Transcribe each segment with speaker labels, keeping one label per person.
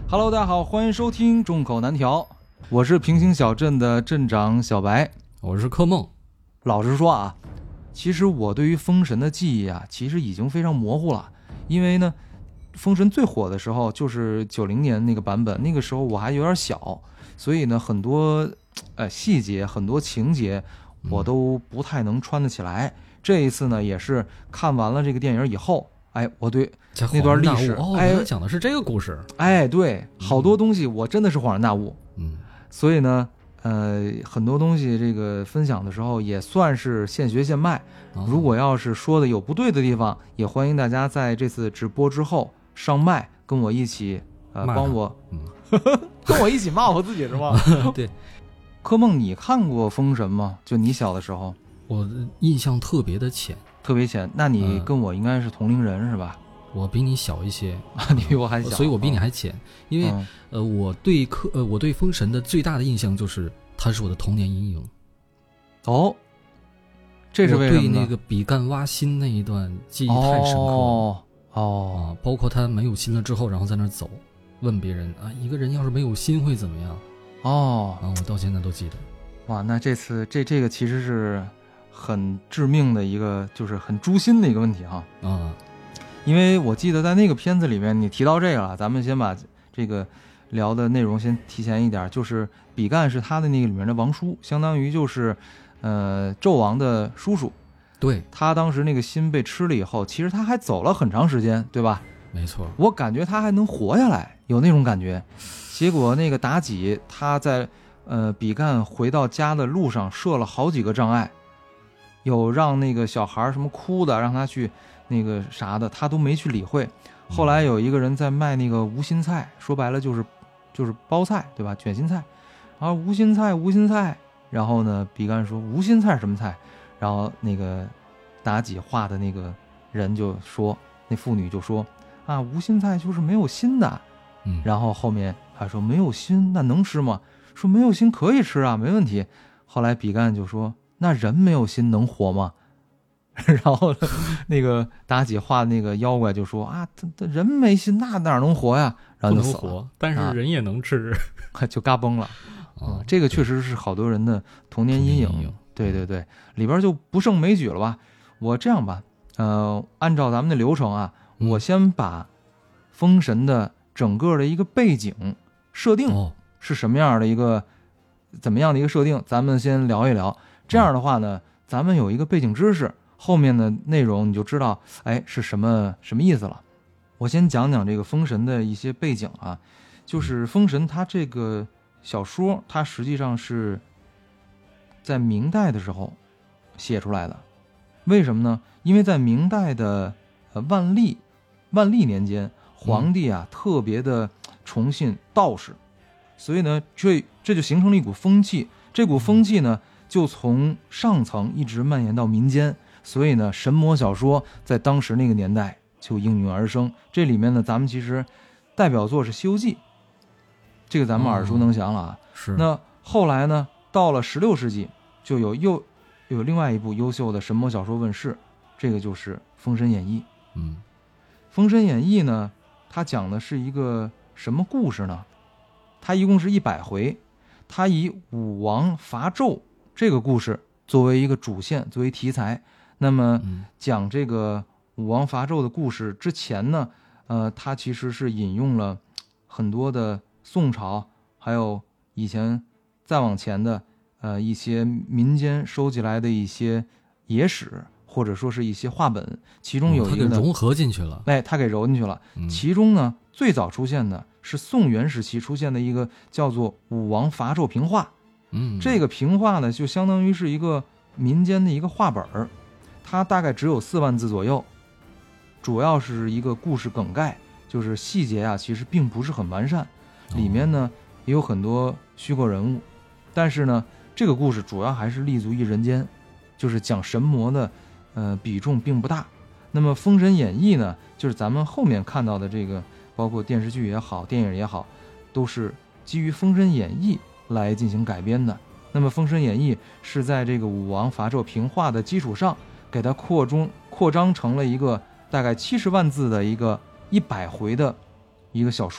Speaker 1: Hello， 大家好，欢迎收听众口难调，我是平行小镇的镇长小白，
Speaker 2: 我是柯梦。
Speaker 1: 老实说啊，其实我对于封神的记忆啊，其实已经非常模糊了，因为呢，封神最火的时候就是90年那个版本，那个时候我还有点小，所以呢，很多细节、很多情节我都不太能穿得起来。这一次呢，也是看完了这个电影以后，我对那段历史，
Speaker 2: 原来讲的是这个故事。
Speaker 1: 对，好多东西我真的是恍然大悟。所以呢，很多东西这个分享的时候也算是现学现卖。如果要是说的有不对的地方，也欢迎大家在这次直播之后上麦，跟我一起帮我，跟我一起骂我自己是吗？
Speaker 2: 对，
Speaker 1: 柯梦，你看过《封神》吗？就你小的时候？
Speaker 2: 我的印象特别的浅，
Speaker 1: 特别浅。那你跟我应该是同龄人是吧？
Speaker 2: 我比你小一些，
Speaker 1: 你比我还小，
Speaker 2: 所以我比你还浅。因为我对封神的最大的印象就是它是我的童年阴影。
Speaker 1: 哦，这是为什么呢？
Speaker 2: 我对那个比干挖心那一段记忆太深刻了。包括他没有心了之后，然后在那走，问别人啊，一个人要是没有心会怎么样？我到现在都记得。
Speaker 1: 哇，那这次这个其实是很致命的一个，就是很诛心的一个问题哈。因为我记得在那个片子里面你提到这个了，咱们先把这个聊的内容先提前一点，就是比干是他的那个里面的王叔，相当于就是纣王的叔叔。
Speaker 2: 对，他
Speaker 1: 当时那个心被吃了以后，其实他还走了很长时间，对吧？
Speaker 2: 没错，
Speaker 1: 我感觉他还能活下来，有那种感觉。结果那个妲己他在比干回到家的路上设了好几个障碍，有让那个小孩什么哭的，让他去那个啥的，他都没去理会。后来有一个人在卖那个无心菜，说白了就是包菜，对吧？卷心菜，然后无心菜，然后呢，比干说无心菜是什么菜？然后那个妲己画的那个人就说，那妇女就说啊，无心菜就是没有心的。然后后面还说没有心那能吃吗？说没有心可以吃啊，没问题。后来比干就说那人没有心能活吗？然后那个妲己画那个妖怪就说啊，他人没心那哪能活呀？然后就死了。
Speaker 2: 但是人也能吃，
Speaker 1: 就嘎崩了。这个确实是好多人的童年阴影。对，里边就不胜枚举了吧。我这样吧，按照咱们的流程啊，我先把封神的整个的一个背景设定是什么样的一个怎么样的一个设定，咱们先聊一聊。这样的话呢，咱们有一个背景知识，后面的内容你就知道是什么意思了。我先讲讲这个封神的一些背景啊，就是封神它这个小说，它实际上是在明代的时候写出来的。为什么呢？因为在明代的万历年间，皇帝啊特别的崇信道士，所以呢这就形成了一股风气。这股风气呢就从上层一直蔓延到民间，所以呢神魔小说在当时那个年代就应运而生。这里面呢咱们其实代表作是《西游记》，这个咱们耳熟能详了啊。
Speaker 2: 是。
Speaker 1: 那后来呢到了16世纪，就又有另外一部优秀的神魔小说问世，这个就是《封神演义》。封神演义呢，它讲的是一个什么故事呢？它一共是100回，它以武王伐纣这个故事作为一个主线，作为题材。那么讲这个武王伐纣的故事之前呢，它其实是引用了很多的宋朝，还有以前再往前的一些民间收集来的一些野史，或者说是一些话本，其中有一个呢，
Speaker 2: 它给融合进去了。
Speaker 1: 它给揉进去了。其中呢，最早出现的是宋元时期出现的一个叫做武王伐纣平话。这个平话呢，就相当于是一个民间的一个话本，它大概只有4万字左右，主要是一个故事梗概，就是细节啊，其实并不是很完善。里面呢也有很多虚构人物，但是呢，这个故事主要还是立足于人间，就是讲神魔的比重并不大。那么《封神演义》呢，就是咱们后面看到的这个，包括电视剧也好，电影也好，都是基于《封神演义》来进行改编的。那么《封神演义》是在这个武王伐纣平话的基础上，给它扩张成了一个大概70万字的一个100回的一个小说。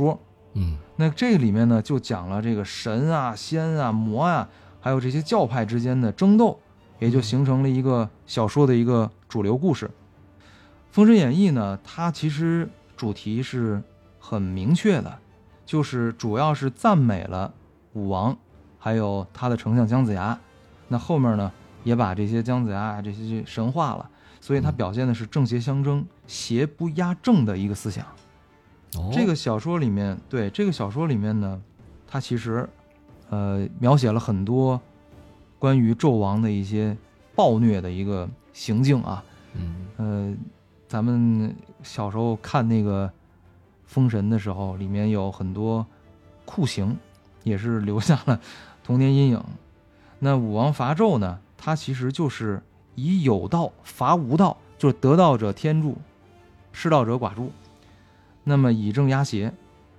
Speaker 1: 那这里面呢就讲了这个神啊、仙啊、魔啊，还有这些教派之间的争斗，也就形成了一个小说的一个主流故事。《封神演义》呢，它其实主题是很明确的，就是主要是赞美了武王，还有他的丞相姜子牙。那后面呢，也把这些姜子牙这些神化了，所以它表现的是正邪相争、邪不压正的一个思想。这个小说里面，对这个小说里面呢，它其实描写了很多关于纣王的一些暴虐的一个行径啊。咱们小时候看那个封神的时候，里面有很多酷刑，也是留下了童年阴影。那武王伐纣呢，他其实就是以有道伐无道，就是得道者天助，失道者寡助，那么以正压邪。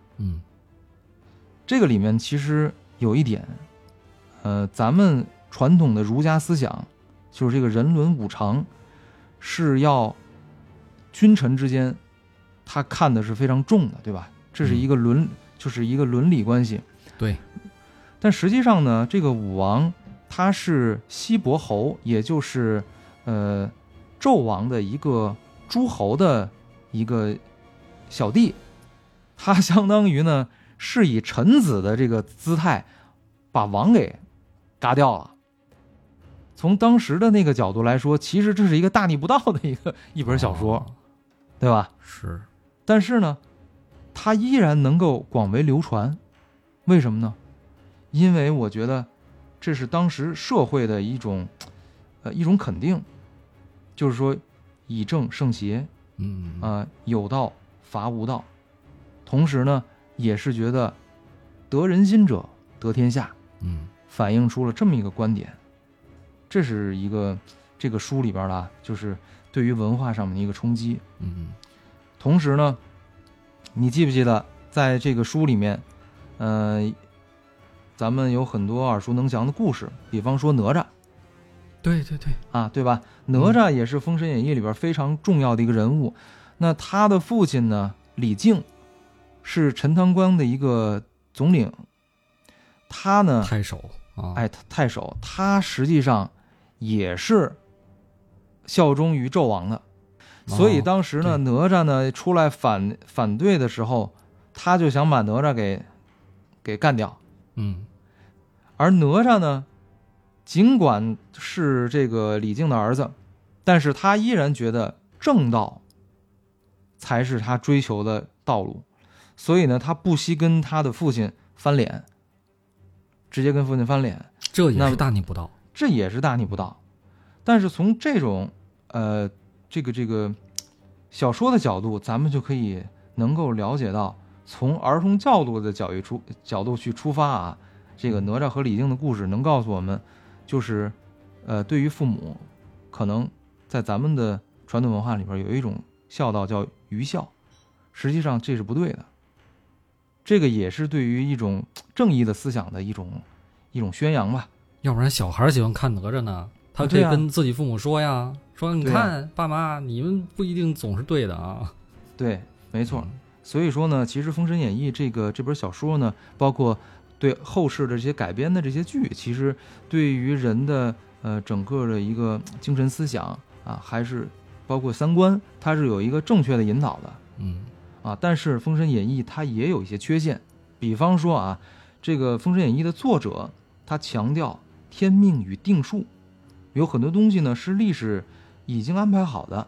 Speaker 1: 这个里面其实有一点，咱们传统的儒家思想就是这个人伦五常是要君臣之间他看的是非常重的，对吧？这是一个就是一个伦理关系。
Speaker 2: 对。
Speaker 1: 但实际上呢，这个武王他是西伯侯，也就是纣王的一个诸侯的一个小弟，他相当于呢是以臣子的这个姿态把王给嘎掉了。从当时的那个角度来说，其实这是一个大逆不道的一本小说，对吧？
Speaker 2: 是。
Speaker 1: 但是呢，它依然能够广为流传，为什么呢？因为我觉得这是当时社会的一种肯定，就是说以正胜邪，有道伐无道，同时呢，也是觉得得人心者得天下，反映出了这么一个观点。这是一个这个书里边的，就是对于文化上面的一个冲击。同时呢，你记不记得在这个书里面，咱们有很多耳熟能详的故事，比方说哪吒。
Speaker 2: 对对对
Speaker 1: 啊，对吧？哪吒也是《封神演义》里边非常重要的一个人物。那他的父亲呢，李靖是陈塘关的一个总领，他呢
Speaker 2: 太守啊，
Speaker 1: 太守，他实际上也是效忠于纣王的。所以当时呢，哪吒呢出来反对的时候，他就想把哪吒给干掉。而哪吒呢，尽管是这个李靖的儿子，但是他依然觉得正道才是他追求的道路，所以呢，他不惜跟他的父亲翻脸，直接跟父亲翻脸。
Speaker 2: 这也是大逆不道。
Speaker 1: 这也是大逆不道。但是从这种这个小说的角度，咱们就可以能够了解到，从儿童角度的角度去出发啊，这个哪吒和李靖的故事能告诉我们，就是对于父母，可能在咱们的传统文化里边有一种孝道叫愚孝，实际上这是不对的。这个也是对于一种正义的思想的一种宣扬吧。
Speaker 2: 要不然小孩喜欢看哪吒呢，他可以跟自己父母说呀，说你看爸妈，你们不一定总是对的啊。
Speaker 1: 对，没错。所以说呢，其实《封神演义》这本小说呢，包括对后世的这些改编的这些剧，其实对于人的整个的一个精神思想啊，还是包括三观，它是有一个正确的引导的。但是《封神演义》它也有一些缺陷，比方说啊，这个《封神演义》的作者他强调天命与定数，有很多东西呢是历史已经安排好的，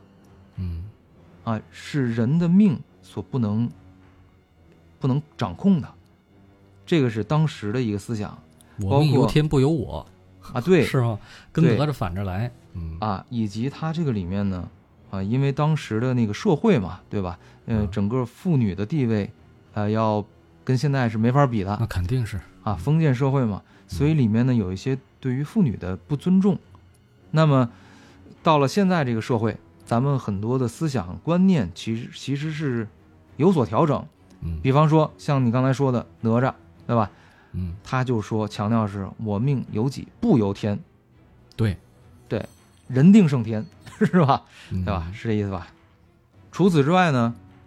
Speaker 1: 是人的命所不能掌控的，这个是当时的一个思想。
Speaker 2: 我命由天不由我
Speaker 1: 啊，对，
Speaker 2: 是吗？跟哪吒反着来
Speaker 1: 以及他这个里面呢因为当时的那个社会嘛，对吧？整个妇女的地位要跟现在是没法比的，
Speaker 2: 那肯定是
Speaker 1: 封建社会嘛，所以里面呢有一些对于妇女的不尊重。那么到了现在这个社会，咱们很多的思想观念其实是有所调整。比方说像你刚才说的哪吒，对吧？他就说强调是我命由己不由天。对，人定胜天，是吧？对吧？是这意思吧？除此之外呢，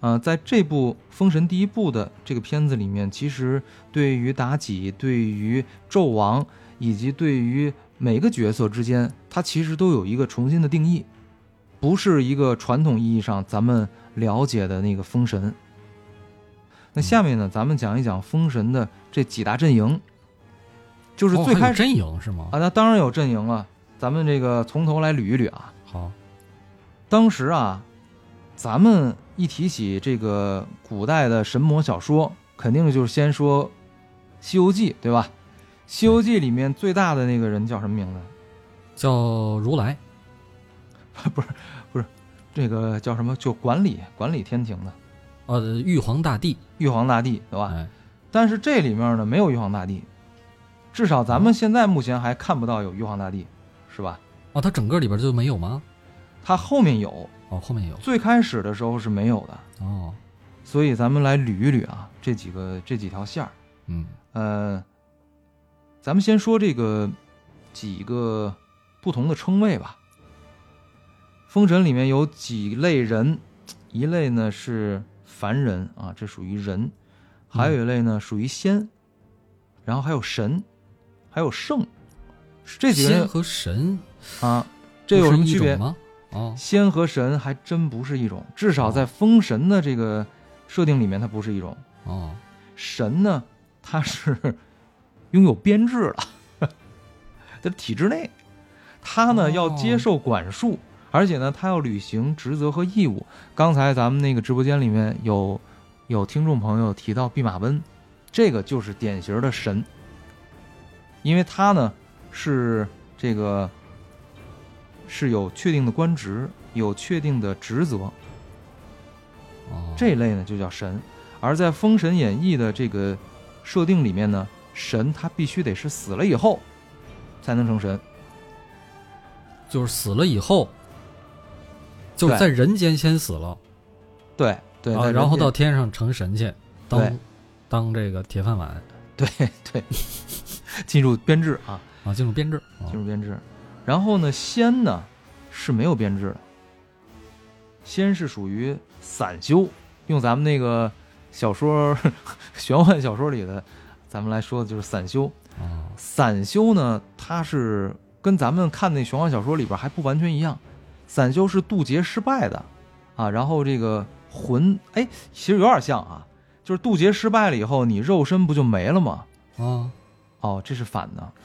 Speaker 1: 在这部《封神》第一部的这个片子里面，其实对于妲己、对于纣王以及对于每个角色之间，它其实都有一个重新的定义，不是一个传统意义上咱们了解的那个封神。那下面呢，咱们讲一讲封神的这几大阵营。就是最开始
Speaker 2: 阵营是吗？
Speaker 1: 那当然有阵营了。咱们这个从头来捋一捋啊。
Speaker 2: 好，
Speaker 1: 当时啊，咱们一提起这个古代的神魔小说，肯定就是先说《西游记》，对吧？《西游记》里面最大的那个人叫什么名字？
Speaker 2: 叫如来。
Speaker 1: 不是，这个叫什么？就管理天庭的。
Speaker 2: 玉皇大帝。
Speaker 1: 玉皇大帝，对吧？但是这里面呢，没有玉皇大帝。至少咱们现在目前还看不到有玉皇大帝，是吧？
Speaker 2: 它整个里边就没有吗？
Speaker 1: 它后面有。
Speaker 2: 后面有。
Speaker 1: 最开始的时候是没有的。所以咱们来捋一捋啊，这几条线儿。咱们先说这个几个不同的称谓吧。封神里面有几类人，一类呢是凡人啊，这属于人；还有一类呢属于仙，然后还有神。还有圣，这几个人
Speaker 2: 仙和神
Speaker 1: 啊，这有什么区别
Speaker 2: 吗？
Speaker 1: 仙和神还真不是一种，至少在封神的这个设定里面，它不是一种。神呢，它是拥有编制的，在体制内，他呢要接受管束，而且呢他要履行职责和义务。刚才咱们那个直播间里面有听众朋友提到弼马温，这个就是典型的神。因为他呢是这个是有确定的官职，有确定的职责，这一类呢就叫神。而在《封神演义》的这个设定里面呢，神他必须得是死了以后才能成神，
Speaker 2: 就是死了以后，就是在人间先死了，
Speaker 1: 对，
Speaker 2: 然后到天上成神去，当这个铁饭碗，
Speaker 1: 对。进入编制
Speaker 2: 进入编制。
Speaker 1: 然后呢，仙呢是没有编制的，仙是属于散修，用咱们那个小说玄幻小说里的咱们来说的就是散修。散修呢，它是跟咱们看那玄幻小说里边还不完全一样，散修是渡劫失败的然后这个魂其实有点像就是渡劫失败了以后，你肉身不就没了吗？这是反的。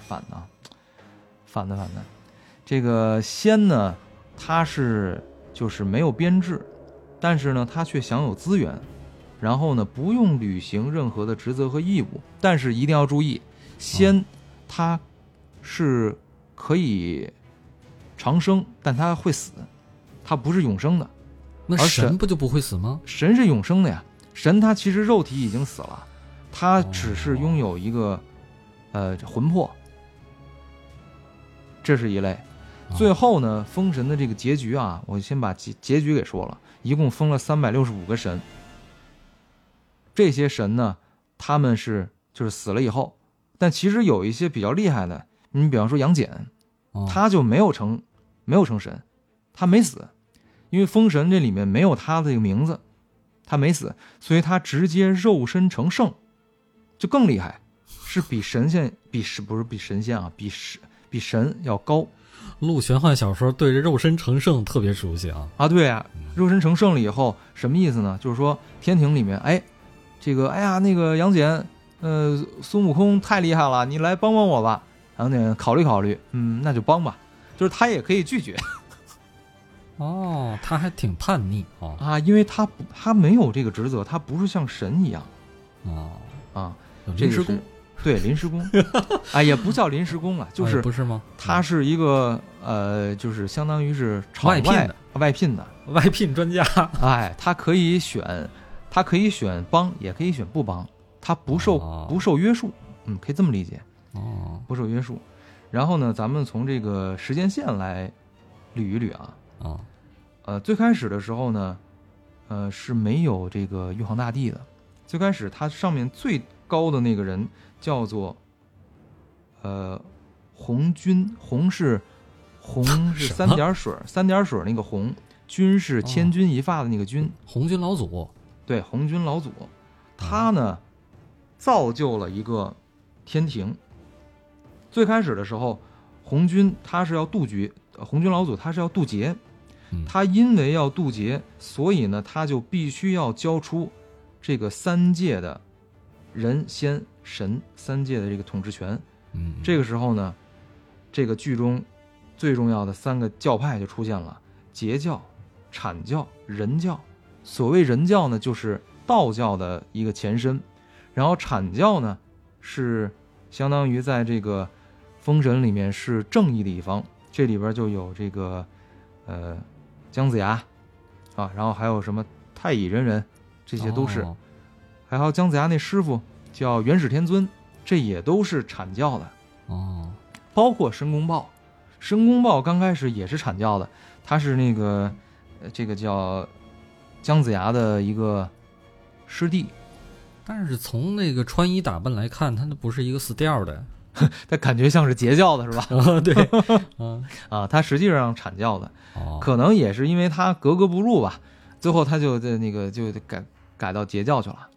Speaker 1: 这个仙呢，他是就是没有编制，但是呢，他却享有资源，然后呢，不用履行任何的职责和义务。但是一定要注意，仙他是可以长生，但他会死，他不是永生的。
Speaker 2: 那神不就不会死吗？
Speaker 1: 神是永生的呀，神他其实肉体已经死了，他只是拥有一个魂魄，这是一类。最后呢，封神的这个结局我先把结局给说了，一共封了365个神。这些神呢，他们就是死了以后，但其实有一些比较厉害的，你比方说杨戬，他就没有成神，他没死，因为封神这里面没有他的这个名字，他没死，所以他直接肉身成圣，就更厉害。是比神仙比神要高。
Speaker 2: 录玄幻小说对这肉身成圣特别熟悉
Speaker 1: 对肉身成圣了以后什么意思呢？就是说天庭里面那个杨戬孙悟空太厉害了，你来帮帮我吧。杨戬考虑考虑，那就帮吧，就是他也可以拒绝。
Speaker 2: 他还挺叛逆
Speaker 1: 因为他没有这个职责，他不是像神一样
Speaker 2: 临时工。
Speaker 1: 对，临时工也不叫临时工就是
Speaker 2: 不是吗？
Speaker 1: 他是一个就是相当于是
Speaker 2: 外聘的
Speaker 1: 外
Speaker 2: 聘专家。
Speaker 1: 他可以选帮，也可以选不帮，他不受约束，可以这么理解。不受约束。然后呢，咱们从这个时间线来捋一捋最开始的时候呢，是没有这个玉皇大帝的。最开始他上面最高的那个人叫做红军，红是三点水那个红，军是千钧一发的那个军，
Speaker 2: 红军老祖
Speaker 1: 对，红军老祖，他呢造就了一个天庭。最开始的时候，红军他是要杜绝，红军老祖他是要渡劫，他因为要渡劫，所以呢他就必须要交出这个三界的人仙神三界的这个统治权。这个时候呢，这个剧中最重要的3个教派就出现了：截教、阐教、人教。所谓人教呢，就是道教的一个前身，然后阐教呢是相当于在这个封神里面是正义的一方，这里边就有这个姜子牙啊，然后还有什么太乙真人，这些都是，还有姜子牙那师傅叫元始天尊，这也都是阐教的包括申公豹，申公豹刚开始也是阐教的，他是那个这个叫姜子牙的一个师弟，
Speaker 2: 但是从那个穿衣打扮来看，他那不是一个死调的，
Speaker 1: 他感觉像是截教的是吧？
Speaker 2: 对，
Speaker 1: 他实际上阐教的，可能也是因为他格格不入吧，最后他就那个就改到截教去了。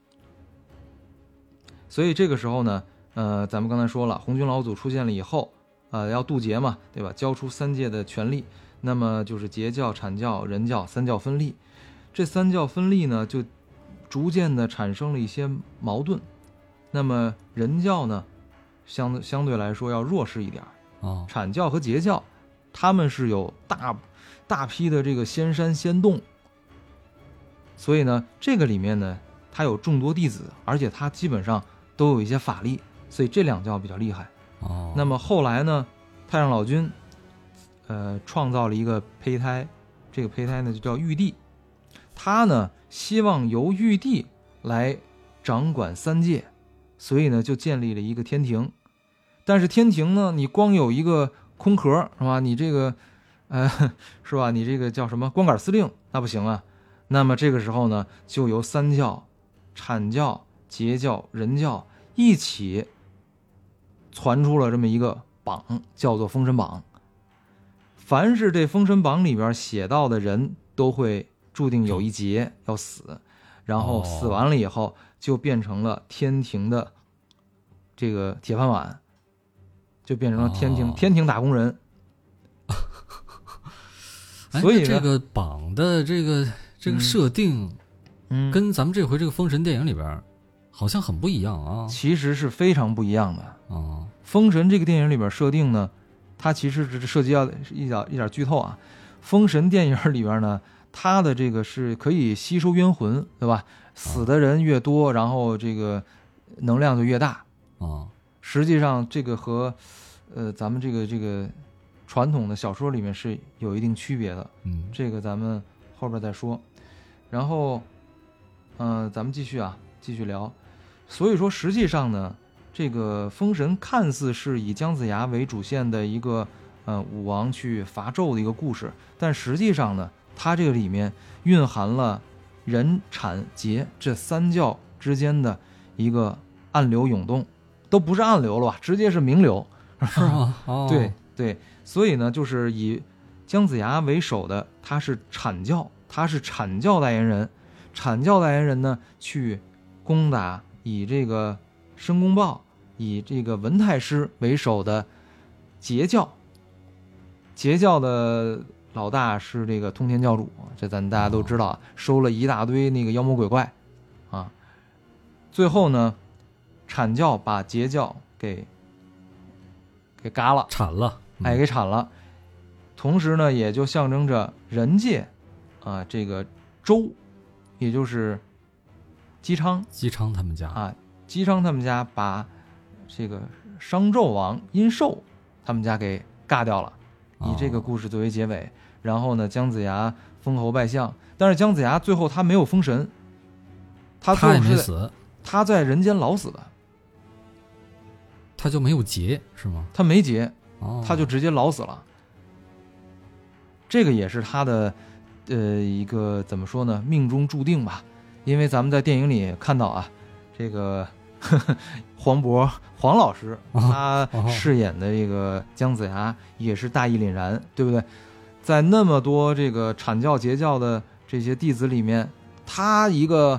Speaker 1: 所以这个时候呢，咱们刚才说了，红军老祖出现了以后，要渡劫嘛，对吧？交出三界的权力，那么就是截教、阐教、人教三教分立。这三教分立呢，就逐渐的产生了一些矛盾。那么人教呢，相对来说要弱势一点。阐教和截教，他们是有大批的这个仙山仙洞，所以呢，这个里面呢，它有众多弟子，而且它基本上都有一些法力，所以这2教比较厉害。那么后来呢，太上老君创造了一个胚胎，这个胚胎呢就叫玉帝，他呢希望由玉帝来掌管三界，所以呢就建立了一个天庭。但是天庭呢，你光有一个空壳是吧？你这个是吧？你这个叫什么光杆司令，那不行啊。那么这个时候呢，就由三教阐教、截教、人教一起传出了这么一个榜，叫做封神榜。凡是这封神榜里边写到的人都会注定有一劫要死，然后死完了以后就变成了天庭的这个铁饭碗，就变成了天庭打工人。所以
Speaker 2: 这个榜的这个设定，跟咱们这回这个封神电影里边好像很不一样啊。
Speaker 1: 其实是非常不一样的。封神这个电影里边设定呢，它其实是涉及到一点剧透啊。封神电影里边呢，它的这个是可以吸收冤魂，对吧？死的人越多，然后这个能量就越大。实际上这个和咱们这个传统的小说里面是有一定区别的。这个咱们后边再说。然后咱们继续聊。所以说实际上呢，这个封神看似是以姜子牙为主线的一个武王去伐纣的一个故事，但实际上呢，它这个里面蕴含了人阐截这三教之间的一个暗流涌动，都不是暗流了吧，直接是明流，
Speaker 2: 是吗？
Speaker 1: 对，所以呢，就是以姜子牙为首的，他是阐教，他是阐教代言人，阐教代言人呢去攻打以这个申公豹、以这个文太师为首的截教。截教的老大是这个通天教主，这咱大家都知道，收了一大堆那个妖魔鬼怪啊。最后呢，阐教把截教给嘎了，
Speaker 2: 铲了，
Speaker 1: 给铲了。同时呢，也就象征着人界这个周，也就是姬昌
Speaker 2: 他们家
Speaker 1: 姬昌他们家把这个商纣王殷寿他们家给嘎掉了，以这个故事作为结尾。然后呢，姜子牙封侯拜相，但是姜子牙最后他没有封神，他
Speaker 2: 也没死，
Speaker 1: 他在人间老死的，
Speaker 2: 他就没有劫是吗？
Speaker 1: 他没劫，他就直接老死了。这个也是他的一个怎么说呢，命中注定吧。因为咱们在电影里看到这个黄老师他饰演的这个姜子牙也是大义凛然，对不对？在那么多这个阐教截教的这些弟子里面，他一个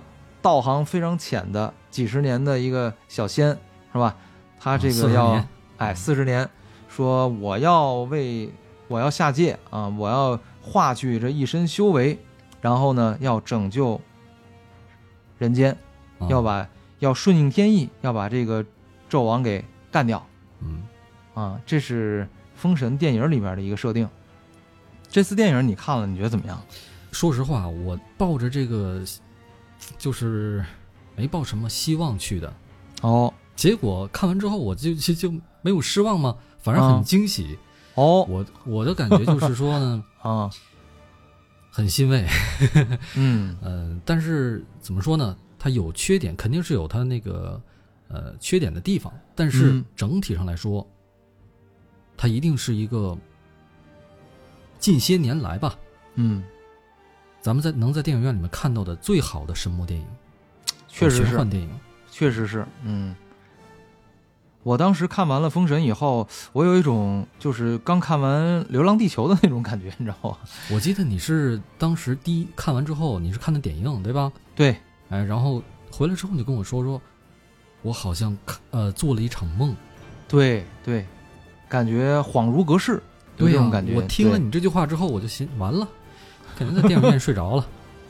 Speaker 1: 道行非常浅的几十年的一个小仙，是吧？他这个要40年，说我要下界啊，我要化去这一身修为，然后呢要拯救人间，要顺应天意，要把这个纣王给干掉。这是封神电影里面的一个设定。这次电影你看了，你觉得怎么样？
Speaker 2: 说实话，我抱着这个就是没抱什么希望去的。结果看完之后我就没有失望吗？反而很惊喜。我的感觉就是说呢，很欣慰。但是怎么说呢？它有缺点，肯定是有它那个缺点的地方，但是整体上来说，它一定是一个近些年来吧，咱们能在电影院里面看到的最好的神魔电影，
Speaker 1: 确实是
Speaker 2: 玄幻电影，
Speaker 1: 确实是。我当时看完了《封神》以后，我有一种就是刚看完《流浪地球》的那种感觉，你知道吗？
Speaker 2: 我记得你是当时看完之后，你是看的点映，对吧？
Speaker 1: 对。
Speaker 2: 然后回来之后，你跟我说，我好像做了一场梦。
Speaker 1: 对，感觉恍如隔世，有这种感觉。
Speaker 2: 我听了你这句话之后，我就完了，肯定在电影院睡着了。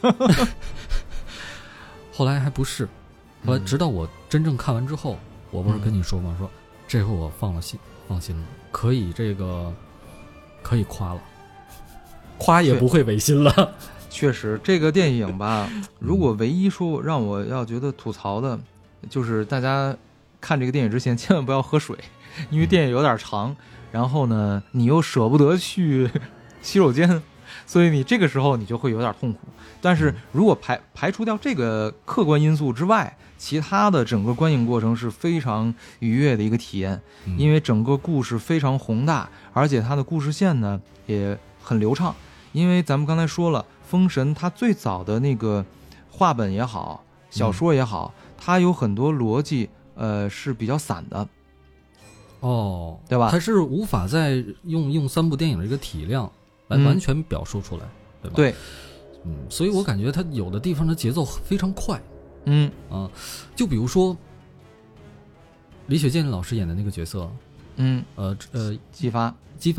Speaker 2: 后来还不是，后来直到我真正看完之后，我不是跟你说吗？说这回我放心了，可以夸了，夸也不会违心了。
Speaker 1: 确实，这个电影吧，如果唯一说让我要觉得吐槽的，就是大家看这个电影之前千万不要喝水，因为电影有点长，然后呢，你又舍不得去洗手间，所以你这个时候你就会有点痛苦。但是如果排除掉这个客观因素之外，其他的整个观影过程是非常愉悦的一个体验，因为整个故事非常宏大，而且它的故事线呢也很流畅。因为咱们刚才说了，封神它最早的那个话本也好，小说也好，它有很多逻辑是比较散的，对吧？
Speaker 2: 它是无法再用3部电影的一个体量来完全表述出来，对吧？
Speaker 1: 对，
Speaker 2: 所以我感觉它有的地方的节奏非常快，就比如说李雪健老师演的那个角色，
Speaker 1: 姬发，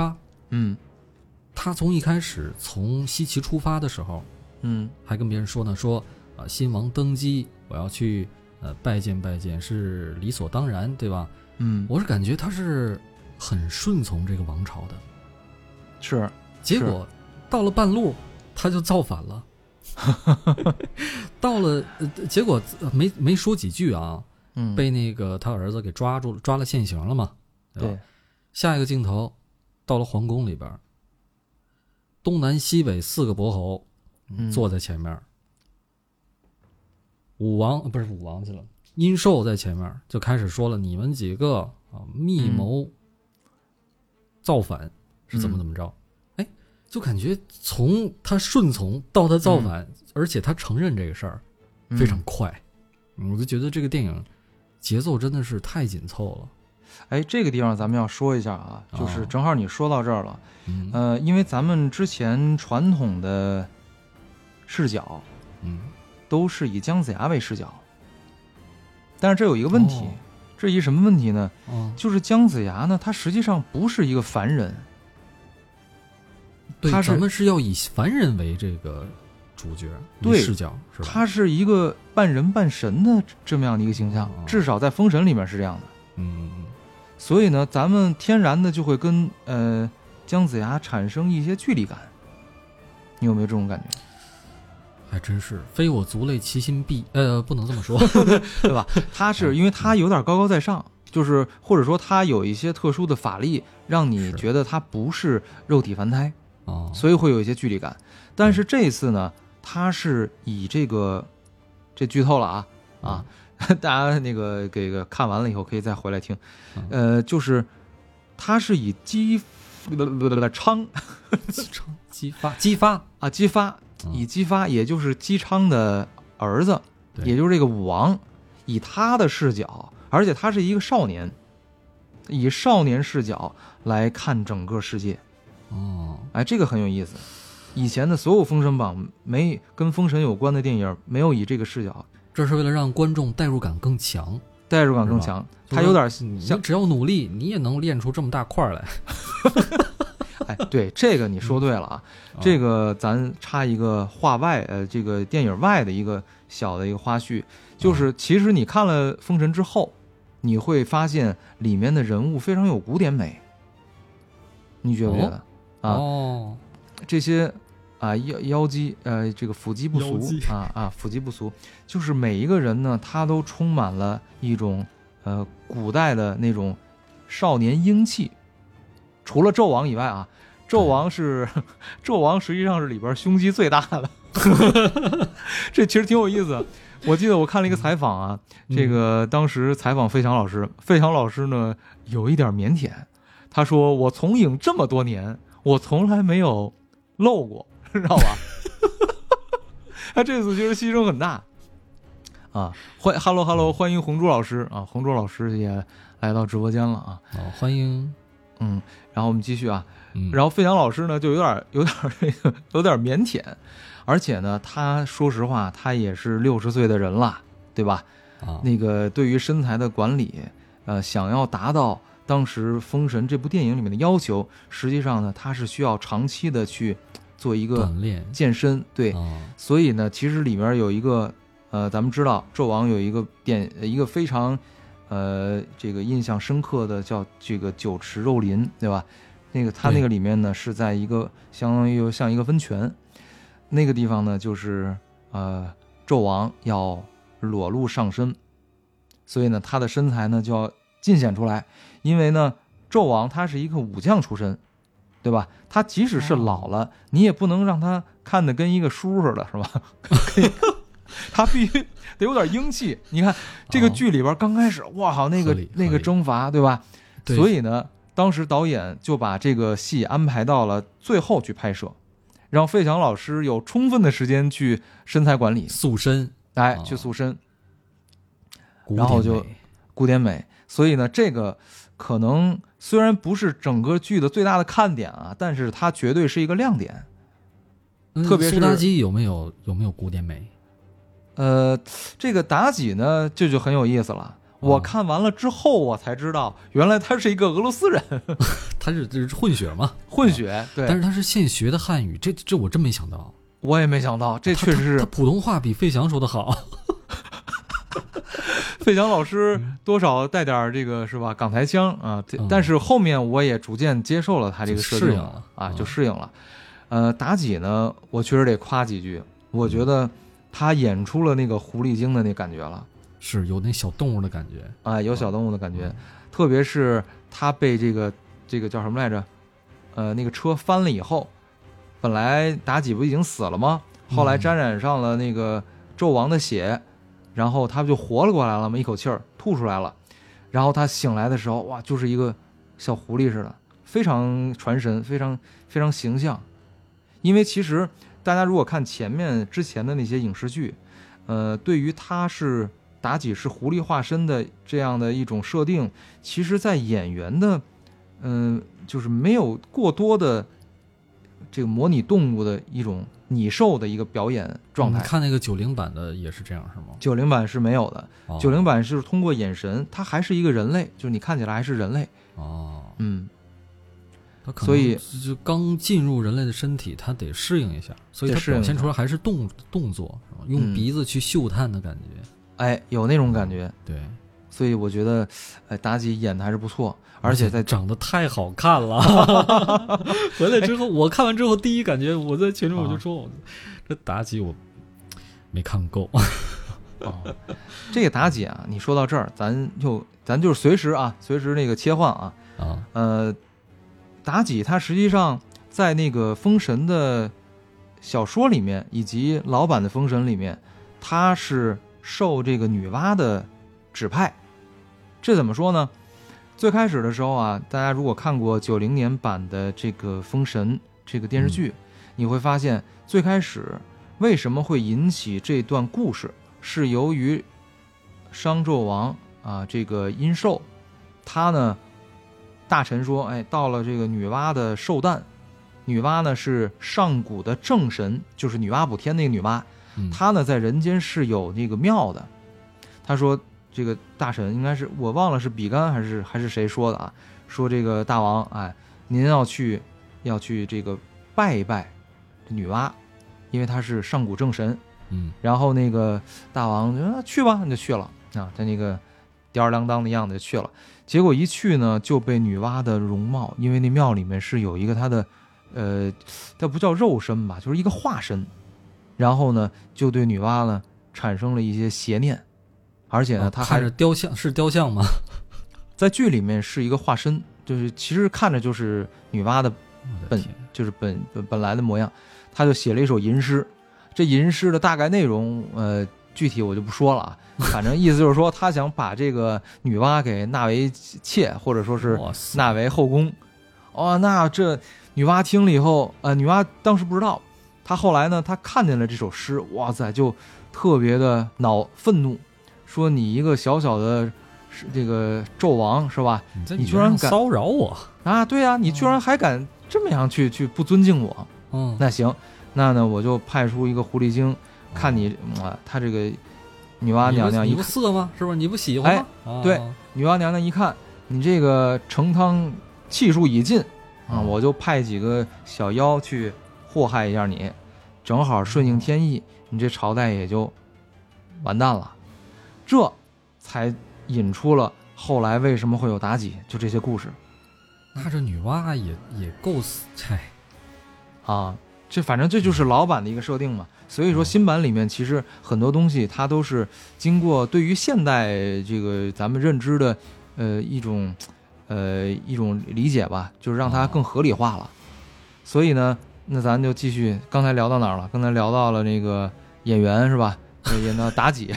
Speaker 2: 他从一开始从西岐出发的时候，还跟别人说呢，说新王登基，我要去拜见是理所当然，对吧？我是感觉他是很顺从这个王朝的，
Speaker 1: 是。
Speaker 2: 结果到了半路他就造反了，到了结果没说几句啊，被那个他儿子给抓了现行了嘛，对吧？下一个镜头到了皇宫里边，东南西北4个伯侯坐在前面，武王去了，殷寿在前面就开始说了，你们几个密谋造反是怎么着，就感觉从他顺从到他造反，而且他承认这个事儿非常快，我就觉得这个电影节奏真的是太紧凑了。
Speaker 1: 这个地方咱们要说一下啊，就是正好你说到这儿了，因为咱们之前传统的视角，都是以姜子牙为视角，但是这有一个问题，这一什么问题呢？就是姜子牙呢，他实际上不是一个凡人，
Speaker 2: 对，咱们是要以凡人为这个主角为视角，是吧？
Speaker 1: 他是一个半人半神的这么样的一个形象，至少在封神里面是这样的。所以呢，咱们天然的就会跟姜子牙产生一些距离感。你有没有这种感觉？
Speaker 2: 还真是，非我族类，其心必不能这么说，
Speaker 1: 对吧？他是因为他有点高高在上，就是或者说他有一些特殊的法力，让你觉得他不是肉体凡胎，所以会有一些距离感。但是这一次呢，他是以这剧透了啊。大家那个给看完了以后可以再回来听，就是他是以姬发，也就是姬昌的儿子，也就是这个武王，以他的视角，而且他是一个少年，以少年视角来看整个世界。这个很有意思。以前的所有封神榜跟封神有关的电影没有以这个视角
Speaker 2: 这是为了让观众代入感更强。
Speaker 1: 代入感更强，它有点
Speaker 2: 像，只要努力，你也能练出这么大块来。
Speaker 1: 哎，对，这个你说对了啊。这个咱插一个话外，这个电影外的一个小的一个花絮，就是其实你看了《封神》之后，你会发现里面的人物非常有古典美，你觉不觉得？这些妖姬，这个腹肌不俗腹肌不俗，就是每一个人呢，他都充满了一种古代的那种少年英气。除了纣王以外啊，纣王实际上是里边胸肌最大的，这其实挺有意思。我记得我看了一个采访啊，这个当时采访费翔老师，费翔老师呢有一点腼腆，他说我从影这么多年，我从来没有露过。知道吧？他这次就是牺牲很大啊！Hello， 欢迎红珠老师啊！红珠老师也来到直播间了啊！
Speaker 2: 欢迎。
Speaker 1: 然后我们继续啊。然后费翔老师呢，就有点腼腆，而且呢，他说实话，他也是60岁的人了，对吧？那个对于身材的管理，想要达到当时《封神》这部电影里面的要求，实际上呢，他是需要长期的去做一个健身，对，所以呢，其实里面有一个，咱们知道纣王有一个非常，这个印象深刻的叫这个酒池肉林，对吧？那个他那个里面呢是在一个相当于像一个温泉，那个地方呢就是纣王要裸露上身，所以呢他的身材呢就要尽显出来，因为呢纣王他是一个武将出身。对吧？他即使是老了，你也不能让他看得跟一个叔似的，是吧？他必须得有点英气。你看这个剧里边刚开始，哇，好那个征伐，对吧？
Speaker 2: 对。
Speaker 1: 所以呢，当时导演就把这个戏安排到了最后去拍摄，让费翔老师有充分的时间去身材管理、
Speaker 2: 塑身，
Speaker 1: 去塑身，然后就古典美。所以呢，这个可能虽然不是整个剧的最大的看点啊，但是它绝对是一个亮点。特别是
Speaker 2: 苏妲己有没有古典美？
Speaker 1: 这个妲己呢，这就很有意思了。我看完了之后，我才知道原来他是一个俄罗斯人，
Speaker 2: 他是混血嘛？
Speaker 1: 混血，对。
Speaker 2: 但是他是现学的汉语，这我真没想到。
Speaker 1: 我也没想到，这确实是
Speaker 2: 他普通话比费翔说的好。
Speaker 1: 费翔老师多少带点这个是吧港台腔啊，但是后面我也逐渐接受了他这个设定了啊，就适应了。妲己呢，我确实得夸几句，我觉得他演出了那个狐狸精的那感觉了，
Speaker 2: 是有那小动物的感觉
Speaker 1: 啊，有小动物的感觉，特别是他被这个叫什么来着？那个车翻了以后，本来妲己不已经死了吗？后来沾染上了那个纣王的血。然后他就活了过来了嘛，一口气儿吐出来了，然后他醒来的时候，哇，就是一个小狐狸似的，非常传神，非常非常形象。因为其实大家如果看之前的那些影视剧，对于他是妲己是狐狸化身的这样的一种设定，其实在演员的，就是没有过多的这个模拟动物的一种拟兽的一个表演状态。
Speaker 2: 你看那个90版的也是这样是吗
Speaker 1: ？90版是没有的，90版是通过眼神，他还是一个人类，就是你看起来还是人类。
Speaker 2: 所以就刚进入人类的身体，他得适应一下，所以他表现出来还是动作，用鼻子去嗅探的感觉。
Speaker 1: 哎，有那种感觉。
Speaker 2: 对，
Speaker 1: 所以我觉得，妲己演的还是不错，而且
Speaker 2: 长得太好看了。回来之后，我看完之后第一感觉，我在群里我就说，这妲己我没看够。
Speaker 1: 这个妲己啊，你说到这儿，咱就是随时那个切换啊。妲己她实际上在那个《封神》的小说里面，以及老版的《封神》里面，她是受这个女娲的指派。这怎么说呢？最开始的时候啊，大家如果看过90年版的这个《封神》这个电视剧，你会发现最开始为什么会引起这段故事，是由于商纣王啊，这个殷寿，他呢，大臣说，到了这个女娲的寿诞，女娲呢是上古的正神，就是女娲补天那个女娲， 他呢在人间是有那个庙的。他说这个大臣应该是我忘了是比干还是谁说的啊，说这个大王，哎，您要去这个拜一拜女娲，因为她是上古正神。然后那个大王就去吧，就去了啊，他那个吊儿郎当的样子就去了。结果一去呢，就被女娲的容貌，因为那庙里面是有一个她的它不叫肉身吧，就是一个化身，然后呢就对女娲呢产生了一些邪念，而且呢他还
Speaker 2: 是雕像，是雕像吗？
Speaker 1: 在剧里面是一个化身，就是其实看着就是女娲的本来的模样。他就写了一首吟诗，这吟诗的大概内容具体我就不说了啊，反正意思就是说他想把这个女娲给纳为妾，或者说是纳为后宫。那这女娲听了以后，女娲当时不知道，她后来呢，她看见了这首诗，哇塞，就特别的愤怒，说你一个小小的这个纣王是吧？你居然敢
Speaker 2: 骚扰我
Speaker 1: 啊！对啊，你居然还敢这么样去不尊敬我。那行，那呢我就派出一个狐狸精，看你他这个女娲娘娘
Speaker 2: 你不色吗？是不是你不喜欢
Speaker 1: 吗？对，女娲娘娘一看你这个盛汤气数已尽我就派几个小妖去祸害一下你，正好顺应天意，你这朝代也就完蛋了。这才引出了后来为什么会有妲己，就这些故事。
Speaker 2: 那这女娲也够菜
Speaker 1: 这反正这就是老版的一个设定嘛。所以说新版里面其实很多东西它都是经过对于现代这个咱们认知的一种理解吧，就是让它更合理化了。所以呢，那咱就继续，刚才聊到哪儿了？刚才聊到了那个演员是吧？演到妲己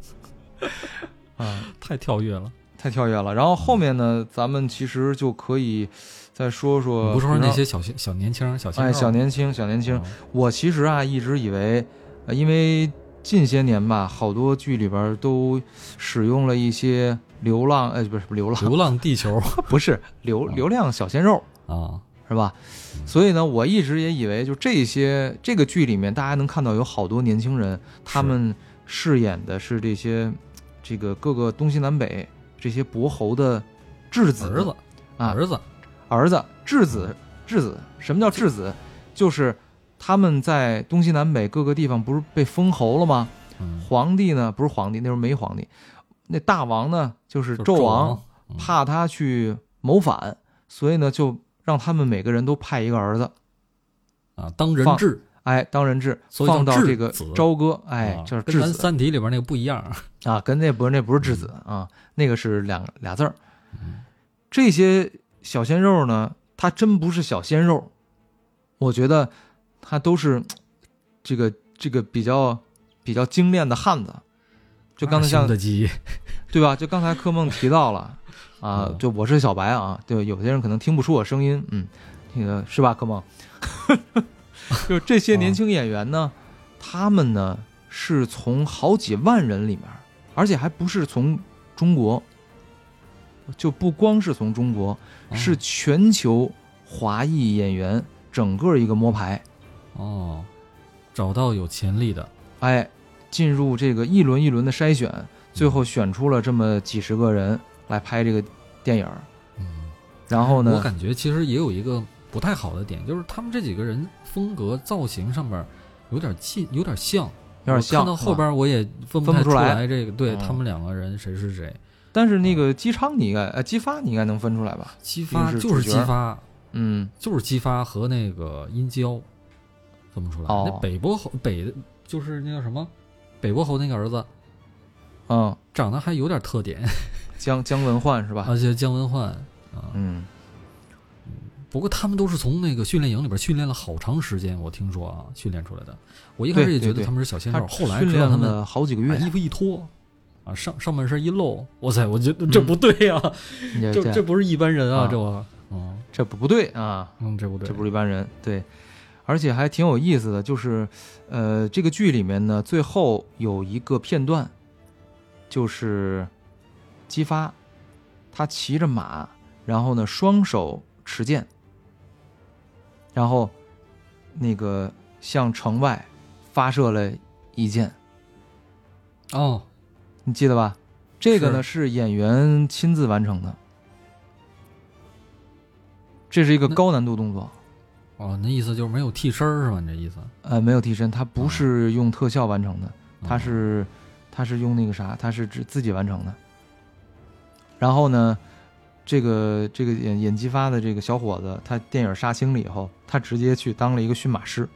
Speaker 2: 太跳跃了。
Speaker 1: 然后后面呢，咱们其实就可以再说说，
Speaker 2: 不是说那些小年轻
Speaker 1: 小年轻。我其实一直以为，因为近些年吧，好多剧里边都使用了一些流浪
Speaker 2: 地球
Speaker 1: 不是流量小鲜肉是吧？所以呢，我一直也以为就这个剧里面，大家能看到有好多年轻人，他们饰演的是这个各个东西南北这些伯侯的质子儿子质子。什么叫质子？就是他们在东西南北各个地方不是被封侯了吗？皇帝呢，不是皇帝，那时候没皇帝，那大王呢就是纣王，怕他去谋反，所以呢就让他们每个人都派一个儿子
Speaker 2: 当人质，
Speaker 1: 当人质，放到这个朝歌，就是质子。
Speaker 2: 跟咱三体里边那个不一样
Speaker 1: 跟那不是质子那个是俩字儿。这些小鲜肉呢，他真不是小鲜肉，我觉得他都是这个比较精炼的汉子。就刚才像对吧？就刚才柯梦提到了就我是小白对，有些人可能听不出我声音，那个是吧，柯梦？就这些年轻演员呢，他们呢是从好几万人里面，而且还不是从中国，就不光是从中国，是全球华裔演员整个一个摸排
Speaker 2: 找到有潜力的，
Speaker 1: 进入这个一轮一轮的筛选，最后选出了这么几十个人来拍这个电影。然后呢，
Speaker 2: 我感觉其实也有一个不太好的点，就是他们这几个人风格造型上面有点像。看到后边我也分不出来这个对他们两个人谁是谁。
Speaker 1: 但是那个姬发你应该能分出来吧？
Speaker 2: 姬发就是姬发，就是姬发和那个殷郊分不出来。那北伯侯就是那个什么北伯侯那个儿子，长得还有点特点，
Speaker 1: 姜文焕是吧？
Speaker 2: 而且姜文焕不过他们都是从那个训练营里边训练了好长时间，我听说训练出来的。我一开始也觉得他们是小鲜肉，后来知道他们
Speaker 1: 好几个月，
Speaker 2: 衣服一脱上半身一露，哇塞，我觉得这不对这不是一般人
Speaker 1: 这不对
Speaker 2: 这不对，
Speaker 1: 这不是一般人。对，而且还挺有意思的，就是这个剧里面呢，最后有一个片段，就是姬发他骑着马，然后呢双手持剑，然后那个向城外发射了一剑。
Speaker 2: 哦，
Speaker 1: 你记得吧？这个呢是演员亲自完成的，这是一个高难度动作。
Speaker 2: 哦，那意思就是没有替身是吧？你这意思？
Speaker 1: 没有替身，他不是用特效完成的，他是用那个啥，他是自己完成的。然后呢，这个演姬发的这个小伙子，他电影杀青了以后，他直接去当了一个驯马师。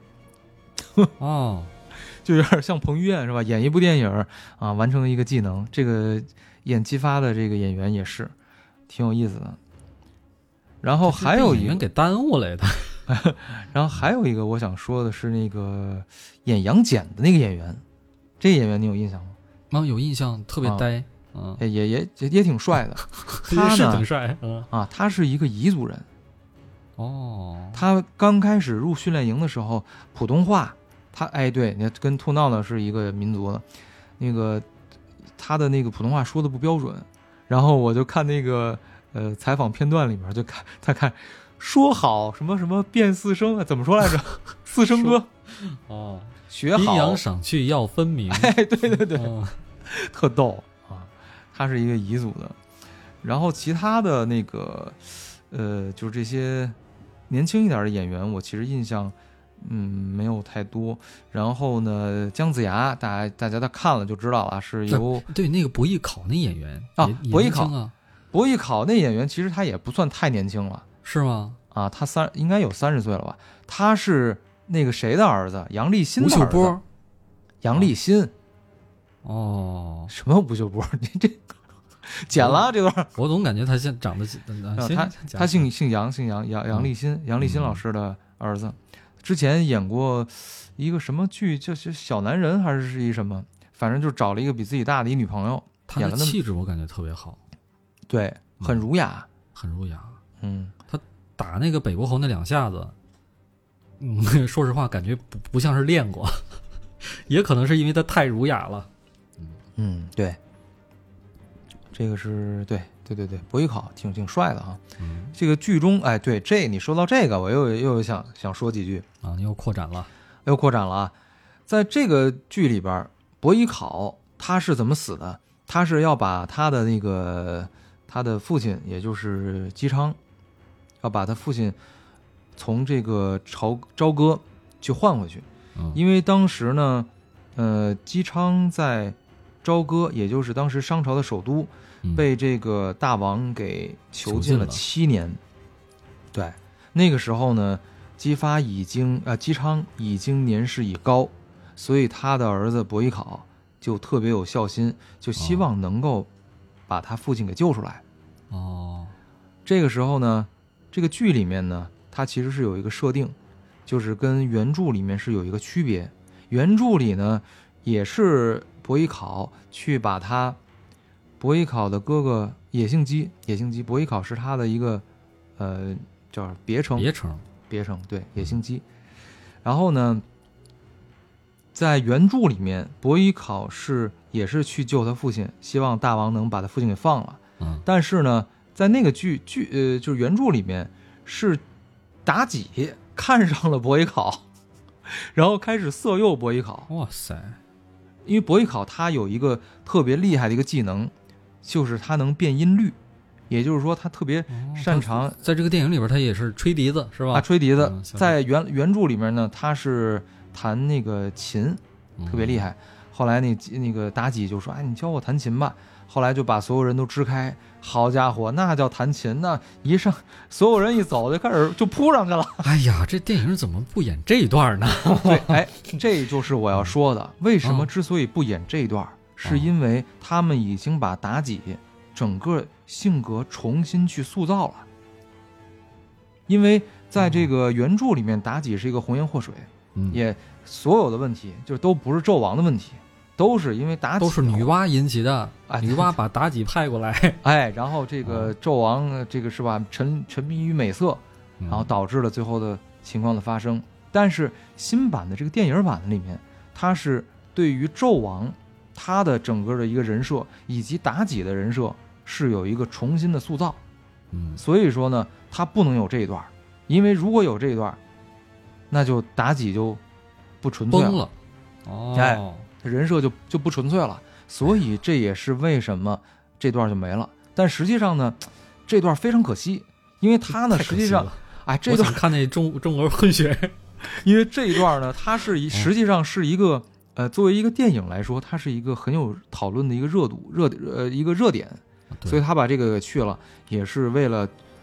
Speaker 2: 哦，
Speaker 1: 就有点像彭于晏是吧？演一部电影啊，完成一个技能。这个演姬发的这个演员也是挺有意思的。然后还有一个
Speaker 2: 给耽误了的。
Speaker 1: 然后还有一个我想说的是那个演杨戬的那个演员，这个演员你有印象吗？
Speaker 2: 有印象，特别呆，
Speaker 1: 也挺帅的。他
Speaker 2: 是挺帅，
Speaker 1: 他是一个彝族人。
Speaker 2: 哦，
Speaker 1: 他刚开始入训练营的时候，普通话，对，你跟兔闹闹是一个民族的，那个他的那个普通话说的不标准。然后我就看那个采访片段里面，就看说好什么什么变四声啊，怎么说来着？四声歌。
Speaker 2: 哦，
Speaker 1: 学好。
Speaker 2: 阴阳赏去要分明。
Speaker 1: 对，特逗啊！他是一个彝族的。然后其他的那个就是这些年轻一点的演员，我其实印象没有太多。然后呢，姜子牙大家都看了就知道了，是由
Speaker 2: 对那个博弈考那演员
Speaker 1: 博弈考那演员其实他也不算太年轻了。
Speaker 2: 是吗？
Speaker 1: 啊，他应该有30岁了吧？他是那个谁的儿子？杨立新的儿子。
Speaker 2: 吴秀波。
Speaker 1: 杨立新。
Speaker 2: 哦，
Speaker 1: 什么吴秀波？你这剪了这段。
Speaker 2: 我总感觉他长得
Speaker 1: 他姓杨，杨立新，杨立新老师的儿子。之前演过一个什么剧，就是小男人还是一什么，反正就找了一个比自己大的一女朋友。
Speaker 2: 他的气质我感觉特别好。
Speaker 1: 对，很儒雅，
Speaker 2: 很儒雅。他打那个北伯侯那2下子，说实话感觉不像是练过，也可能是因为他太儒雅了。
Speaker 1: 对，这个是对，博弈考挺帅的哈。这个剧中，对，这你说到这个，我又想说几句
Speaker 2: 啊，你又扩展了
Speaker 1: 啊。在这个剧里边，博弈考他是怎么死的？他是要把他的那个他的父亲，也就是姬昌，要把他父亲从这个朝歌去换回去。因为当时呢，姬昌在朝歌，也就是当时商朝的首都，被这个大王给囚禁了7年。对，那个时候呢，姬昌已经年事已高，所以他的儿子伯邑考就特别有孝心，就希望能够把他父亲给救出来。这个时候呢，这个剧里面呢，它其实是有一个设定，就是跟原著里面是有一个区别。原著里呢，也是伯邑考去把他伯邑考的哥哥野性姬，伯邑考是他的一个叫别称，对，野性姬。然后呢，在原著里面，伯邑考也是去救他父亲，希望大王能把他父亲给放了。但是呢，在那个就是原著里面是妲己看上了伯邑考，然后开始色诱伯邑考。
Speaker 2: 哇塞！
Speaker 1: 因为伯邑考他有一个特别厉害的一个技能，就是他能变音律，也就是说他特别擅长。
Speaker 2: 在这个电影里边，他也是吹笛子，是吧？
Speaker 1: 他吹笛子，在原著里面呢，他是弹那个琴，特别厉害。后来那个妲己就说：“你教我弹琴吧。”后来就把所有人都支开，好家伙，那叫弹琴，那一上所有人一走就开始就扑上去了。
Speaker 2: 哎呀，这电影怎么不演这一段呢？
Speaker 1: 对，这就是我要说的。为什么之所以不演这一段，是因为他们已经把妲己整个性格重新去塑造了。因为在这个原著里面，妲己是一个红颜祸水，也所有的问题就都不是纣王的问题。都是因为妲己，
Speaker 2: 都是女娲引起的。女娲把妲己派过来，
Speaker 1: 然后这个纣王这个是吧，沉迷于美色，然后导致了最后的情况的发生。但是新版的这个电影版里面，它是对于纣王他的整个的一个人设以及妲己的人设是有一个重新的塑造。所以说呢，他不能有这一段，因为如果有这一段，那就妲己就不纯粹了。
Speaker 2: 哦，
Speaker 1: 人设就不纯粹了，所以这也是为什么这段就没了。但实际上呢，这段非常可惜，因为他呢实际上，这段
Speaker 2: 我想看那中俄混血，
Speaker 1: 因为这一段呢，它是实际上是一个作为一个电影来说，它是一个很有讨论的一个一个热点，所以他把这个给去了，也是为了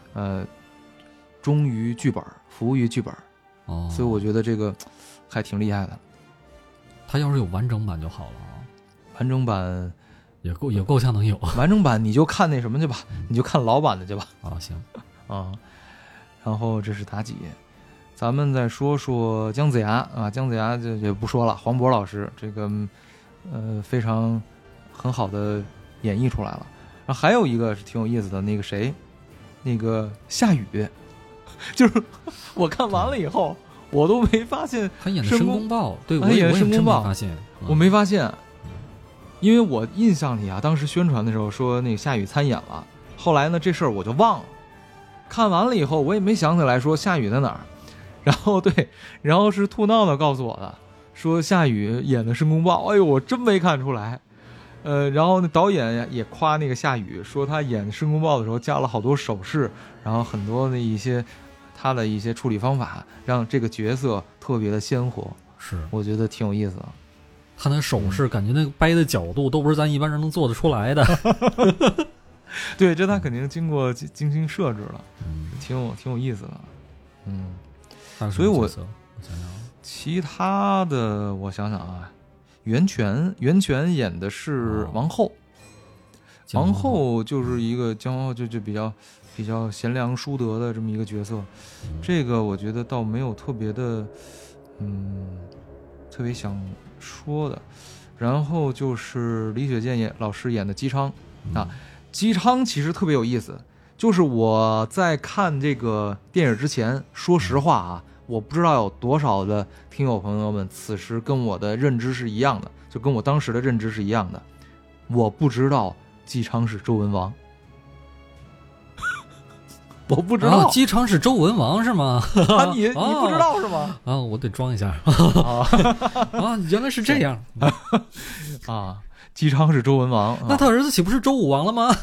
Speaker 1: 忠于剧本，服务于剧本。所以我觉得这个还挺厉害的。
Speaker 2: 他要是有完整版就好了啊，
Speaker 1: 完整版
Speaker 2: 也够呛能有。
Speaker 1: 完整版你就看那什么去吧，你就看老版的去吧。
Speaker 2: 行
Speaker 1: 啊，然后这是妲己，咱们再说说姜子牙啊，姜子牙就也不说了，黄渤老师这个非常很好的演绎出来了。然后还有一个是挺有意思的，那个谁，那个夏雨，就是我看完了以后，我都没发现
Speaker 2: 他演的申公豹，对，
Speaker 1: 他演的申公豹，
Speaker 2: 我
Speaker 1: 没发现，因为我印象里啊，当时宣传的时候说那个夏雨参演了，后来呢这事儿我就忘了，看完了以后我也没想起来说夏雨在哪儿，然后是兔闹闹告诉我的，说夏雨演的申公豹，哎呦我真没看出来。然后那导演也夸那个夏雨，说他演申公豹的时候加了好多手势，然后很多的一些他的一些处理方法，让这个角色特别的鲜活。
Speaker 2: 是，
Speaker 1: 我觉得挺有意思的。
Speaker 2: 他那手势，感觉那个掰的角度都不是咱一般人能做得出来的。
Speaker 1: 对，这他肯定经过精心设置了，挺有意思的。所以我想想，其他的我想想啊。袁泉演的是王后，王后就是一个姜皇后，就比较贤良淑德的这么一个角色。这个我觉得倒没有特别的，特别想说的。然后就是李雪健老师演的姬昌啊，姬昌其实特别有意思。就是我在看这个电影之前，说实话啊。我不知道有多少的听友朋友们此时跟我的认知是一样的，就跟我当时的认知是一样的。我不知道姬昌是周文王，我不知道
Speaker 2: 姬昌是周文王是吗？
Speaker 1: 你不知道是吗？
Speaker 2: 我得装一下原来是这样
Speaker 1: 啊！姬昌是周文王，
Speaker 2: 那他儿子岂不是周武王了吗？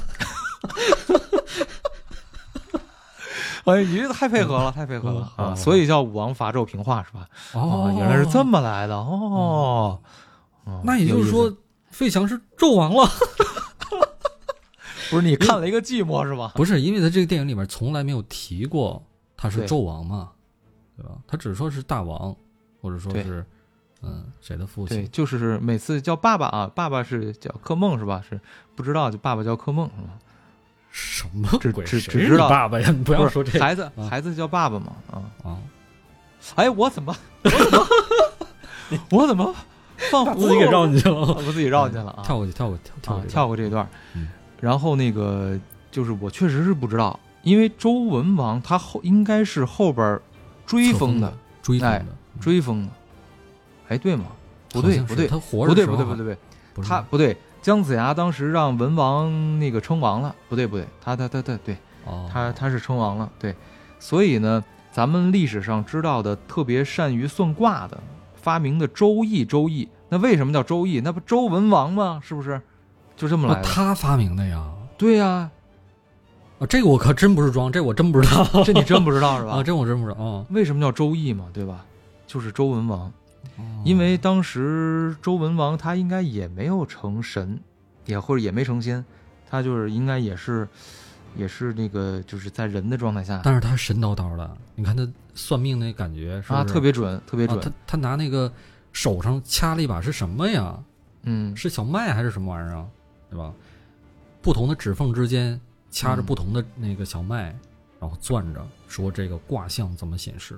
Speaker 1: 你这太配合了，太配合了啊！所以叫武王伐纣平话是吧？原来是这么来的
Speaker 2: 那也就是说，费翔是纣王了。
Speaker 1: 不是你看了一个寂寞是吧？
Speaker 2: 不是，因为他这个电影里面从来没有提过他是纣王嘛，对吧？他只说是大王，或者说是谁的父亲？
Speaker 1: 对，就是每次叫爸爸啊，爸爸是叫柯梦是吧？是不知道就爸爸叫柯梦是吧？
Speaker 2: 什么鬼？
Speaker 1: 只知道
Speaker 2: 爸爸呀！你不要说这
Speaker 1: 个孩子叫爸爸嘛哎，我怎么放
Speaker 2: 自己给绕进去了？
Speaker 1: 我自己绕进去了啊！
Speaker 2: 跳
Speaker 1: 过这段。然后那个就是我确实是不知道，因为周文王他应该是后边追封的，追封的。哎，对吗？不对，
Speaker 2: 他活着
Speaker 1: 不对，他不对。姜子牙当时让文王那个称王了，不对，他对，他是称王了，对，所以呢，咱们历史上知道的特别善于算卦的，发明的周易，那为什么叫周易？那不周文王吗？是不是？就这么来的。
Speaker 2: 他发明的呀？
Speaker 1: 对呀。
Speaker 2: 这个我可真不是装，这我真不知道。
Speaker 1: 这你真不知道是吧？
Speaker 2: 这我真不知道。
Speaker 1: 为什么叫周易嘛？对吧？就是周文王。因为当时周文王他应该也没有成神，或者也没成仙，他就是应该也是那个就是在人的状态下，
Speaker 2: 但是他神叨叨的，你看他算命那感觉是
Speaker 1: 特别准。
Speaker 2: 他拿那个手上掐了一把是什么呀？是小麦还是什么玩意儿啊？对吧？不同的指缝之间掐着不同的那个小麦，然后攥着，说这个卦象怎么显示？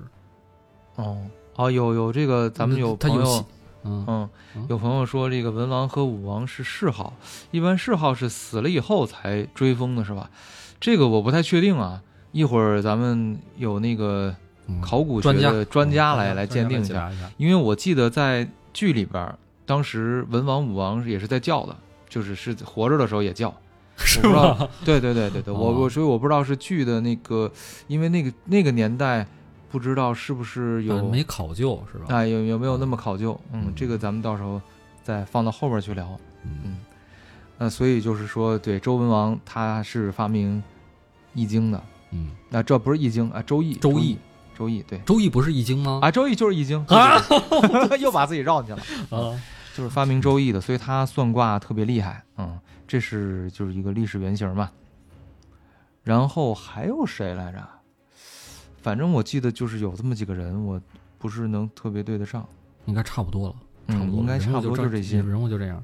Speaker 1: 有这个，咱们有朋友，
Speaker 2: 有
Speaker 1: 朋友说这个文王和武王是谥号，一般谥号是死了以后才追封的，是吧？这个我不太确定啊，一会儿咱们有那个考古学的专家来鉴定一下，因为我记得在剧里边，当时文王武王也是在叫的，是活着的时候也叫。
Speaker 2: 是吧？
Speaker 1: 对，所以我不知道是剧的那个，因为那个年代。 不知道是不是有
Speaker 2: 没考究是吧？
Speaker 1: 有没有那么考究？这个咱们到时候再放到后边去聊。所以就是说，对，周文王他是发明易经的。这不是易经啊，周易，对，
Speaker 2: 周易不是易经吗？
Speaker 1: 周易就是易经
Speaker 2: 啊，
Speaker 1: 又把自己绕进去了啊，就是发明周易的，所以他算卦特别厉害。这是就是一个历史原型嘛。然后还有谁来着？反正我记得就是有这么几个人，我不是能特别对得上，
Speaker 2: 应该差不多了，
Speaker 1: 应该差不多就这些
Speaker 2: 人物就这样。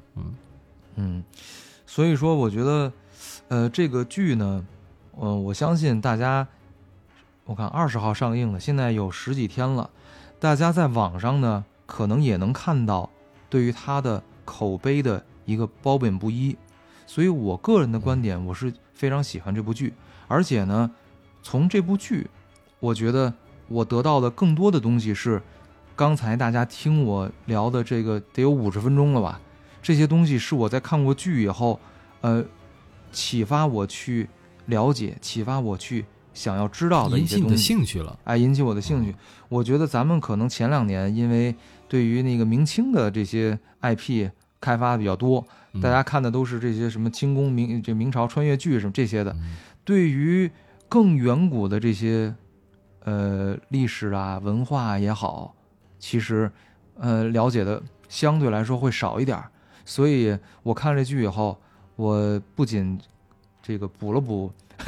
Speaker 1: 所以说我觉得，这个剧呢，我相信大家，我看20号上映的，现在有10几天了，大家在网上呢可能也能看到对于它的口碑的一个褒贬不一，所以我个人的观点，我是非常喜欢这部剧，而且呢，从这部剧，我觉得我得到的更多的东西是，刚才大家听我聊的这个得有50分钟了吧，这些东西是我在看过剧以后，启发我去了解，启发我去想要知道的一些东西，
Speaker 2: 引起你的兴趣了，
Speaker 1: 引起我的兴趣。我觉得咱们可能前2年因为对于那个明清的这些 IP 开发比较多，大家看的都是这些什么清宫明朝穿越剧什么这些的，对于更远古的这些历史啊文化也好，其实了解的相对来说会少一点，所以我看了这剧以后，我不仅这个补了补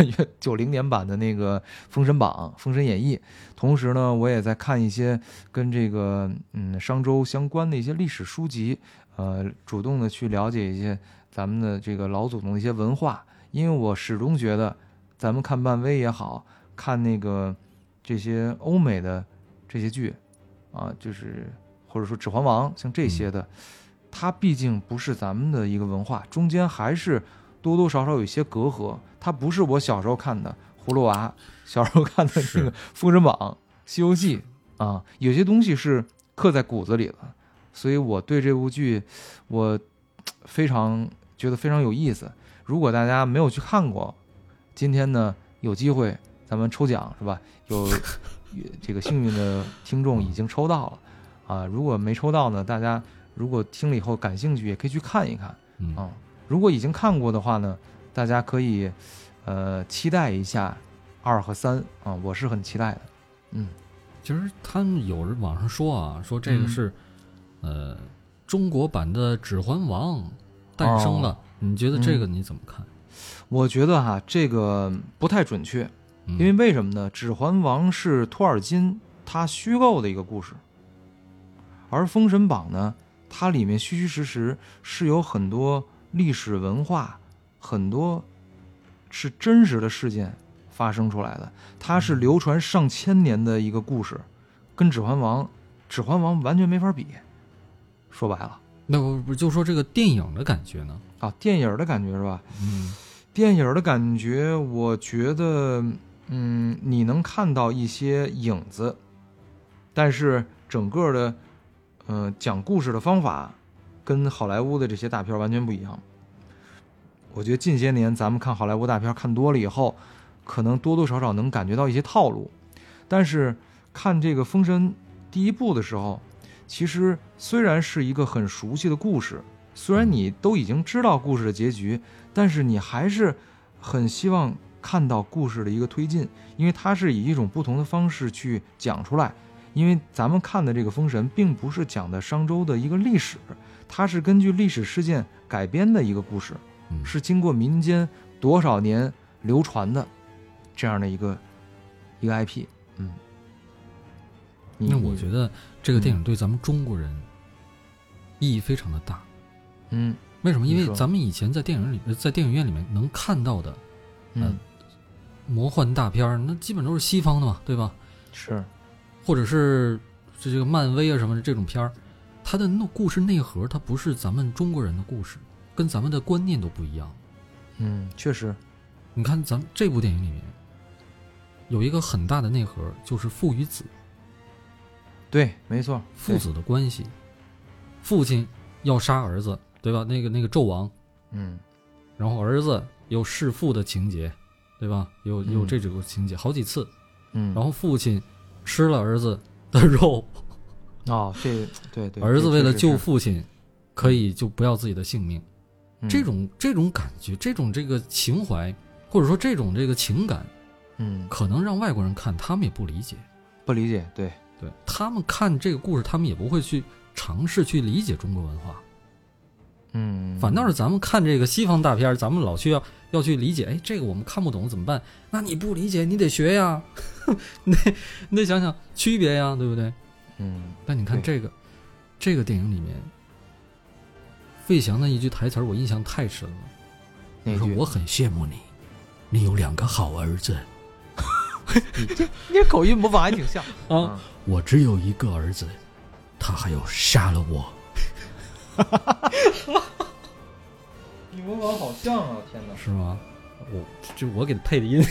Speaker 1: 90年版的那个《封神榜》《封神演义》，同时呢，我也在看一些跟这个商周相关的一些历史书籍，主动的去了解一些咱们的这个老祖宗的一些文化，因为我始终觉得，咱们看漫威也好看那个这些欧美的这些剧啊，就是或者说《指环王》像这些的，它毕竟不是咱们的一个文化，中间还是多多少少有一些隔阂。它不是我小时候看的葫芦娃，小时候看的这个《封神榜》《西游记》啊，有些东西是刻在骨子里的，所以我对这部剧我觉得非常有意思。如果大家没有去看过，今天呢有机会咱们抽奖是吧？有这个幸运的听众已经抽到了啊，如果没抽到呢，大家如果听了以后感兴趣，也可以去看一看啊。如果已经看过的话呢，大家可以期待一下2和3啊，我是很期待的。
Speaker 2: 其实他们有人网上说啊，说这个是中国版的《指环王》诞生了，你觉得这个你怎么看？
Speaker 1: 我觉得这个不太准确，因为为什么呢？《指环王》是托尔金他虚构的一个故事，而《封神榜》呢，它里面虚虚实实是有很多历史文化，很多是真实的事件发生出来的，它是流传上千年的一个故事，跟《指环王》完全没法比。说白了，
Speaker 2: 那不就说这个电影的感觉呢？
Speaker 1: 电影的感觉是吧？电影的感觉，我觉得，你能看到一些影子，但是整个的，讲故事的方法跟好莱坞的这些大片完全不一样。我觉得近些年咱们看好莱坞大片看多了以后，可能多多少少能感觉到一些套路，但是看这个《封神》第1部的时候，其实虽然是一个很熟悉的故事，虽然你都已经知道故事的结局，但是你还是很希望看到故事的一个推进，因为它是以一种不同的方式去讲出来。因为咱们看的这个《封神》并不是讲的商周的一个历史，它是根据历史事件改编的一个故事，是经过民间多少年流传的这样的一个 IP。
Speaker 2: 那我觉得这个电影对咱们中国人意义非常的大。为什么？因为咱们以前在电影院里面能看到的，魔幻大片，那基本都是西方的嘛，对吧？
Speaker 1: 是，或
Speaker 2: 者是这个漫威啊什么的这种片儿，它的故事内核，它不是咱们中国人的故事，跟咱们的观念都不一样。
Speaker 1: 确实。
Speaker 2: 你看咱们这部电影里面有一个很大的内核，就是父与子。
Speaker 1: 对，没错，
Speaker 2: 父子的关系，父亲要杀儿子，对吧？那个纣王，然后儿子有弑父的情节，对吧？有这种情节好几次，然后父亲吃了儿子的肉。
Speaker 1: 这对对，
Speaker 2: 儿子为了救父亲，可以就不要自己的性命。这种感觉，这种这个情怀，或者说这种这个情感，可能让外国人看，他们也不理解，
Speaker 1: 对
Speaker 2: 对，他们看这个故事，他们也不会去尝试去理解中国文化。反倒是咱们看这个西方大片，咱们老需要去理解，这个我们看不懂怎么办？那你不理解，你得学呀，你得想想区别呀，对不对？但你看这个电影里面，费翔的一句台词我印象太深了，他说我很羡慕你，你有2个好儿子。
Speaker 1: 你口音模仿还挺像
Speaker 2: 啊！我只有1个儿子，他还要杀了我。
Speaker 1: 你模仿好像啊！天哪，
Speaker 2: 是吗？我给他配的音。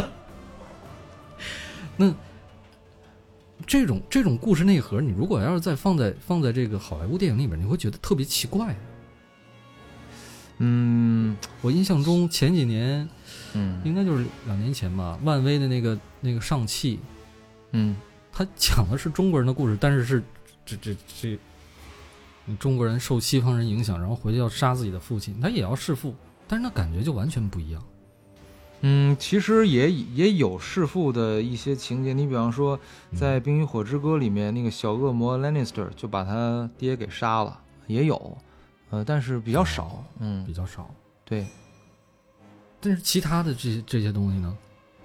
Speaker 2: 那这种故事内核，你如果要是再放在这个好莱坞电影里面，你会觉得特别奇怪。我印象中前几年，应该就是2年前吧，漫威的那个上汽，他讲的是中国人的故事，但是这中国人受西方人影响，然后回去要杀自己的父亲，他也要弑父，但是那感觉就完全不一样。
Speaker 1: 其实也有弑父的一些情节，你比方说在《冰与火之歌》里面，那个小恶魔 Lannister 就把他爹给杀了，也有，但是比较少，
Speaker 2: 比较少，
Speaker 1: 对。
Speaker 2: 但是其他的这些东西呢？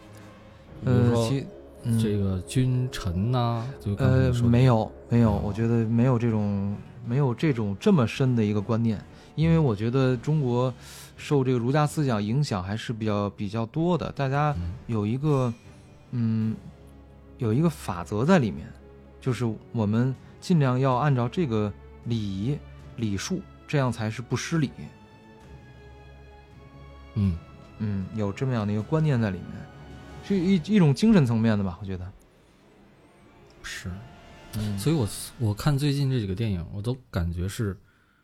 Speaker 2: 这个君臣呐，
Speaker 1: 没有，我觉得没有这种这么深的一个观念，因为我觉得中国受这个儒家思想影响还是比较多的，大家有一个法则在里面，就是我们尽量要按照这个礼仪礼数，这样才是不失礼。有这么样的一个观念在里面，是一种精神层面的吧，我觉得
Speaker 2: 是。所以我看最近这几个电影，我都感觉是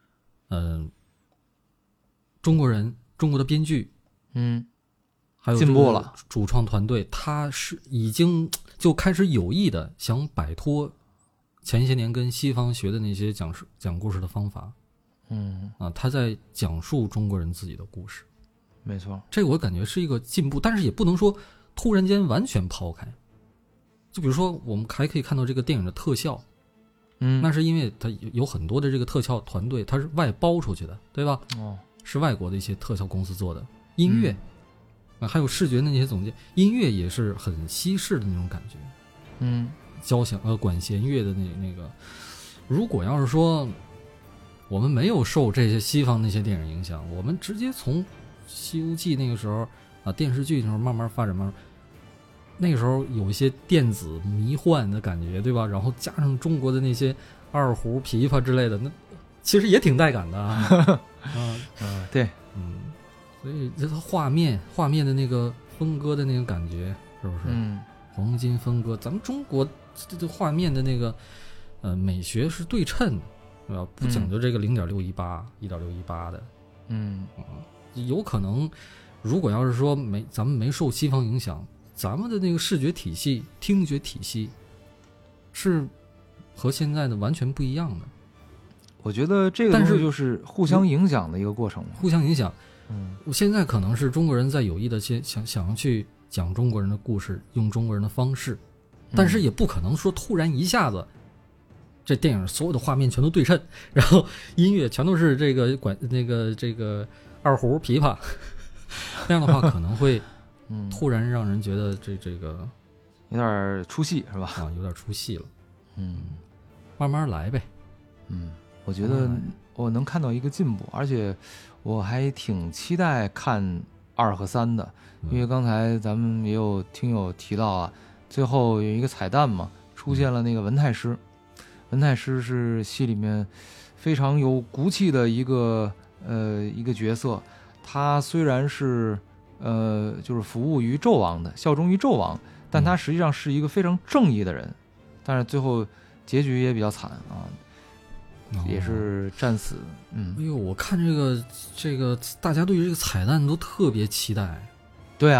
Speaker 2: 中国的编剧还有
Speaker 1: 进步了，
Speaker 2: 主创团队他是已经就开始有意的想摆脱前些年跟西方学的那些讲故事的方法。他在讲述中国人自己的故事。
Speaker 1: 没错，
Speaker 2: 这个我感觉是一个进步，但是也不能说突然间完全抛开。就比如说我们还可以看到这个电影的特效，那是因为它有很多的这个特效团队，它是外包出去的，对吧？是外国的一些特效公司做的。音乐还有视觉的那些总监，音乐也是很西式的那种感觉。交响管弦乐的那个，如果要是说我们没有受这些西方那些电影影响，我们直接从西游记那个时候电视剧的时候慢慢发展，那个时候有一些电子迷幻的感觉，对吧？然后加上中国的那些二胡、琵琶之类的，那其实也挺带感的啊。
Speaker 1: 对，
Speaker 2: 所以这画面的那个分割的那个感觉，是不是？黄金分割，咱们中国这画面的那个美学是对称的，不讲究这个0.618、1.618的。有可能，如果要是说咱们没受西方影响，咱们的那个视觉体系、听觉体系是和现在的完全不一样的。
Speaker 1: 我觉得这个东西就是互相影响的一个过程。
Speaker 2: 互相影响。我现在可能是中国人在有意的想要去讲中国人的故事，用中国人的方式，但是也不可能说突然一下子，这电影所有的画面全都对称，然后音乐全都是这个这个二胡、琵琶，那样的话可能会突然让人觉得这个
Speaker 1: 有点出戏，是吧？
Speaker 2: 有点出戏了。慢慢来呗。
Speaker 1: 我觉得我能看到一个进步，而且我还挺期待看2和3的，因为刚才咱们也有听友提到最后有一个彩蛋嘛，出现了那个文太师。文太师是戏里面非常有骨气的一个角色，他虽然是就是服务于纣王的，效忠于纣王，但他实际上是一个非常正义的人，但是最后结局也比较惨也是战死。
Speaker 2: 哎呦，我看这个大家对于这个彩蛋都特别期待。
Speaker 1: 对啊，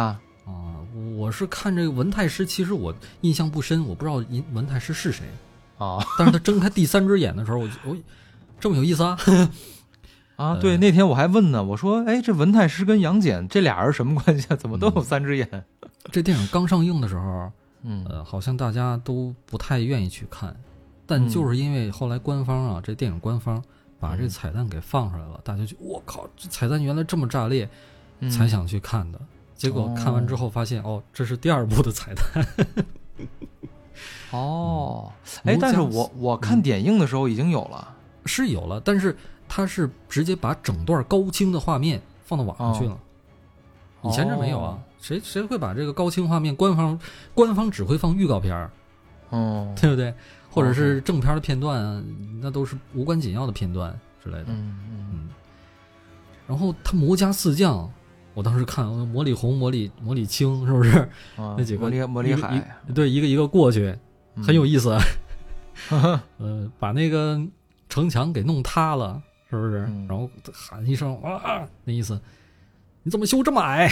Speaker 2: 啊，我是看这个文太师，其实我印象不深，我不知道文太师是谁
Speaker 1: 啊。
Speaker 2: 但是他睁开第3只眼的时候，我这么有意思啊！
Speaker 1: 啊，对，那天我还问呢，我说，哎，这文太师跟杨戬这俩人什么关系啊？怎么都有3只眼？
Speaker 2: 这电影刚上映的时候，好像大家都不太愿意去看，但就是因为后来官方啊，这电影官方把这彩蛋给放出来了，大家就我靠，这彩蛋原来这么炸裂，才想去看的。结果看完之后发现，这是第2部的彩蛋。
Speaker 1: 但是我看点映的时候已经有了，
Speaker 2: 是有了，但是他是直接把整段高清的画面放到网上去了。以前这没有啊，谁会把这个高清画面官方只会放预告片对不对？或者是正片的片段啊，那都是无关紧要的片段之类的。然后他魔家4将。我当时看魔力红、魔力青，是不是？那几个
Speaker 1: 魔力海，
Speaker 2: 对，一个一个过去，很有意思。把那个城墙给弄塌了，是不是？然后喊一声啊，那意思，你怎么修这么矮？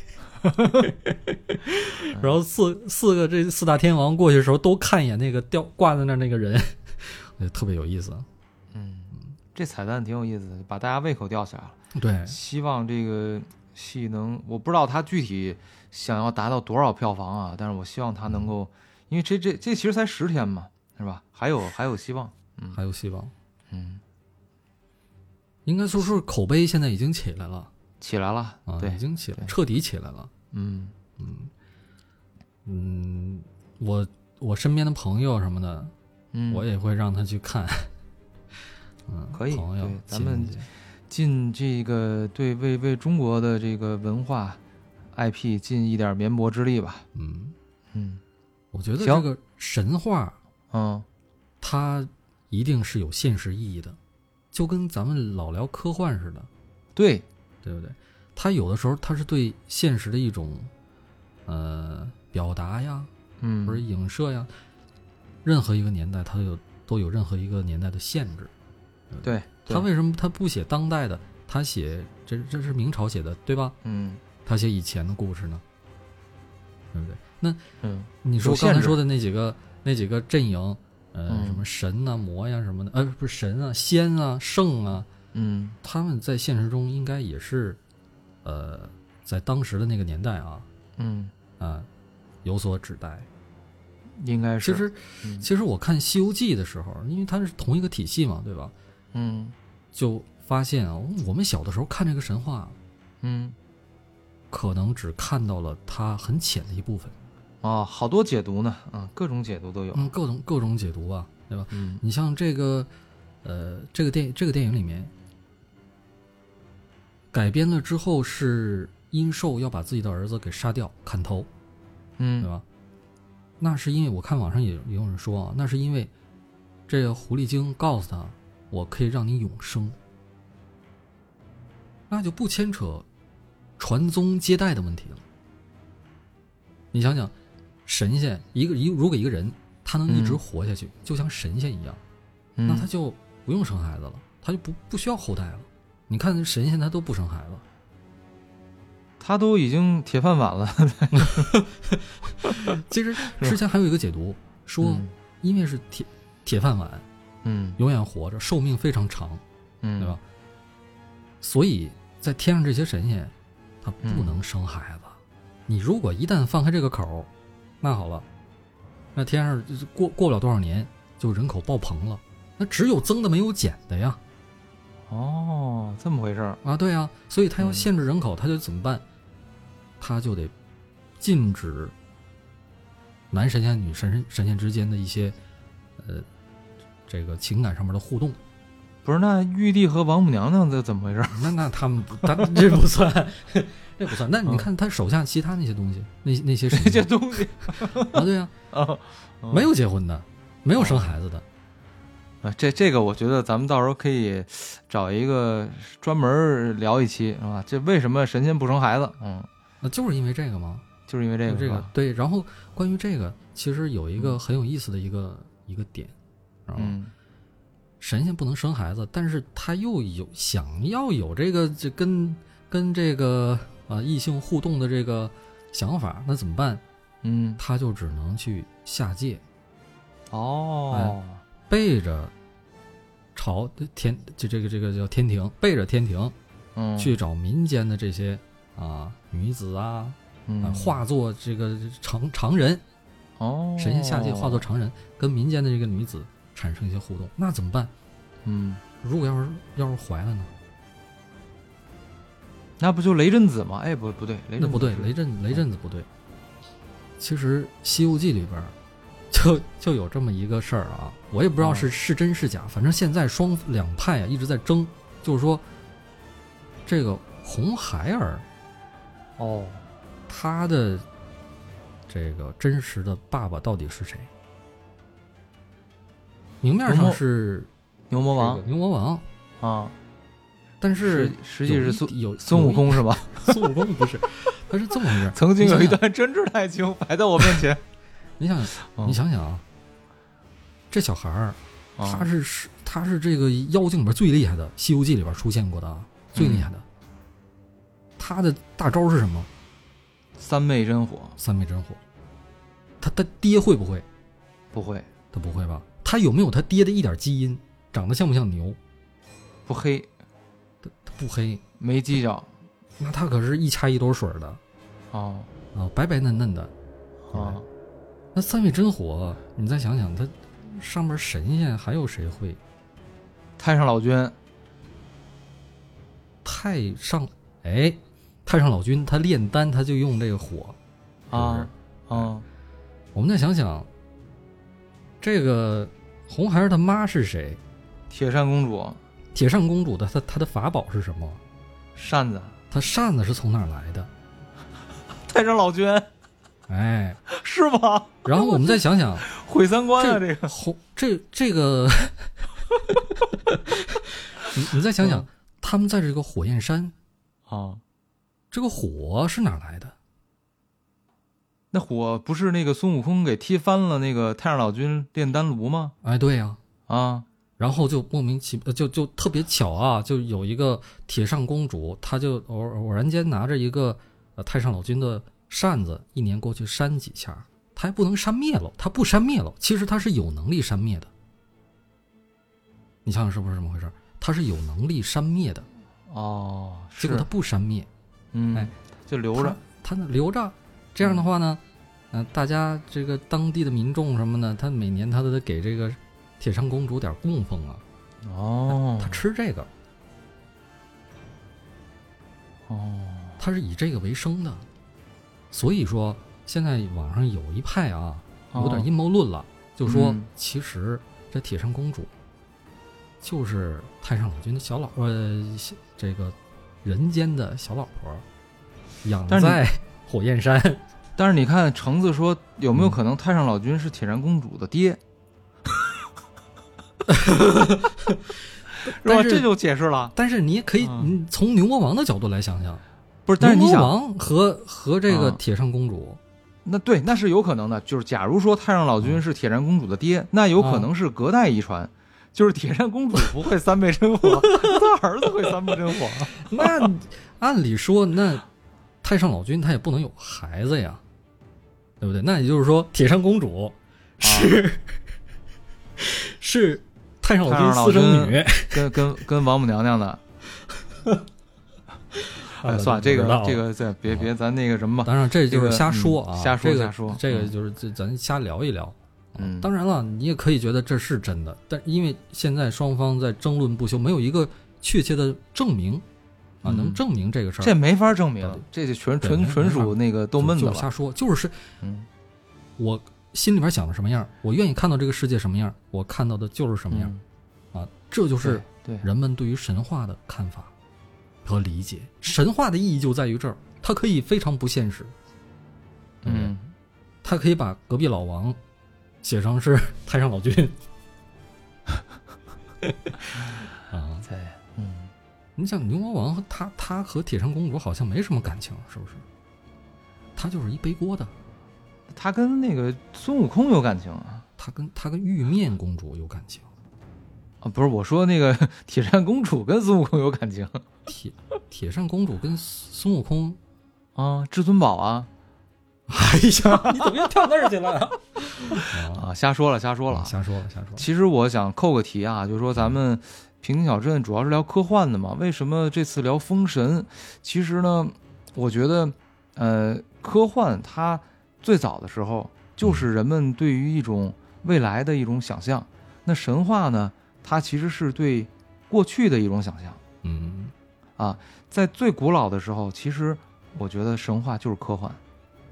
Speaker 2: 然后四个这4大天王过去的时候，都看一眼那个挂在那个人，特别有意思。
Speaker 1: 这彩蛋挺有意思的，把大家胃口吊起来了。
Speaker 2: 对，
Speaker 1: 希望这个戏我不知道他具体想要达到多少票房啊，但是我希望他能够，因为这其实才10天嘛，是吧？还有希望，
Speaker 2: 还有希望，应该说是口碑现在已经起来了对，
Speaker 1: 已
Speaker 2: 经起来，彻底起来了。我身边的朋友什么的，我也会让他去看。
Speaker 1: 可以，
Speaker 2: 朋友，
Speaker 1: 咱们尽这个为中国的这个文化 IP 尽一点绵薄之力吧。
Speaker 2: 我觉得这个神话，它一定是有现实意义的，就跟咱们老聊科幻似的。
Speaker 1: 对
Speaker 2: 不对？它有的时候它是对现实的一种表达呀，或者影射呀。任何一个年代它都有任何一个年代的限制。
Speaker 1: 对，
Speaker 2: 他为什么他不写当代的？他写这是明朝写的，对吧？他写以前的故事呢，对不对？那你说刚才说的那几个阵营，什么神啊、魔呀什么的，不是神啊、仙啊、圣啊，他们在现实中应该也是，在当时的那个年代啊，有所指代。
Speaker 1: 应该是。
Speaker 2: 其实我看《西游记》的时候，因为它是同一个体系嘛，对吧？就发现我们小的时候看这个神话，可能只看到了它很浅的一部分。
Speaker 1: 好多解读呢，各种解读都有。
Speaker 2: 各种解读啊，对吧？你像这个电影里面改编了之后，是殷寿要把自己的儿子给杀掉，砍头，对吧？那是因为我看网上也有人说那是因为这个狐狸精告诉他，我可以让你永生，那就不牵扯传宗接代的问题了。你想想，神仙如果一个人他能一直活下去，就像神仙一样，那他就不用生孩子了，他就不需要后代了。你看神仙他都不生孩子，
Speaker 1: 他都已经铁饭碗了。
Speaker 2: 其实之前还有一个解读说，因为是铁饭碗，永远活着，寿命非常长，对吧？所以在天上这些神仙，他不能生孩子。你如果一旦放开这个口，那好了，那天上过不了多少年，就人口爆棚了，那只有增的没有减的呀。
Speaker 1: 这么回事
Speaker 2: 啊？对啊，所以他要限制人口，他就怎么办？他就得禁止男神仙、女神仙之间的一些这个情感上面的互动。
Speaker 1: 不是，那玉帝和王母娘娘这怎么回事？
Speaker 2: 那他们这不算，这不算。那你看他手下其他那些东西，那些
Speaker 1: 东西
Speaker 2: 啊，对啊，没有结婚的，没有生孩子的。
Speaker 1: 这个我觉得咱们到时候可以找一个专门聊一期，是吧？这为什么神仙不生孩子？
Speaker 2: 那就是因为这个吗？
Speaker 1: 就是因为这个
Speaker 2: 对。然后关于这个，其实有一个很有意思的一个点，神仙不能生孩子，但是他又想要有这个跟这个异性互动的这个想法，那怎么办？他就只能去下界。背着朝天，这个叫天庭，背着天庭，去找民间的这些女子化作这个常人，神仙下界化作常人，跟民间的这个女子产生一些互动，那怎么办？如果要是怀了呢？
Speaker 1: 那不就雷震子吗？哎，不对，
Speaker 2: 那不对，雷震子不对。其实《西游记》里边就有这么一个事儿啊，我也不知道是真是假，反正现在两派一直在争，就是说这个红孩儿，他的这个真实的爸爸到底是谁？明面上是
Speaker 1: 牛魔王啊。
Speaker 2: 但是
Speaker 1: 实际是孙悟空是吧？
Speaker 2: 孙悟空不是，他是这么回事。
Speaker 1: 曾经有一段真挚的爱情摆在我面前。
Speaker 2: 你想想啊，这小孩儿，他是这个妖精里边最厉害的，《西游记》里边出现过的最厉害的。他的大招是什么？
Speaker 1: 三昧真火。
Speaker 2: 他爹会不会？
Speaker 1: 不会，
Speaker 2: 他不会吧？他有没有他爹的一点基因？长得像不像牛？
Speaker 1: 不黑。
Speaker 2: 不黑，
Speaker 1: 没犄角，
Speaker 2: 那他可是一掐一兜水的，白白嫩嫩的，那三昧真火，你再想想，他上面神仙还有谁会？
Speaker 1: 太上老君，
Speaker 2: 太上老君他炼丹他就用这个火，我们再想想，这个红孩儿他妈是谁？
Speaker 1: 铁扇公主。
Speaker 2: 铁扇公主的她的法宝是什么？
Speaker 1: 扇子。
Speaker 2: 她扇子是从哪儿来的？
Speaker 1: 太上老君。是吗？
Speaker 2: 然后我们再想想，
Speaker 1: 毁三观啊！
Speaker 2: 这个，你再想想，他们在这个火焰山这个火是哪儿来的？
Speaker 1: 那火不是那个孙悟空给踢翻了那个太上老君炼丹炉吗？
Speaker 2: 对呀，然后就莫名其妙，就特别巧啊，就有一个铁扇公主，她就偶然间拿着一个太上老君的扇子，一年过去扇几下，她还不能扇灭了，她不扇灭了，其实她是有能力扇灭的。你想想是不是这么回事？她是有能力扇灭的，结果她不扇灭，
Speaker 1: 就留着，
Speaker 2: 她留着，这样的话呢，大家这个当地的民众什么的，他每年他都得给这个铁扇公主点供奉啊！他吃这个，他是以这个为生的。所以说，现在网上有一派有点阴谋论了，就说其实这铁扇公主就是太上老君的小老婆，这个人间的小老婆，养在火焰山。
Speaker 1: 但是你看橙子说，有没有可能太上老君是铁扇公主的爹？是吧？这就解释了。
Speaker 2: 但是你也可以，你从牛魔王的角度来想想，
Speaker 1: 不是？但是你想，
Speaker 2: 牛魔王和这个铁扇公主，
Speaker 1: 那是有可能的。就是假如说太上老君是铁扇公主的爹，那有可能是隔代遗传，就是铁扇公主不会三昧真火，他儿子会三昧真火。
Speaker 2: 那按理说，那太上老君他也不能有孩子呀，对不对？那也就是说，铁扇公主是太上老君私生女，
Speaker 1: 跟王母娘娘的。算了，这个再别咱那个什么吧。
Speaker 2: 当然，这就是瞎说
Speaker 1: 瞎说。
Speaker 2: 这个就是咱瞎聊一聊。当然了，你也可以觉得这是真的，但因为现在双方在争论不休，没有一个确切的证明能证明这个事儿。
Speaker 1: 这没法证明，这就纯属那个逗闷子了，
Speaker 2: 瞎说。就是我心里边想的什么样，我愿意看到这个世界什么样，我看到的就是什么样这就是人们对于神话的看法和理解。神话的意义就在于这儿，它可以非常不现实，它可以把隔壁老王写成是太上老君你想牛魔王他和铁扇公主好像没什么感情，是不是？他就是一背锅的。
Speaker 1: 他跟那个孙悟空有感情啊，
Speaker 2: 他跟玉面公主有感情
Speaker 1: 不是，我说那个铁扇公主跟孙悟空有感情。
Speaker 2: 铁扇公主跟孙悟空
Speaker 1: 至尊宝
Speaker 2: 哎呀，你怎么又跳那儿去了？
Speaker 1: 瞎说了。其实我想扣个题啊，就是说咱们平津小镇主要是聊科幻的嘛，为什么这次聊封神？其实呢，我觉得，科幻它最早的时候就是人们对于一种未来的一种想象，那神话呢，它其实是对过去的一种想象。在最古老的时候，其实我觉得神话就是科幻。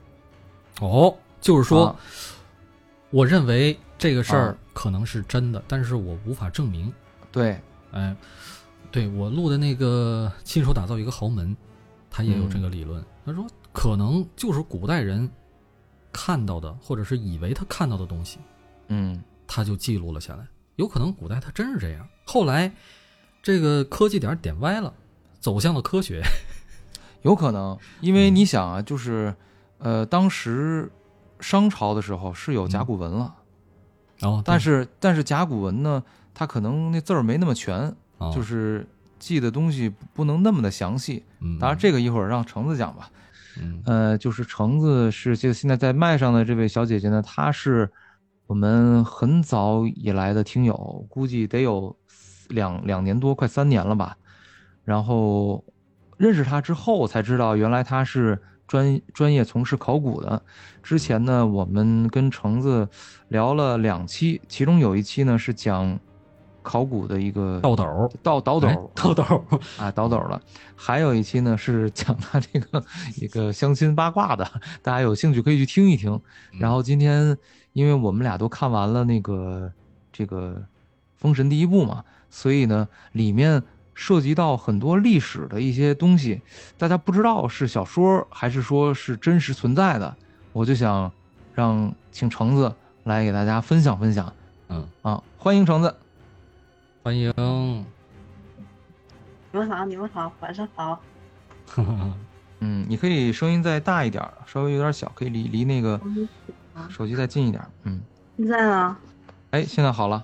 Speaker 2: 就是说，我认为这个事儿可能是真的，但是我无法证明。
Speaker 1: 对，
Speaker 2: 对我录的那个亲手打造一个豪门，他也有这个理论。他说可能就是古代人看到的，或者是以为他看到的东西，他就记录了下来。有可能古代他真是这样，后来这个科技点歪了，走向了科学。
Speaker 1: 有可能，因为你想啊，就是当时商朝的时候是有甲骨文了，但是甲骨文呢，它可能那字儿没那么全，就是记的东西不能那么的详细。当然这个一会儿让橙子讲吧。就是橙子是这个现在在麦上的这位小姐姐呢，她是我们很早以来的听友，估计得有两年多，快3年了吧。然后认识她之后才知道，原来她是专业从事考古的。之前呢，我们跟橙子聊了2期，其中有一期呢是讲考古的一个
Speaker 2: 倒斗
Speaker 1: 倒斗了，还有一期呢是讲他这个一个相亲八卦的，大家有兴趣可以去听一听。然后今天因为我们俩都看完了这个封神第1部嘛，所以呢里面涉及到很多历史的一些东西，大家不知道是小说还是说是真实存在的，我就想请橙子来给大家分享分享。欢迎橙子。
Speaker 2: 欢迎，
Speaker 3: 你们好，晚上好。
Speaker 1: 你可以声音再大一点，稍微有点小，可以离那个手机再近一点。
Speaker 3: 现在呢？
Speaker 1: 现在好了。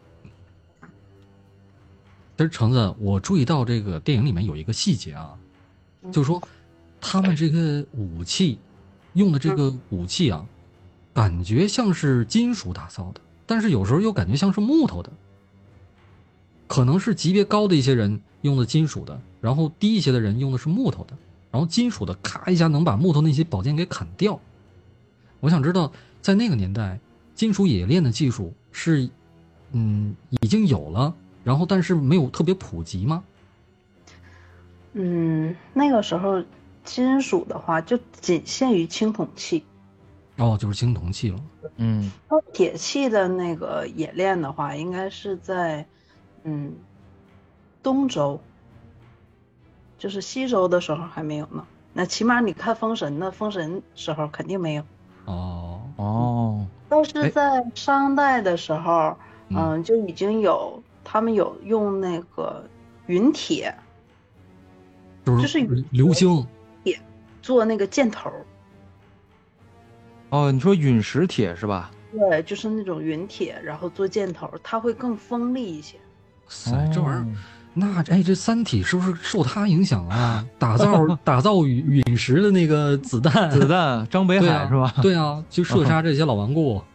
Speaker 2: 其实橙子，我注意到这个电影里面有一个细节啊，就是说他们这个武器用的这个武器啊，感觉像是金属打造的，但是有时候又感觉像是木头的。可能是级别高的一些人用的金属的，然后低一些的人用的是木头的，然后金属的咔一下能把木头那些宝剑给砍掉。我想知道在那个年代金属冶炼的技术是已经有了，然后但是没有特别普及吗？
Speaker 3: 那个时候金属的话就仅限于青铜器。
Speaker 2: 就是青铜器了。
Speaker 3: 铁器的那个冶炼的话应该是在东周，就是西周的时候还没有呢。那起码你看封神时候肯定没有。但是在商代的时候，就已经有他们有用那个陨铁，就是
Speaker 2: 流星
Speaker 3: 铁做那个箭头。
Speaker 1: 你说陨石铁是吧？
Speaker 3: 对，就是那种陨铁，然后做箭头，它会更锋利一些。
Speaker 2: 这玩意儿，那这三体是不是受它影响啊？打造陨石的那个子弹，
Speaker 1: 张北海是吧？
Speaker 2: 对啊，就射杀这些老顽固。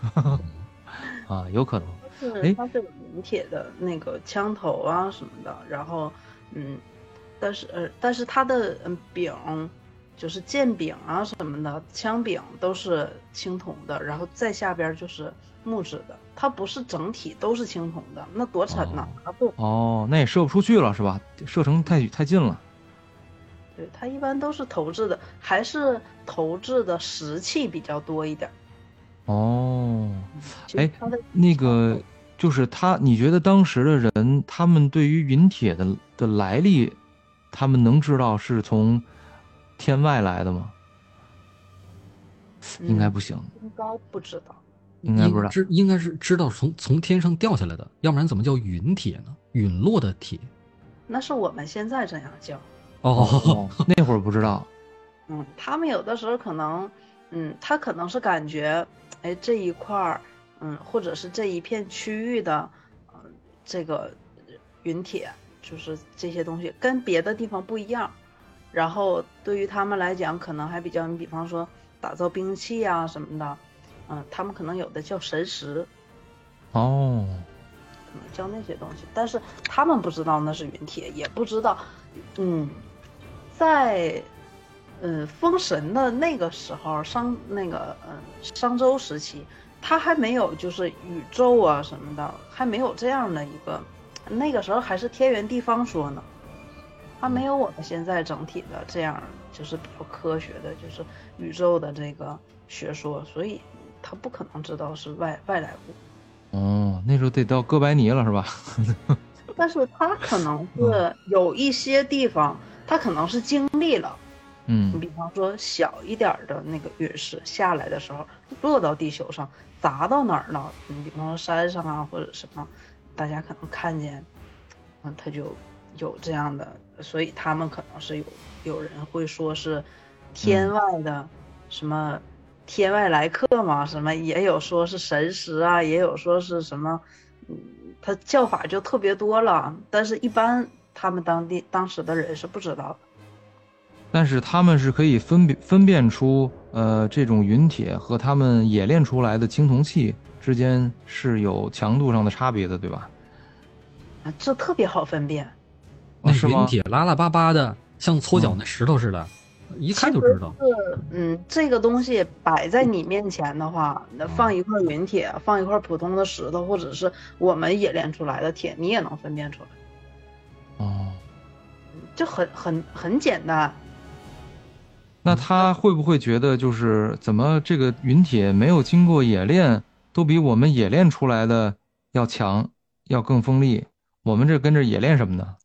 Speaker 1: 有可能。
Speaker 3: 它是有陨铁的那个枪头啊什么的，然后但是它的柄，就是剑柄啊什么的，枪柄都是青铜的，然后再下边就是木质的，它不是整体都是青铜的，那多沉呢？
Speaker 1: 那也射不出去了是吧？射程太近了。
Speaker 3: 对，它一般都是投掷的，还是投掷的石器比较多一点。
Speaker 1: 那个就是你觉得当时的人，他们对于陨铁的来历，他们能知道是从天外来的吗？应该不行。
Speaker 3: 应该不知道。
Speaker 1: 应该不知道，
Speaker 2: 应该是知道从天上掉下来的，要不然怎么叫陨铁呢？陨落的铁。
Speaker 3: 那是我们现在这样叫。
Speaker 1: 那会儿不知道。
Speaker 3: 他们有的时候可能，他可能是感觉，这一块儿，或者是这一片区域的，这个陨铁，就是这些东西跟别的地方不一样。然后对于他们来讲，可能还比较，你比方说打造兵器啊什么的，他们可能有的叫神石，
Speaker 1: 可能
Speaker 3: 叫那些东西，但是他们不知道那是陨铁，也不知道，在封神的那个时候，商周时期，他还没有就是宇宙啊什么的，还没有这样的一个，那个时候还是天圆地方说呢，还没有我们现在整体的这样就是比较科学的，就是宇宙的这个学说，所以他不可能知道是外来物。
Speaker 1: 那时候得到哥白尼了是吧？
Speaker 3: 但是他可能是有一些地方，他可能是经历了。你比方说小一点的那个陨石下来的时候，落到地球上，砸到哪儿了？你比方说山上啊，或者什么，大家可能看见，它就有这样的，所以他们可能是有人会说是天外的什么天外来客嘛，什么也有说是神石啊，也有说是什么，它叫法就特别多了，但是一般他们当时的人是不知道的。
Speaker 1: 但是他们是可以分辨出，这种陨铁和他们冶炼出来的青铜器之间是有强度上的差别的，对吧？
Speaker 3: 这特别好分辨。
Speaker 2: 那陨铁拉拉巴巴的，像搓脚那石头似的，一看就知道。
Speaker 3: 这个东西摆在你面前的话，放一块陨铁，放一块普通的石头，或者是我们冶炼出来的铁，你也能分辨出来。就很简单。
Speaker 1: 那他会不会觉得就是怎么这个陨铁没有经过冶炼，都比我们冶炼出来的要强，要更锋利？我们这跟着冶炼什么呢？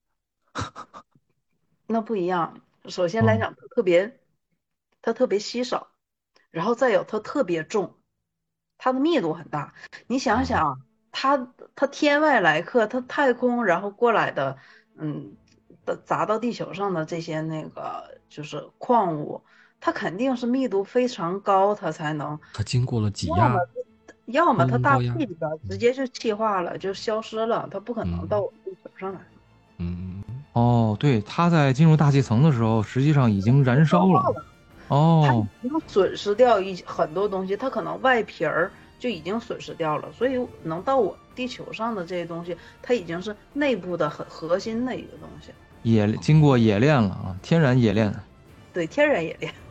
Speaker 3: 那不一样。首先来讲，它特别稀少，然后再有它特别重，它的密度很大。你想想，它天外来客，它太空然后过来的，砸到地球上的这些那个就是矿物，它肯定是密度非常高，它才能。
Speaker 2: 它经过了挤压，
Speaker 3: 要么它大气里边直接就气化了，就消失了，它不可能到我们地球上来。
Speaker 1: 对，它在进入大气层的时候，实际上已经燃烧了。
Speaker 3: 它已经损失掉很多东西，它可能外皮儿就已经损失掉了，所以能到我地球上的这些东西，它已经是内部的很核心的一个东西。
Speaker 1: 经过冶炼了啊，天然冶炼。
Speaker 3: 对，天然冶炼。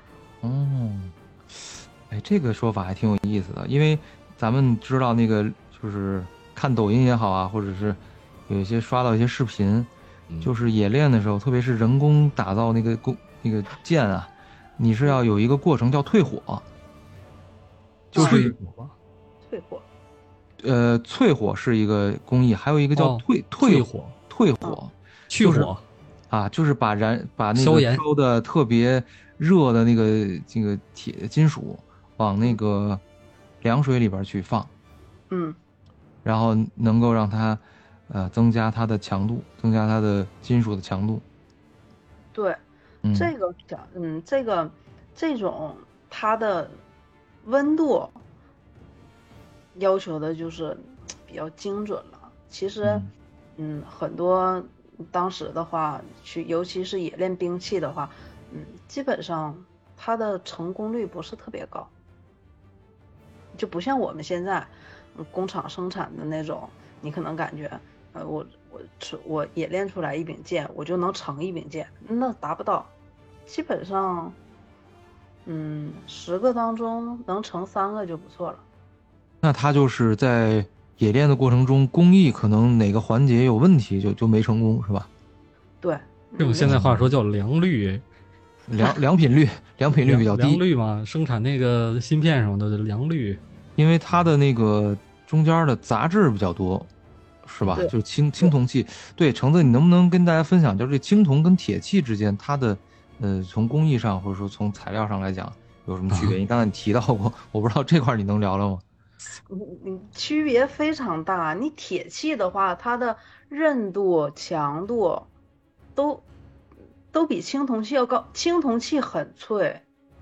Speaker 1: 这个说法还挺有意思的，因为咱们知道那个就是看抖音也好啊，或者是有一些刷到一些视频，就是冶炼的时候，特别是人工打造那个剑啊，你是要有一个过程叫退火，就是
Speaker 3: 退火。
Speaker 1: 淬火是一个工艺，还有一个叫退火，
Speaker 2: 去火
Speaker 1: 啊，就是把那个烧的特别热的那个金属往那个凉水里边去放，然后能够让它增加它的强度，增加它的金属的强度。
Speaker 3: 对，这种它的温度要求的就是比较精准了。其实，很多当时的话，尤其是冶炼兵器的话，基本上它的成功率不是特别高，就不像我们现在工厂生产的那种，你可能感觉，我冶炼出来一柄剑，我就能成一柄剑，那达不到，基本上，10个当中能成3个就不错了。
Speaker 1: 那它就是在冶炼的过程中，工艺可能哪个环节有问题，就没成功，是吧？
Speaker 3: 对，
Speaker 2: 用现在话说叫良率，
Speaker 1: 良品率比较低。
Speaker 2: 良率嘛，生产那个芯片什么的良率，
Speaker 1: 因为它的那个中间的杂质比较多，是吧？就是青铜器。对，橙子，你能不能跟大家分享，就是这青铜跟铁器之间，它的从工艺上或者说从材料上来讲有什么区别？你刚才提到过，我不知道这块你能聊聊吗？
Speaker 3: 区别非常大。你铁器的话，它的韧度、强度都比青铜器要高。青铜器很脆，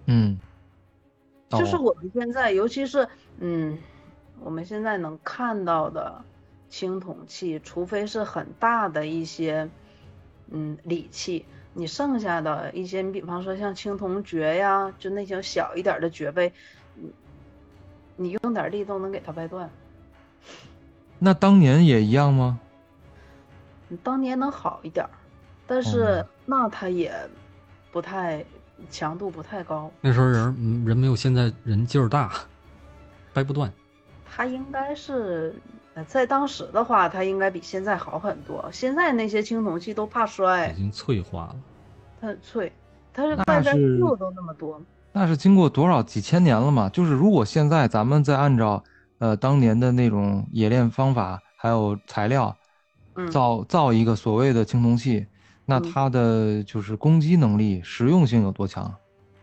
Speaker 3: 就是我们现在，尤其是我们现在能看到的青铜器，除非是很大的一些理器，你剩下的一些，你比方说像青铜爵呀，就那种小一点的爵杯，你用点力都能给它掰断。
Speaker 1: 那当年也一样吗？
Speaker 3: 当年能好一点，但是那它也不太强度不太高。
Speaker 2: 那时候人没有现在人劲儿大，掰不断。
Speaker 3: 它应该是在当时的话，它应该比现在好很多。现在那些青铜器都怕摔，
Speaker 2: 已经脆化了。
Speaker 3: 它很脆，它是外边锈都那么多。
Speaker 1: 那是经过多少几千年了嘛？就是如果现在咱们再按照当年的那种冶炼方法还有材料，造一个所谓的青铜器，那它的就是攻击能力、实用性有多强？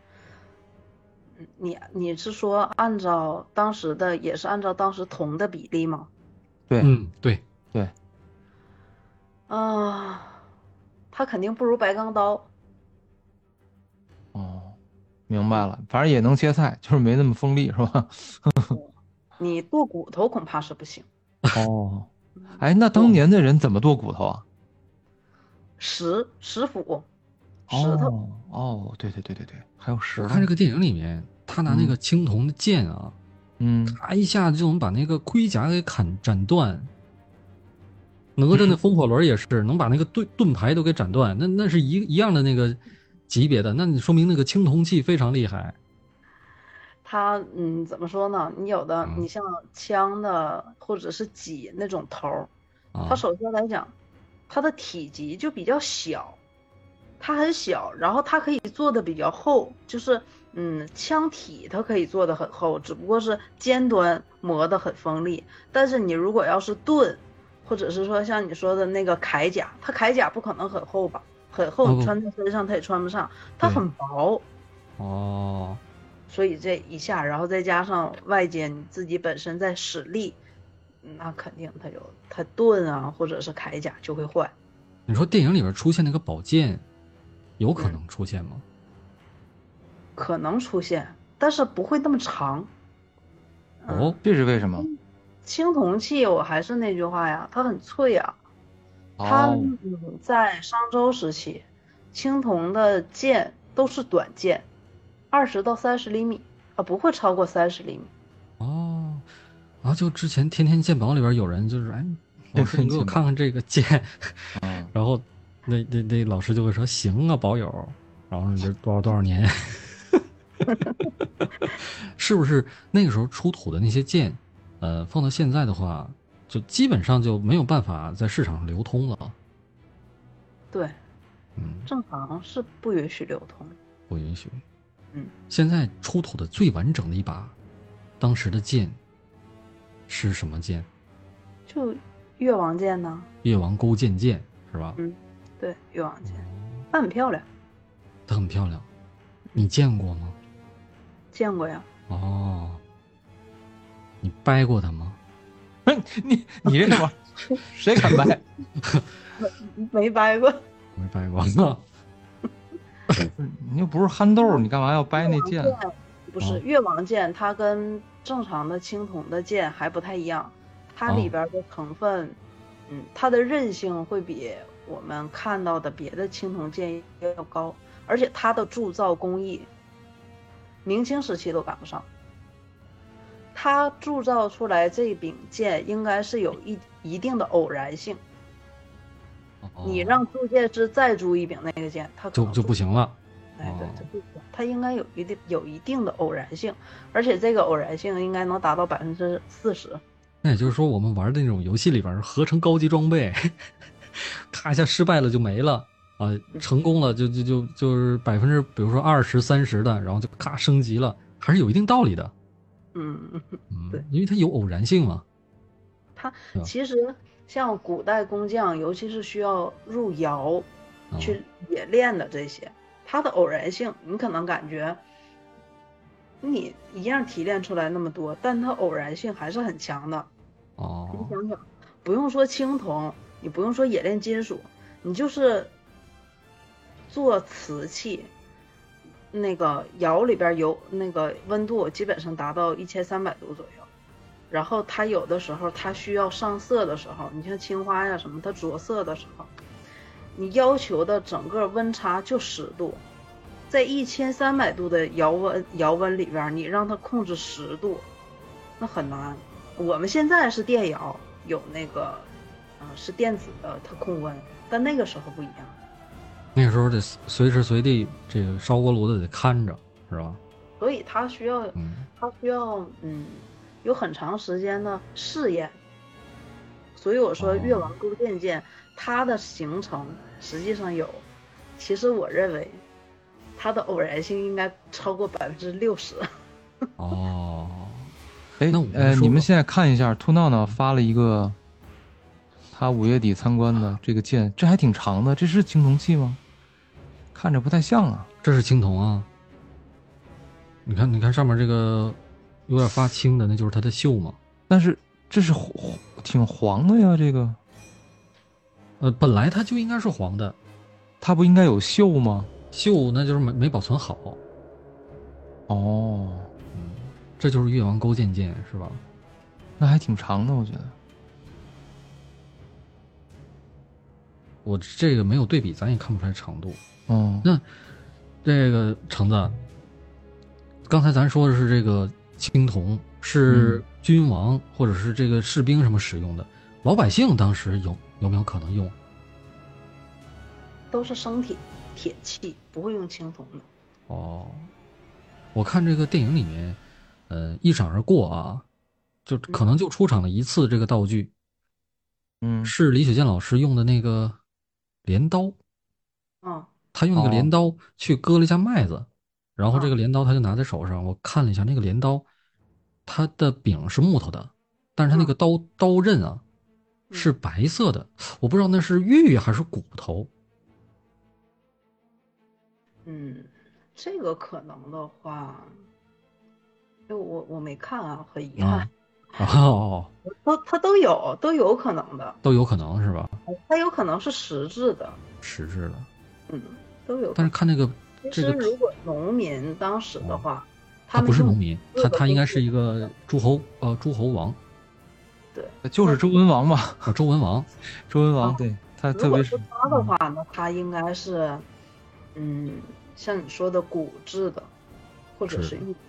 Speaker 3: 你是说按照当时的，也是按照当时铜的比例吗？
Speaker 1: 对，
Speaker 2: 对。
Speaker 3: 它肯定不如白钢刀。
Speaker 1: 哦，明白了，反正也能切菜，就是没那么锋利，是吧？
Speaker 3: 你剁骨头恐怕是不行。
Speaker 1: 哦，哎，那当年的人怎么剁骨头啊？
Speaker 3: 石斧，石头。
Speaker 1: 哦，对，还有石头。
Speaker 2: 我看这个电影里面，他拿那个青铜的剑啊，他一下就能把那个盔甲给斩断。哪吒那风火轮也是能把那个盾牌都给斩断，那是一样的那个级别的，那你说明那个青铜器非常厉害。
Speaker 3: 它怎么说呢？你有的你像枪的或者是戟那种头，它首先来讲，它的体积就比较小，它很小，然后它可以做的比较厚，就是枪体它可以做的很厚，只不过是尖端磨得很锋利。但是你如果要是盾，或者是说像你说的那个铠甲，它铠甲不可能很厚吧？很厚，你穿在身上它也穿不上，它很薄。所以这一下，然后再加上外界你自己本身在使力，那肯定它盾啊，或者是铠甲就会坏。
Speaker 2: 你说电影里边出现那个宝剑，有可能出现吗？
Speaker 3: 可能出现，但是不会那么长。
Speaker 1: 这是为什么？
Speaker 3: 青铜器，我还是那句话呀，它很脆啊。它在商周时期，青铜的剑都是短剑，20到30厘米啊，不会超过30厘米。
Speaker 2: 然后就之前《天天鉴宝》里边有人就是老师你给我看看这个剑，然后那老师就会说行啊宝友，然后这多少年，是不是那个时候出土的那些剑？放到现在的话，就基本上就没有办法在市场上流通了。
Speaker 3: 对，正常是不允许流通，
Speaker 2: 不允许。现在出土的最完整的一把，当时的剑是什么剑？
Speaker 3: 就越王剑呢？
Speaker 2: 越王勾践剑是吧？
Speaker 3: 对，越王剑，它很漂亮。
Speaker 2: 它很漂亮，你见过吗？
Speaker 3: 见过呀。
Speaker 2: 你掰过它吗？
Speaker 1: 你这什么？谁敢掰？
Speaker 3: 没掰过。
Speaker 2: 没掰过。
Speaker 1: 你又不是憨豆，你干嘛要掰那剑？
Speaker 3: 不是越王剑，它跟正常的青铜的剑还不太一样，它里边的成分，它的韧性会比我们看到的别的青铜剑要高，而且它的铸造工艺，明清时期都赶不上。它铸造出来这柄剑应该是有一定的偶然性。你让铸剑师再铸一柄那个剑，它
Speaker 2: 就不行了。
Speaker 3: 对，它应该有一定的偶然性，而且这个偶然性应该能达到40%。
Speaker 2: 那也就是说，我们玩的那种游戏里边合成高级装备，咔一下失败了就没了啊，成功了就是比如说20、30的，然后就咔升级了，还是有一定道理的。
Speaker 3: 对，
Speaker 2: 因为它有偶然性嘛。
Speaker 3: 它其实像古代工匠，尤其是需要入窑去冶炼的这些，它的偶然性，你可能感觉你一样提炼出来那么多，但它偶然性还是很强的。你想想，不用说青铜，你不用说冶炼金属，你就是做瓷器。那个窑里边有那个温度基本上达到1300度左右，然后它有的时候它需要上色的时候，你像青花呀什么，它着色的时候， 你要求的整个温差就10度，在1300度的窑温里边，你让它控制10度，那很难。我们现在是电窑，有那个是电子的，它控温，但那个时候不一样。
Speaker 2: 那个时候得随时随地这个烧锅炉子得看着，是吧？
Speaker 3: 所以它需要有很长时间的试验。所以我说越王勾践剑它的形成实际上其实我认为它的偶然性应该超过60%。
Speaker 2: 哦，
Speaker 1: 那你们现在看一下，兔闹闹发了一个他5月底参观的这个剑，这还挺长的，这是青铜器吗？看着不太像啊。
Speaker 2: 这是青铜啊，你看上面这个有点发青的，那就是它的锈嘛。
Speaker 1: 但是这是挺黄的呀，这个。
Speaker 2: 本来它就应该是黄的，
Speaker 1: 它不应该有锈吗？
Speaker 2: 锈那就是没保存好。
Speaker 1: 哦，
Speaker 2: 这就是越王勾践剑是吧？
Speaker 1: 那还挺长的，我觉得。
Speaker 2: 我这个没有对比，咱也看不出来长度。
Speaker 1: 哦，
Speaker 2: 那这个橙子，刚才咱说的是这个青铜是君王或者是这个士兵什么使用的，老百姓当时有没有可能用？
Speaker 3: 都是生铁器，不会用青铜的。
Speaker 2: 哦，我看这个电影里面，一闪而过啊，就可能就出场了一次这个道具，是李雪健老师用的那个镰刀。他用那个镰刀去割了一下麦子，然后这个镰刀他就拿在手上，我看了一下那个镰刀，它的柄是木头的，但是它那个刀刃啊是白色的，我不知道那是玉还是骨头。
Speaker 3: 这个可能的话，我没看啊，很遗憾。它都有可能的，
Speaker 2: 都有可能是吧？
Speaker 3: 它有可能是实质的，都有。
Speaker 2: 但是看那个
Speaker 3: 其实如果农民当时的话，
Speaker 2: 他不是农民，他应该是一个诸侯王。
Speaker 3: 对，
Speaker 1: 就是周文王嘛。
Speaker 2: 周文王，
Speaker 1: 对，他特别是
Speaker 3: 他的话呢，他应该是像你说的骨质的，或者是玉。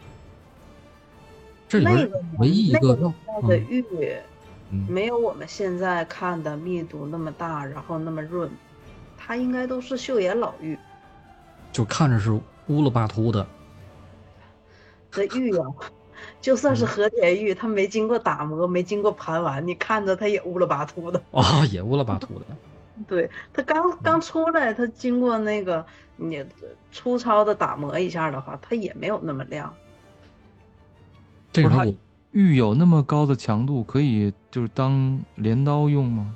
Speaker 2: 这里边唯一一个
Speaker 3: 的玉，没有我们现在看的密度那么大，然后那么润，它应该都是岫岩老玉，
Speaker 2: 就看着是乌了巴秃的。
Speaker 3: 这玉啊，就算是和田玉，它没经过打磨，没经过盘完，你看着它也乌了巴秃的。
Speaker 2: 也乌了巴秃的。
Speaker 3: 对，它刚出来，它经过那个你粗糙的打磨一下的话，它也没有那么亮。
Speaker 2: 这个它
Speaker 1: 玉有那么高的强度，可以就是当镰刀用吗？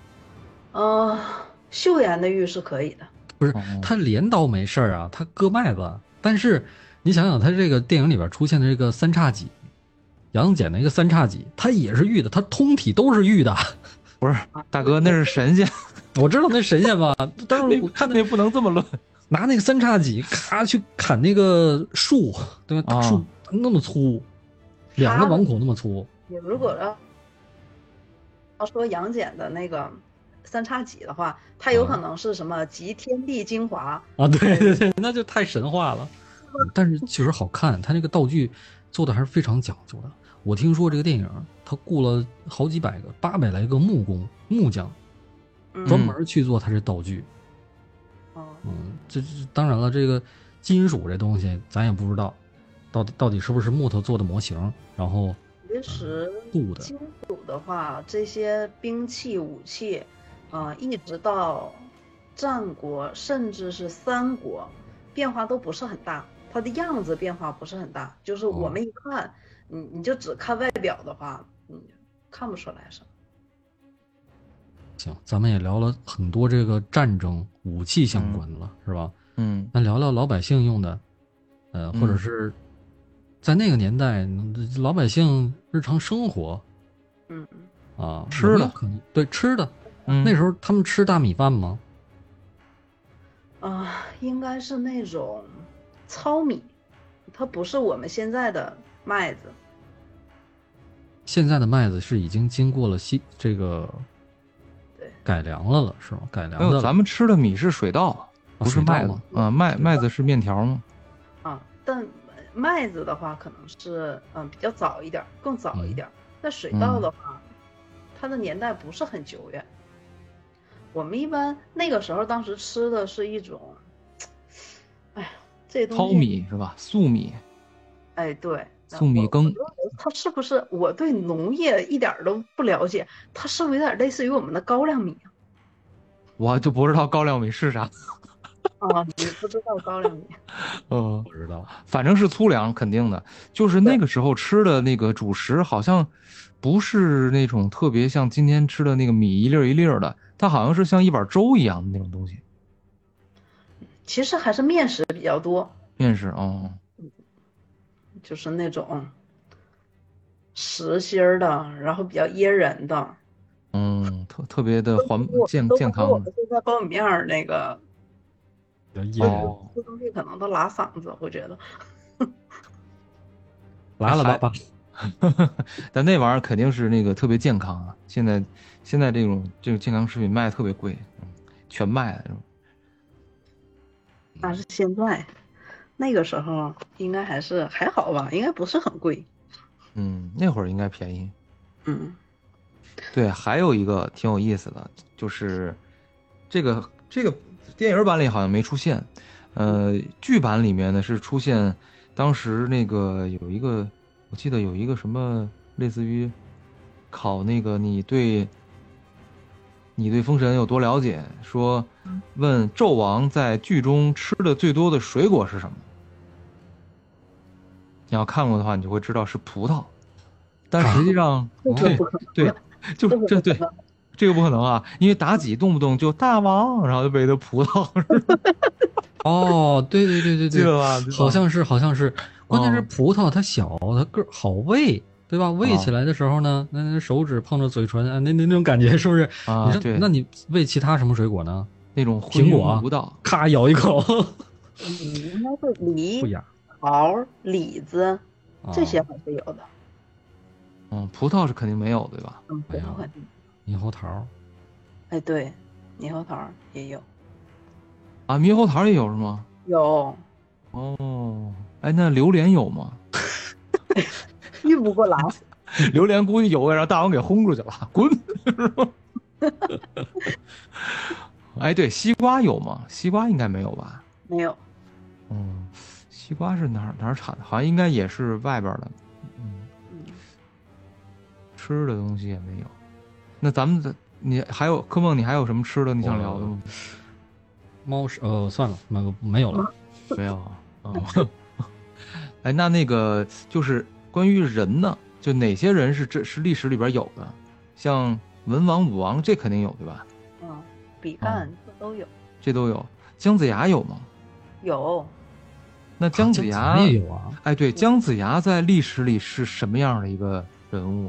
Speaker 3: 岫岩的玉是可以的。
Speaker 2: 不是，它镰刀没事啊，它割麦子。但是你想想，它这个电影里边出现的这个三叉戟，杨戬的一个三叉戟，它也是玉的，它通体都是玉的。
Speaker 1: 不是，大哥，那是神仙。
Speaker 2: 我知道那神仙吧，但是我看
Speaker 1: 那不能这么论。
Speaker 2: 拿那个三叉戟，咔去砍那个树，对吧？树那么粗。2个碗口那么粗。
Speaker 3: 你如果要说杨戬的那个三叉戟的话，它有可能是什么集天地精华
Speaker 2: 啊？对，那就太神话了。但是确实好看，它那个道具做的还是非常讲究的。我听说这个电影，他雇了好几百个，800来个木匠，专门去做他这道具。这当然了，这个金属这东西咱也不知道。到底是不是木头做的模型，然后
Speaker 3: 其实金属的话，这些兵器武器一直到战国甚至是三国变化都不是很大，它的样子变化不是很大，就是我们一看你就只看外表的话看不出来什么。
Speaker 2: 行，咱们也聊了很多这个战争武器相关的了，是吧？那聊聊老百姓用的或者是在那个年代，老百姓日常生活，
Speaker 1: 吃的
Speaker 2: 可能对吃的，那时候他们吃大米饭吗？
Speaker 3: 应该是那种糙米，它不是我们现在的麦子。
Speaker 2: 现在的麦子是已经经过了改良了是吗？改良的。
Speaker 1: 咱们吃的米是水稻，不是麦子啊，麦子是面条吗？
Speaker 3: 啊，但麦子的话可能是比较早一点，更早一点。那水稻的话，它的年代不是很久远。我们一般那个时候当时吃的是一种，哎呀，这东西
Speaker 1: 糙米是吧？粟米。
Speaker 3: 哎，对，
Speaker 1: 粟米羹。
Speaker 3: 它是不是？我对农业一点都不了解，它是不是有点类似于我们的高粱米啊？
Speaker 1: 我就不知道高粱米是啥。
Speaker 3: 啊，你不知道高粱米？
Speaker 2: 不知道，
Speaker 1: 反正是粗粮，肯定的。就是那个时候吃的那个主食，好像不是那种特别像今天吃的那个米一粒一粒的，它好像是像一碗粥一样的那种东西。
Speaker 3: 其实还是面食比较多。
Speaker 1: 面食哦。
Speaker 3: 就是那种实心儿的，然后比较噎人的。
Speaker 1: 特别的健康。
Speaker 3: 我们现在苞米面儿那个
Speaker 2: 比较噎人，
Speaker 3: 这东西可能都拉嗓子，我觉得。
Speaker 2: 拉了吧。
Speaker 1: 但那玩意儿肯定是那个特别健康啊！现在这种健康食品卖的特别贵，全卖的那种。
Speaker 3: 但是现在。那个时候应该还好吧，应该不是很贵。
Speaker 1: 那会儿应该便宜。
Speaker 3: 对，
Speaker 1: 还有一个挺有意思的，就是这个电影版里好像没出现，剧版里面呢是出现，当时那个有一个，我记得有一个什么类似于考那个你对封神有多了解，说问纣王在剧中吃的最多的水果是什么？你要看过的话，你就会知道是葡萄。但实际上，对，就这个不可能啊！因为妲己动不动就大王，然后就喂的葡萄。
Speaker 2: 哦，对，
Speaker 1: 记得吧？
Speaker 2: 好像是，关键是葡萄它小，它个儿好喂，对吧？喂起来的时候呢，那手指碰着嘴唇，那种感觉是不是？
Speaker 1: 啊，对。
Speaker 2: 那你喂其他什么水果呢？
Speaker 1: 那种
Speaker 2: 苹果、
Speaker 1: 葡萄，
Speaker 2: 咔咬一口。
Speaker 3: 应该是梨、桃、李子这些还是有的。
Speaker 1: 葡萄是肯定没有，对吧？
Speaker 3: 葡萄肯定。
Speaker 2: 猕猴桃。
Speaker 3: 哎，对，猕猴桃也有。
Speaker 1: 啊，猕猴桃也有是吗？
Speaker 3: 有。
Speaker 1: 哦，哎，那榴莲有吗？
Speaker 3: 运不过来。
Speaker 1: 榴莲估计有，让大王给轰出去了，滚！是吧？哎，对，西瓜有吗？西瓜应该没有吧？
Speaker 3: 没有。
Speaker 1: 西瓜是哪儿产的？好像应该也是外边的。吃的东西也没有。那咱们你还有柯梦，你还有什么吃的你想聊的吗？
Speaker 2: 猫是算了，没有了，
Speaker 1: 没有。哎，那个就是关于人呢，就哪些人是历史里边有的？像文王、武王，这肯定有，对吧？
Speaker 3: 比干这
Speaker 1: 都有。姜子牙有吗？
Speaker 3: 有。
Speaker 1: 那姜子牙
Speaker 2: 也有啊。
Speaker 1: 哎，对，姜子牙在历史里是什么样的一个人物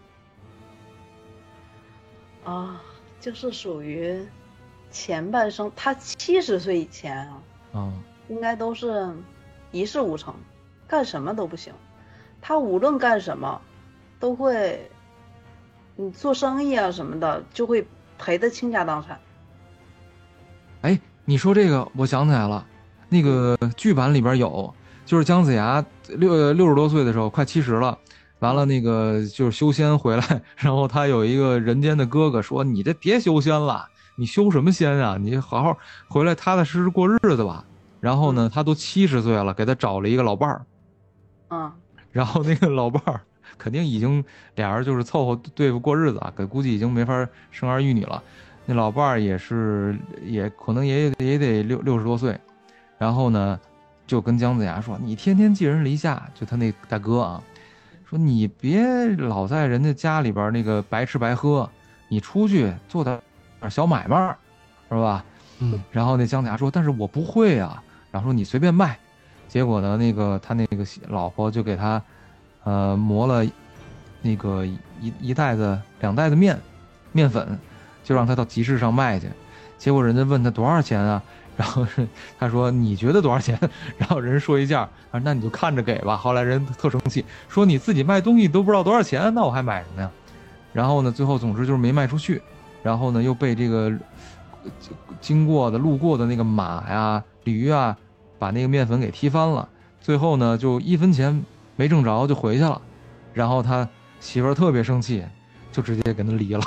Speaker 3: 啊？就是属于前半生，他70岁以前应该都是一事无成，干什么都不行。他无论干什么，都会，你做生意啊什么的，就会赔得倾家荡产。
Speaker 1: 哎，你说这个，我想起来了，那个剧版里边有，就是姜子牙60多岁的时候，快70了。完了，那个就是修仙回来，然后他有一个人间的哥哥说：“你这别修仙了，你修什么仙啊？你好好回来踏踏实实过日子吧。”然后呢，他都70岁了，给他找了一个老伴儿。然后那个老伴儿肯定已经俩人就是凑合对付过日子啊，估计已经没法生儿育女了。那老伴儿也可能也得60多岁，然后呢，就跟姜子牙说：“你天天寄人篱下。”就他那大哥啊。说你别老在人家家里边那个白吃白喝，你出去做点小买卖，是吧？然后那姜子牙说：“但是我不会啊。”然后说：“你随便卖。”结果呢，他那个老婆就给他，磨了那个一袋子2袋子面粉，就让他到集市上卖去。结果人家问他多少钱啊？然后他说：“你觉得多少钱？”然后人说一价，那你就看着给吧。后来人特生气，说你自己卖东西都不知道多少钱，那我还买什么呀？然后呢，最后总之就是没卖出去。 然后呢又被这个经过的路过的那个马呀驴啊把那个面粉给踢翻了，最后呢就1分钱没挣着就回去了，然后他媳妇儿特别生气，就直接跟他离了。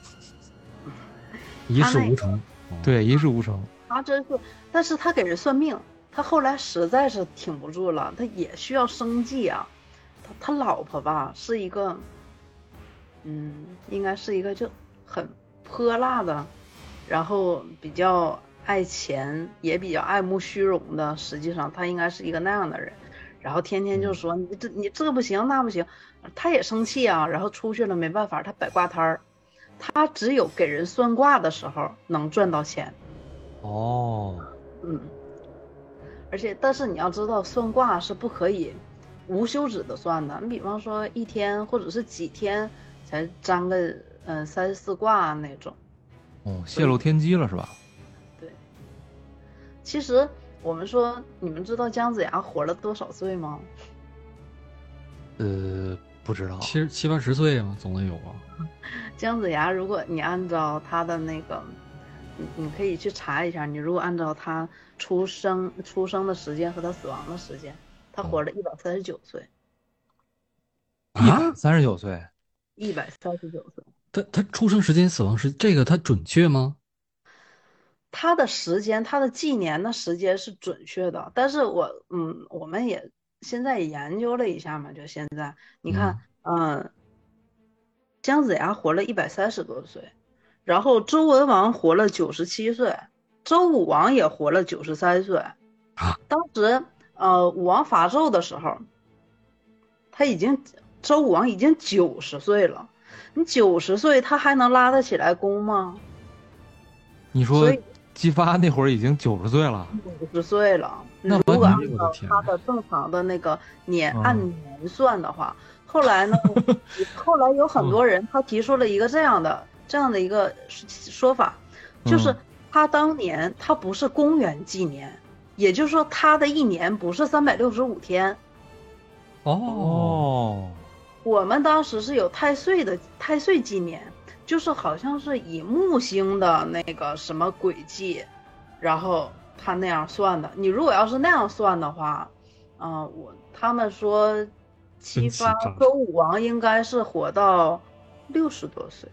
Speaker 2: 一事无成。
Speaker 1: 对，一事无成。
Speaker 3: 他真是，但是他给人算命，他后来实在是挺不住了，他也需要生计啊。他老婆吧是一个，应该是一个就很泼辣的，然后比较爱钱，也比较爱慕虚荣的。实际上他应该是一个那样的人，然后天天就说你这不行那不行，他也生气啊，然后出去了没办法，他摆挂摊儿，他只有给人算卦的时候能赚到钱。而且但是你要知道，算卦是不可以无休止的算的。你比方说1天或者是几天才占个3、4卦那种。
Speaker 1: 泄露天机了是吧？
Speaker 3: 对。其实我们说，你们知道姜子牙活了多少岁吗？
Speaker 1: 不知道。
Speaker 2: 7、80岁嘛，总得有啊。
Speaker 3: 姜子牙，如果你按照他的那个，你可以去查一下，你如果按照他出生的时间和他死亡的时间，他活了139岁。
Speaker 1: 139岁
Speaker 3: ？139岁。
Speaker 2: 他出生时间、死亡时这个他准确吗？
Speaker 3: 他的时间，他的纪年的时间是准确的，但是我们也现在也研究了一下嘛，就现在你看，姜子牙活了130多岁，然后周文王活了97岁，周武王也活了93岁。当时武王伐纣的时候，周武王已经90岁了。你90岁他还能拉得起来弓吗？
Speaker 1: 你说姬发那会儿已经90岁了
Speaker 3: ，90岁了。如果按照他的正常的那个按年算的话，后来呢？后来有很多人他提出了一个这样的一个说法，就是他当年他不是公元纪年，也就是说他的一年不是365天。我们当时是有太岁纪年，就是好像是以木星的那个什么轨迹，然后他那样算的。你如果要是那样算的话，他们说姬发周武王应该是活到60多岁。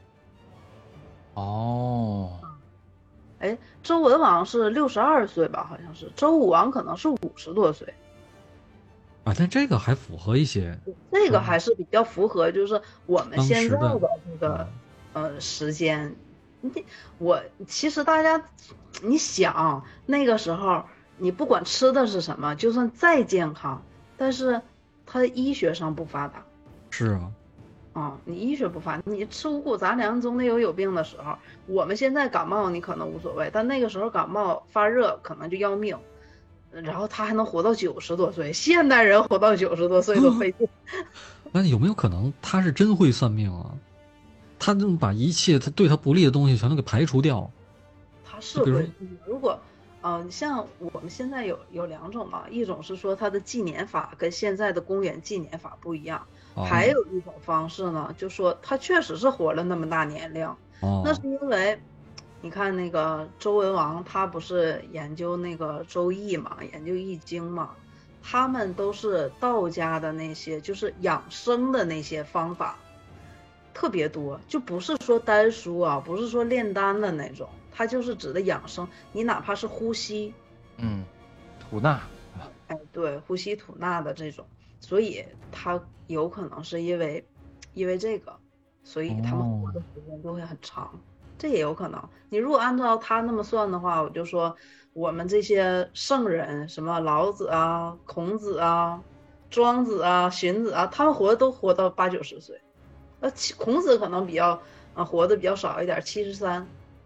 Speaker 3: 周文王是62岁吧，好像是。周武王可能是50多岁。
Speaker 2: 但这个还符合一些，
Speaker 3: 这个还是比较符合，就是我们现在的这个时间。其实大家，你想那个时候，你不管吃的是什么，就算再健康，但是它医学上不发达。
Speaker 2: 是啊。
Speaker 3: 你医学不发达，你吃五谷杂粮总得有病的时候。我们现在感冒你可能无所谓，但那个时候感冒发热可能就要命。然后他还能活到90多岁，现代人活到90多岁都费劲。
Speaker 2: 那有没有可能他是真会算命啊？他能把一切他对他不利的东西全都给排除掉？
Speaker 3: 他是会。如果像我们现在有2种嘛，一种是说他的纪年法跟现在的公元纪年法不一样，还有一种方式呢，就说他确实是活了那么大年龄。那是因为你看那个周文王，他不是研究那个周易嘛，研究易经嘛，他们都是道家的那些就是养生的那些方法特别多，就不是说丹书啊，不是说炼丹的那种，它就是指的养生。你哪怕是呼吸
Speaker 1: 吐纳，
Speaker 3: 对，呼吸吐纳的这种，所以他有可能是因为这个，所以他们活的时间都会很长。这也有可能。你如果按照他那么算的话，我就说我们这些圣人，什么老子啊、孔子啊、庄子啊、荀子啊，他们都活到80、90岁。孔子可能活得比较少一点，73。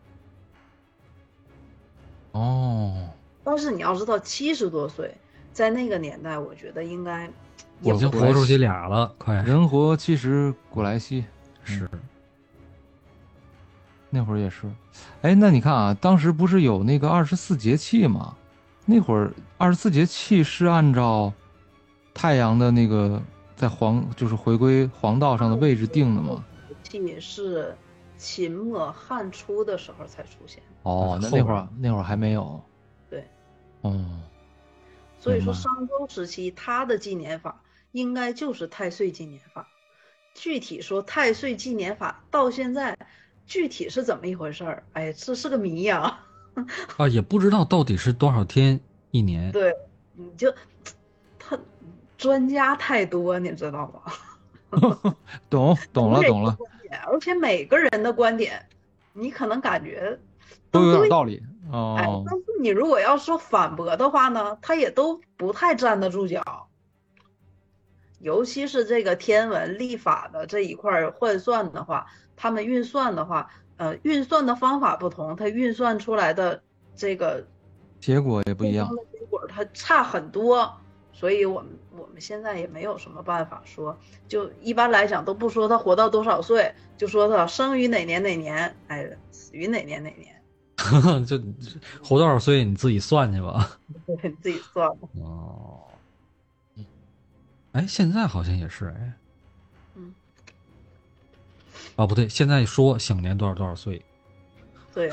Speaker 3: 但是你要知道，70多岁在那个年代，我觉得应该
Speaker 2: 已经活出去俩了，快。
Speaker 1: 人活70古来稀。
Speaker 2: 是。
Speaker 1: 那会儿也是，那你看啊，当时不是有那个24节气吗？那会儿24节气是按照太阳的那个在就是回归黄道上的位置定的吗？
Speaker 3: 节气是秦末汉初的时候才出现。
Speaker 1: 哦，那会儿还没有。
Speaker 3: 对，所以说商周时期他的纪年法应该就是太岁纪年法。具体说太岁纪年法到现在具体是怎么一回事儿？哎，这是个谜呀。
Speaker 2: 也不知道到底是多少天一年。
Speaker 3: 对，你就他专家太多，你知道吗？
Speaker 1: 懂了。
Speaker 3: 而且每个人的观点，你可能感觉
Speaker 1: 都有点道理
Speaker 3: 哦。但是你如果要说反驳的话呢，他也都不太站得住脚。尤其是这个天文历法的这一块换算的话，他们运算的话，运算的方法不同，它运算出来的这个
Speaker 1: 结果也不一样，
Speaker 3: 结果它差很多。所以我们现在也没有什么办法说，就一般来讲都不说他活到多少岁，就说他生于哪年哪年，哎，死于哪年哪年。
Speaker 2: 就活多少岁你自己算去吧。
Speaker 3: 对，你自己算吧。
Speaker 2: 哎，现在好像也是哎。不对，现在说享年多少多少岁。
Speaker 3: 对。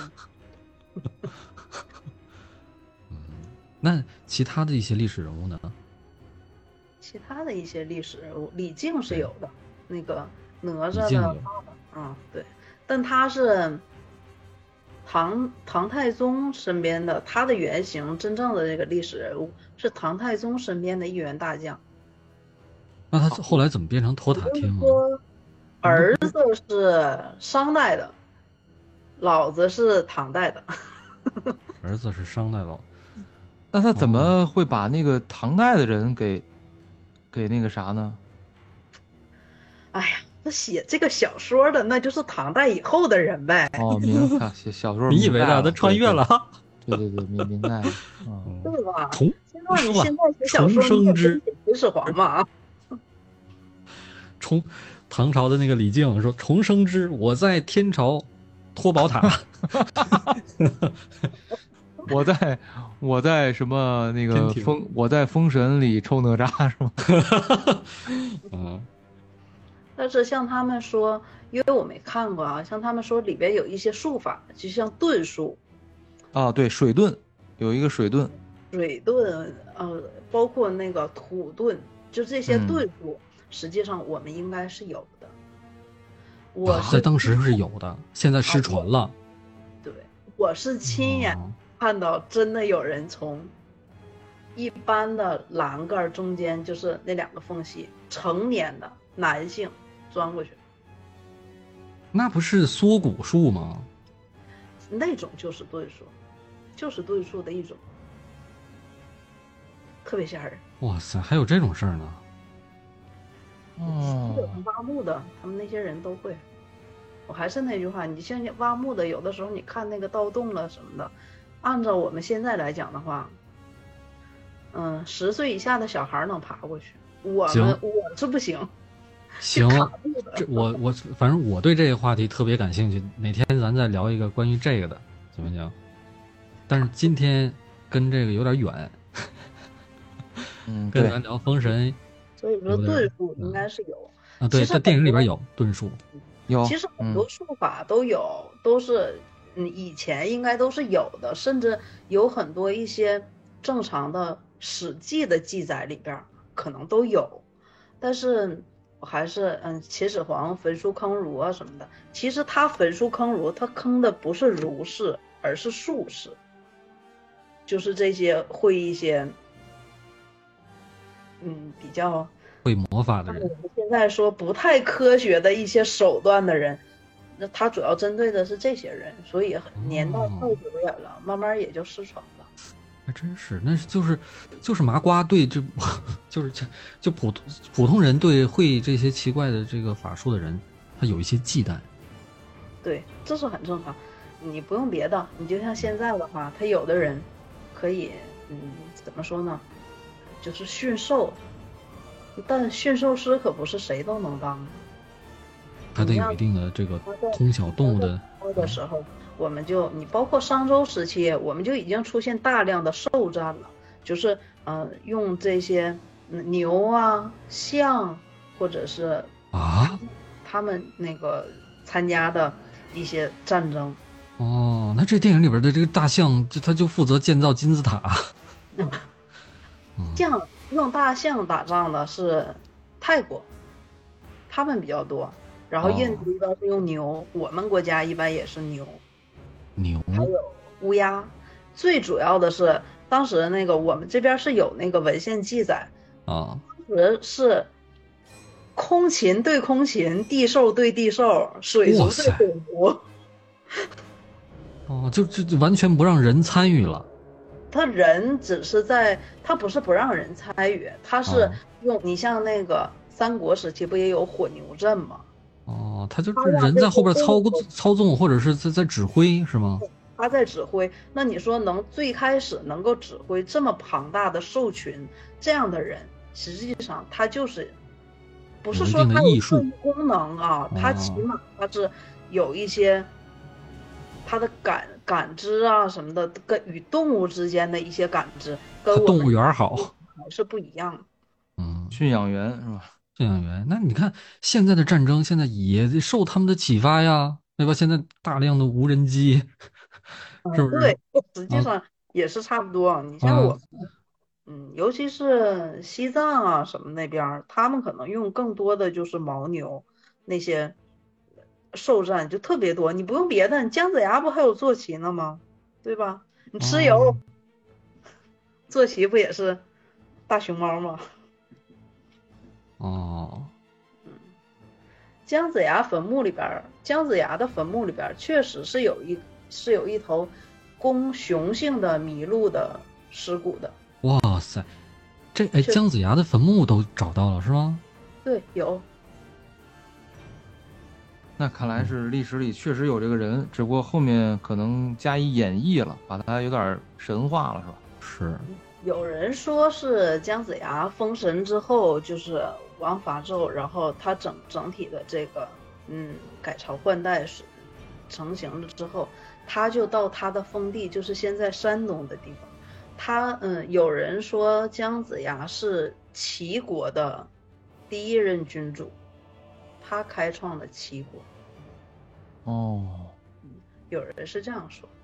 Speaker 2: 那其他的一些历史人物呢？
Speaker 3: 其他的一些历史人物，李靖是有的，那个哪吒的爸爸，对，但他是唐太宗身边的，他的原型真正的这个历史人物是唐太宗身边的一员大将。
Speaker 2: 那他后来怎么变成托塔天
Speaker 3: 王？儿子是商代的，老子是唐代的。
Speaker 2: 儿子是商代老，
Speaker 1: 那他怎么会把那个唐代的人给那个啥呢？
Speaker 3: 哎呀，他写这个小说的那就是唐代以后的人呗。
Speaker 1: 明白，小说
Speaker 2: 你以为呢？他穿越了？
Speaker 1: 对，明白了，
Speaker 3: 对吧？
Speaker 2: 现
Speaker 3: 在写小说
Speaker 2: 重生之
Speaker 3: 秦始皇嘛。
Speaker 2: 唐朝的那个李靖说：“重生之，我在天朝托宝塔。”
Speaker 1: 我在什么那个我在封神里抽哪吒是吗？
Speaker 3: 但是像他们说，因为我没看过啊，像他们说里边有一些术法，就像遁术。
Speaker 1: 对，水遁有一个水遁，
Speaker 3: 包括那个土遁，就这些遁术，实际上我们应该是有的。
Speaker 2: 在当时是有的，现在失传了。
Speaker 3: 对，我是亲眼看到，真的有人从一般的栏杆中间，就是那两个缝隙，成年的男性钻过去。
Speaker 2: 那不是缩骨术吗？
Speaker 3: 那种就是遁术，就是遁术的一种，特别吓人。
Speaker 2: 哇塞，还有这种事儿呢？
Speaker 3: 挖墓的，他们那些人都会。我还是那句话，你像挖墓的，有的时候你看那个盗洞了什么的，按照我们现在来讲的话，10岁以下的小孩能爬过去，我是不行。
Speaker 2: 行，我反正我对这个话题特别感兴趣，哪天咱再聊一个关于这个的，行不行？但是今天跟这个有点远，跟咱聊封神。
Speaker 3: 所以说遁术应该是有
Speaker 2: 对，在电影里边有遁术，
Speaker 1: 有。
Speaker 3: 其实很多术法都有，都是以前应该都是有的，甚至有很多一些正常的史记的记载里边可能都有。但是我还是秦始皇焚书坑儒啊什么的，其实他焚书坑儒，他坑的不是儒士，而是术士，就是这些会一些比较
Speaker 2: 会魔法的人，
Speaker 3: 我们现在说不太科学的一些手段的人，那他主要针对的是这些人，所以年代太久远了，慢慢也就失传了。
Speaker 2: 还真是，那就是麻瓜对就普通人对会这些奇怪的这个法术的人，他有一些忌惮。
Speaker 3: 对，这是很正常，你不用别的，你就像现在的话，他有的人可以怎么说呢，就是驯兽，但驯兽师可不是谁都能当的，
Speaker 2: 他得有一定的这个通晓动物
Speaker 3: 的时候，我们就你包括商周时期，我们就已经出现大量的兽战了，就是用这些牛啊、象或者是他们那个参加的一些战争。
Speaker 2: 哦，那这电影里边的这个大象，他就负责建造金字塔。
Speaker 3: 用大象打仗的是泰国，他们比较多。然后印度一般是用牛，我们国家一般也是牛，还有乌鸦。最主要的是，当时那个我们这边是有那个文献记载啊，当时是空禽对空禽，地兽对地兽，水族对水族。
Speaker 2: 哦，就完全不让人参与了。
Speaker 3: 他人只是他不是不让人参与，他是用你像那个三国时期不也有火牛阵吗？
Speaker 2: 哦，他就是人在后边操纵或者是在指挥是吗？
Speaker 3: 他在指挥。那你说最开始能够指挥这么庞大的兽群这样的人，实际上他就是不是说他有特异功能啊，他起码他是有一些他的感知啊什么的，跟与动物之间的一些感知跟我们
Speaker 2: 动物园好
Speaker 3: 还是不一样的。
Speaker 1: 驯养员是吧？
Speaker 2: 驯养员。那你看现在的战争，现在也受他们的启发呀，对吧？现在大量的无人机，是不是？
Speaker 3: 对，实际上也是差不多。你像我尤其是西藏啊什么那边，他们可能用更多的就是牦牛那些兽战就特别多。你不用别的，你姜子牙不还有坐骑呢吗？对吧？你蚩尤坐骑不也是大熊猫吗？姜子牙的坟墓里边确实是有一头公雄性的麋鹿的尸骨的。
Speaker 2: 哇塞，姜子牙的坟墓都找到了是吗？
Speaker 3: 对，有。
Speaker 1: 那看来是历史里确实有这个人，只不过后面可能加以演绎了，把他有点神化了，是吧？
Speaker 2: 是。
Speaker 3: 有人说是姜子牙封神之后，就是王伐纣，然后他整体的这个改朝换代成型了之后，他就到他的封地，就是现在山东的地方。他有人说姜子牙是齐国的第一任君主，他开创了齐国。有人是这样说。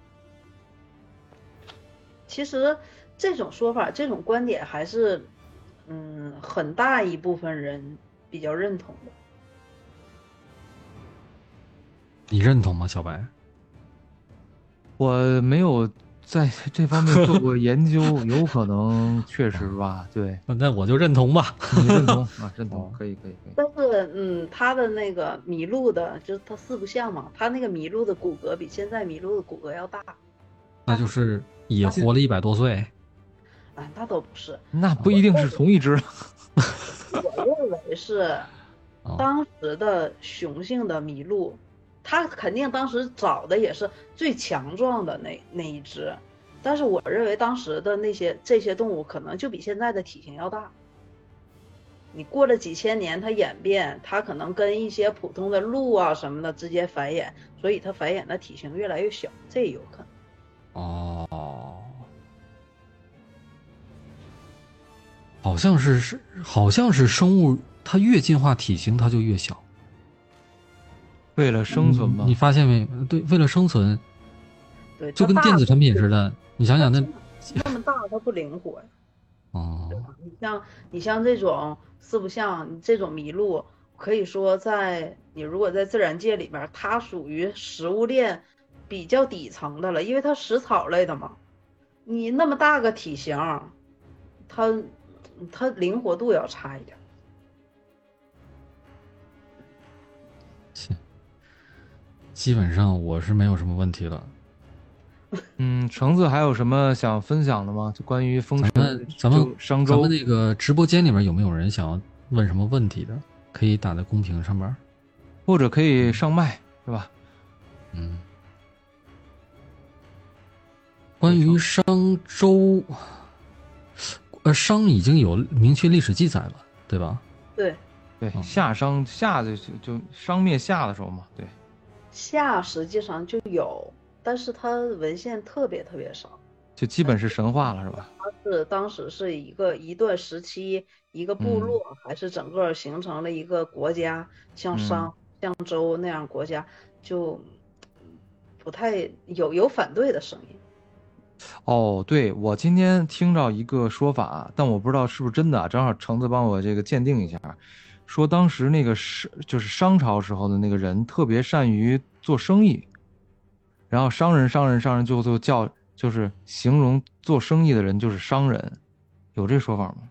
Speaker 3: 其实这种说法，这种观点还是很大一部分人比较认同的。
Speaker 2: 你认同吗，小白？
Speaker 1: 我没有在这方面做过研究，有可能确实吧。对，
Speaker 2: 那我就认同吧。
Speaker 1: 你认同啊？认同，可以。
Speaker 3: 但是他的那个麋鹿的，就是他四不像嘛，他那个麋鹿的骨骼比现在麋鹿的骨骼要大。
Speaker 2: 那就是也活了100多岁。
Speaker 3: 那都不是，
Speaker 1: 那不一定是同一只。
Speaker 3: 我认为是当时的雄性的麋鹿，它肯定当时找的也是最强壮的那一只，但是我认为当时的这些动物可能就比现在的体型要大。你过了几千年，它演变，它可能跟一些普通的鹿啊什么的直接繁衍，所以它繁衍的体型越来越小，这也有可能。
Speaker 2: 好像是生物，它越进化体型它就越小，
Speaker 1: 为了生存嘛。
Speaker 2: 你发现没？对，为了生存。
Speaker 3: 对，
Speaker 2: 就跟电子产品似的。你想想那
Speaker 3: 么大，它不灵活呀。对吧？你像这种四不像这种麋鹿，可以说你如果在自然界里边，它属于食物链比较底层的了，因为它食草类的嘛。你那么大个体型，它灵活度要差一点。
Speaker 2: 基本上我是没有什么问题了。
Speaker 1: 橙子还有什么想分享的吗？就关于封神，
Speaker 2: 咱们
Speaker 1: 商周
Speaker 2: 那个直播间里面有没有人想要问什么问题的？可以打在公屏上面，
Speaker 1: 或者可以上麦，是吧？
Speaker 2: 关于商周，商已经有明确历史记载了，对吧？
Speaker 3: 对，
Speaker 1: 夏商就商灭夏的时候嘛，对。
Speaker 3: 夏实际上就有，但是它文献特别特别少，
Speaker 1: 就基本是神话了，是吧？
Speaker 3: 它是当时是一段时期，一个部落，还是整个形成了一个国家，像商、像周那样国家，就不太有反对的声音。
Speaker 1: 哦，对，我今天听到一个说法，但我不知道是不是真的，正好橙子帮我这个鉴定一下，说当时那个就是商朝时候的那个人特别善于做生意，然后商人最后就叫就是形容做生意的人就是商人，有这说法吗？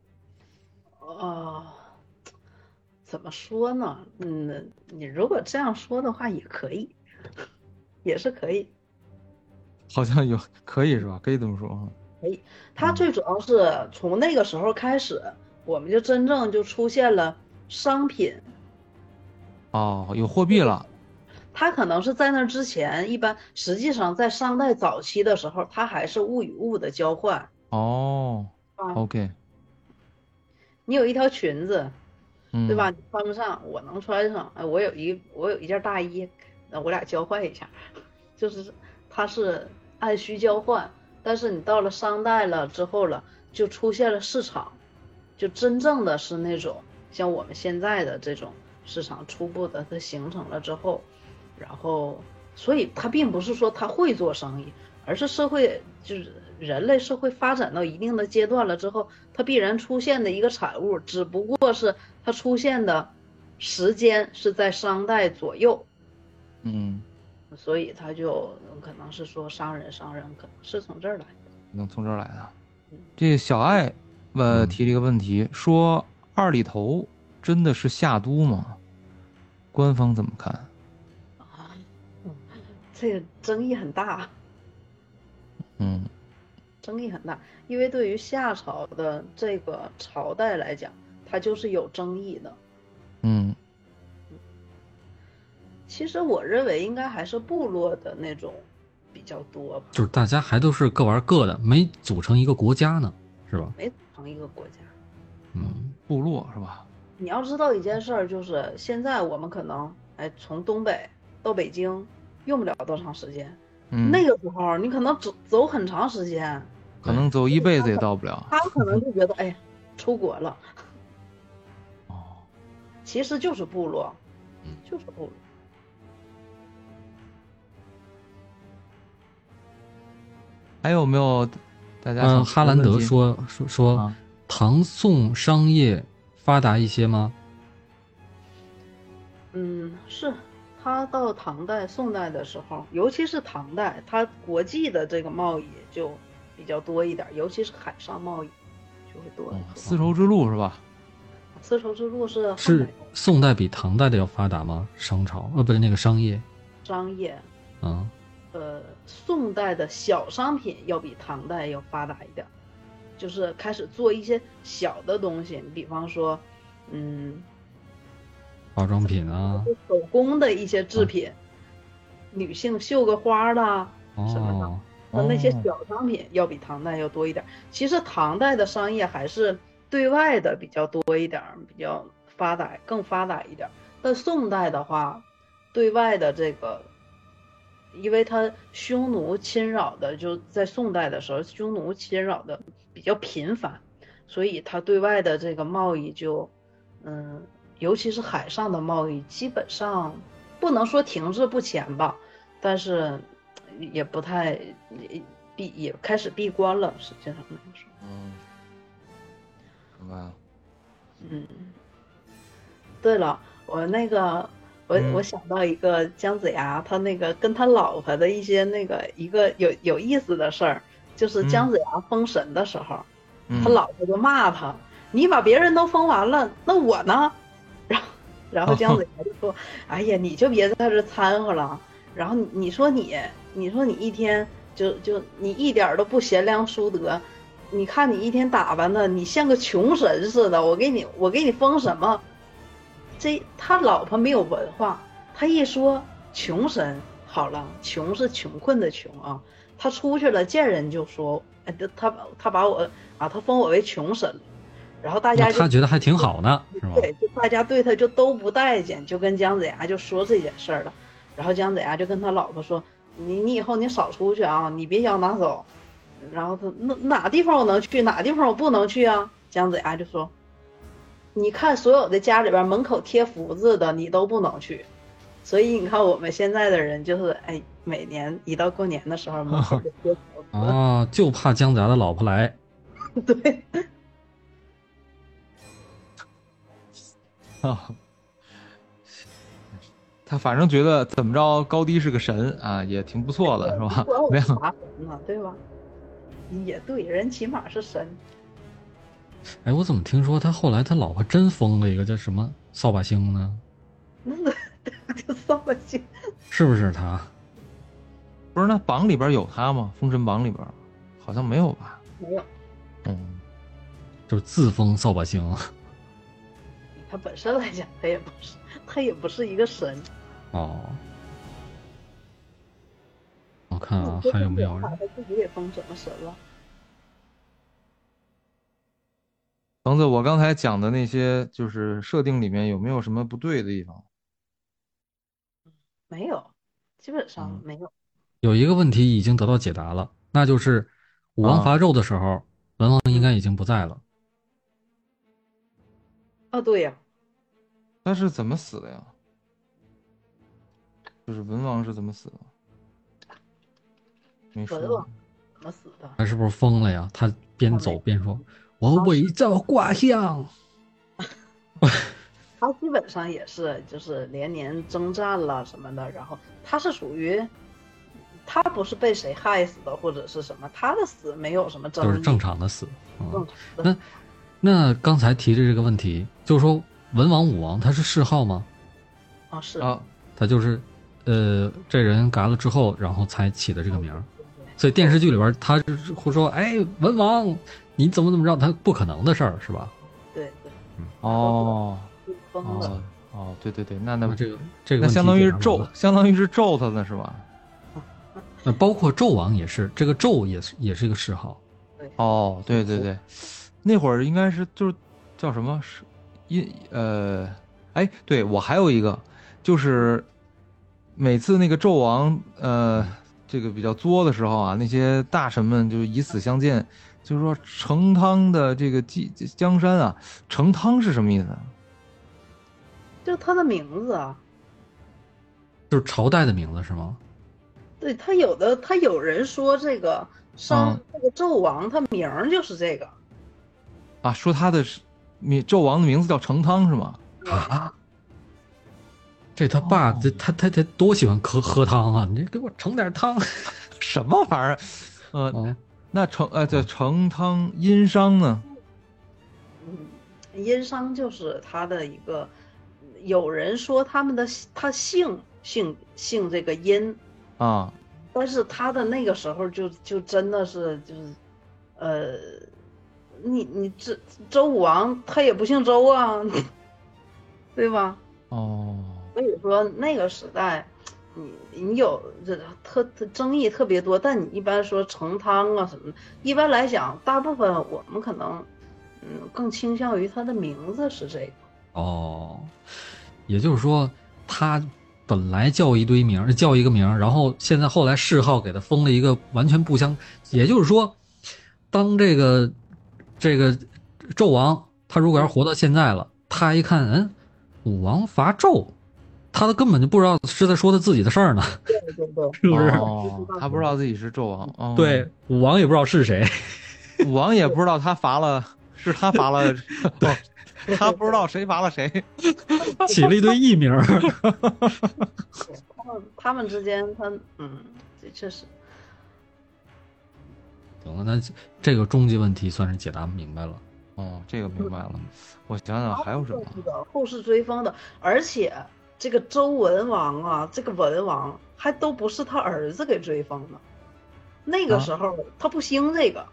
Speaker 3: 怎么说呢？你如果这样说的话也可以，也是可以。
Speaker 1: 好像有可以是吧？可以这么说。
Speaker 3: 可以，它最主要是从那个时候开始，我们就真正就出现了商品。
Speaker 1: 哦，有货币了。
Speaker 3: 它可能是在那之前，一般实际上在商代早期的时候，它还是物与物的交换。
Speaker 1: 哦，OK。
Speaker 3: 你有一条裙子，
Speaker 1: 对
Speaker 3: 吧？你穿不上，我能穿上。哎，我有一件大衣，那我俩交换一下，就是它是按需交换。但是你到了商代了之后了，就出现了市场，就真正的是那种像我们现在的这种市场初步的它形成了之后，然后所以它并不是说他会做生意，而是社会就是人类社会发展到一定的阶段了之后，它必然出现的一个产物，只不过是它出现的时间是在商代左右。所以他就可能是说商人可能是从这儿来的，
Speaker 1: 能从这儿来的。这小爱提了一个问题，说二里头真的是夏都吗？官方怎么看？
Speaker 3: 这个争议很大。争议很大，因为对于夏朝的这个朝代来讲，它就是有争议的。其实我认为应该还是部落的那种比较多吧，
Speaker 2: 就是大家还都是各玩各的，没组成一个国家呢，是吧？
Speaker 3: 没组成一个国家。
Speaker 1: 部落是吧？
Speaker 3: 你要知道一件事儿，就是现在我们可能从东北到北京用不了多长时间，那个时候你可能走很长时间，
Speaker 1: 可能走一辈子也到不了。
Speaker 3: 他可能就觉得出国了。其实就是部落，就是部落。
Speaker 1: 还有没有大家
Speaker 2: 哈兰德说唐宋商业发达一些吗？
Speaker 3: 是，他到唐代宋代的时候，尤其是唐代，他国际的这个贸易就比较多一点，尤其是海上贸易就会多。
Speaker 1: 丝绸之路是吧？
Speaker 3: 丝绸之路是
Speaker 2: 宋代比唐代的要发达吗？商朝不是那个商业
Speaker 3: 宋代的小商品要比唐代要发达一点，就是开始做一些小的东西，比方说
Speaker 2: 化妆品啊，
Speaker 3: 手工的一些制品，女性绣个花啦什么的，那些小商品要比唐代要多一点。其实唐代的商业还是对外的比较多一点，比较更发达一点。但宋代的话，对外的这个，因为它匈奴侵扰的，就在宋代的时候，匈奴侵扰的比较频繁，所以它对外的这个贸易就尤其是海上的贸易，基本上不能说停滞不前吧，但是也不太也开始闭关了，实际上那个时候。
Speaker 1: 明白了。
Speaker 3: 对了，我想到一个姜子牙，他那个跟他老婆的一些一个有意思的事儿，就是姜子牙封神的时候，他老婆就骂他：“你把别人都封完了，那我呢？”然后姜子牙就说：“哎呀，你就别在这掺和了。然后你说你一天就你一点都不贤良淑德，你看你一天打扮的，你像个穷神似的。我给你封什么？”他老婆没有文化，他一说穷神，好了，穷是穷困的穷啊。他出去了见人就说：“他把我他封我为穷神了。”然后大家
Speaker 2: 他觉得还挺好呢，是吧？
Speaker 3: 对，就大家对他就都不待见，就跟姜子牙就说这件事儿了。然后姜子牙就跟他老婆说：“你以后你少出去啊，你别摇拿走。”然后他哪地方我能去，哪地方我不能去啊？姜子牙就说：“你看所有的家里边门口贴福字的，你都不能去。”所以你看我们现在的人就是每年一到过年的时候门口就贴条子
Speaker 2: 啊，就怕姜子牙的老婆来。
Speaker 3: 对。
Speaker 1: 他反正觉得怎么着高低是个神啊，也挺不错的，是吧？没有
Speaker 3: 啥神呢，对吧？也对，人起码是神。
Speaker 2: 哎，我怎么听说他后来他老婆真封了一个叫什么扫把星呢？
Speaker 3: 那就扫把星
Speaker 2: 是不是他？
Speaker 1: 不是，那榜里边有他吗？封神榜里边好像没有吧？
Speaker 3: 没有。
Speaker 2: 就是自封扫把星。
Speaker 3: 他本身来讲，他也不是一个神。
Speaker 2: 哦，我看啊，还有没有人？
Speaker 3: 他自己给封什么神了？
Speaker 1: 橙子，我刚才讲的那些就是设定里面有没有什么不对的地方？
Speaker 3: 没有，基本上没有。
Speaker 2: 有一个问题已经得到解答了，那就是武王伐纣的时候，文王应该已经不在了。
Speaker 3: 对呀。
Speaker 1: 他是怎么死的呀？就是文王是怎么死的？没说。
Speaker 3: 文王怎么死的？
Speaker 2: 他是不是疯了呀？他边走边说：“我伪造卦象。”
Speaker 3: 他基本上也是就是连年征战了什么的，然后他是属于他不是被谁害死的或者是什么，他的死没有什么争议，
Speaker 2: 就是正常的死。
Speaker 3: 正常的。
Speaker 2: 那刚才提的这个问题，就是说文王武王他是谥号吗？
Speaker 3: 是
Speaker 2: 啊，他就是这人嘎了之后，然后才起的这个名儿。所以电视剧里边他会说：“哎，文王，你怎么着？”他不可能的事儿，是吧？
Speaker 3: 对对。
Speaker 1: 对，那
Speaker 2: 这个
Speaker 1: 那相当于是咒他的是吧？
Speaker 2: 那包括纣王也是，这个纣也是一个谥号。
Speaker 1: 对，那会儿应该是就是叫什么对，我还有一个就是每次那个纣王这个比较作的时候啊，那些大臣们就以死相见，就是说成汤的这个江山啊，成汤是什么意思？
Speaker 3: 就他的名字啊，
Speaker 2: 就是朝代的名字是吗？
Speaker 3: 对，他有人说这个这个纣王他名儿就是这个
Speaker 1: 啊，说他的纣王的名字叫成汤是吗？
Speaker 2: 啊，这他爸他多喜欢喝汤啊！你给我盛点汤，
Speaker 1: 什么玩意儿？那成汤殷商呢？
Speaker 3: 殷商就是他的一个，有人说他姓这个殷
Speaker 1: 啊，
Speaker 3: 但是他的那个时候就真的是就是你这周武王他也不姓周啊，对吧？所以说那个时代，你有这争议特别多，但你一般说成汤啊什么的，一般来讲，大部分我们可能更倾向于他的名字是这个。
Speaker 2: 也就是说他本来叫一个名，然后现在后来谥号给他封了一个完全不相，也就是说，当这个纣王他如果要活到现在了，他一看，武王伐纣，他根本就不知道是在说他自己的事儿呢。
Speaker 3: 对，
Speaker 2: 是不是？
Speaker 1: 他不知道自己是纣王。
Speaker 2: 对，武王也不知道是谁，
Speaker 1: 武王也不知道他伐了，是他伐了。对。他不知道谁伐了谁，
Speaker 2: 起了一堆艺名。
Speaker 3: 他们之间，这确实。
Speaker 2: 行了，那这个终极问题算是解答明白了。
Speaker 1: 这个明白了。我想想还有什么？
Speaker 3: 后世追封的，而且这个周文王啊，这个文王还都不是他儿子给追封的，那个时候他不兴这个。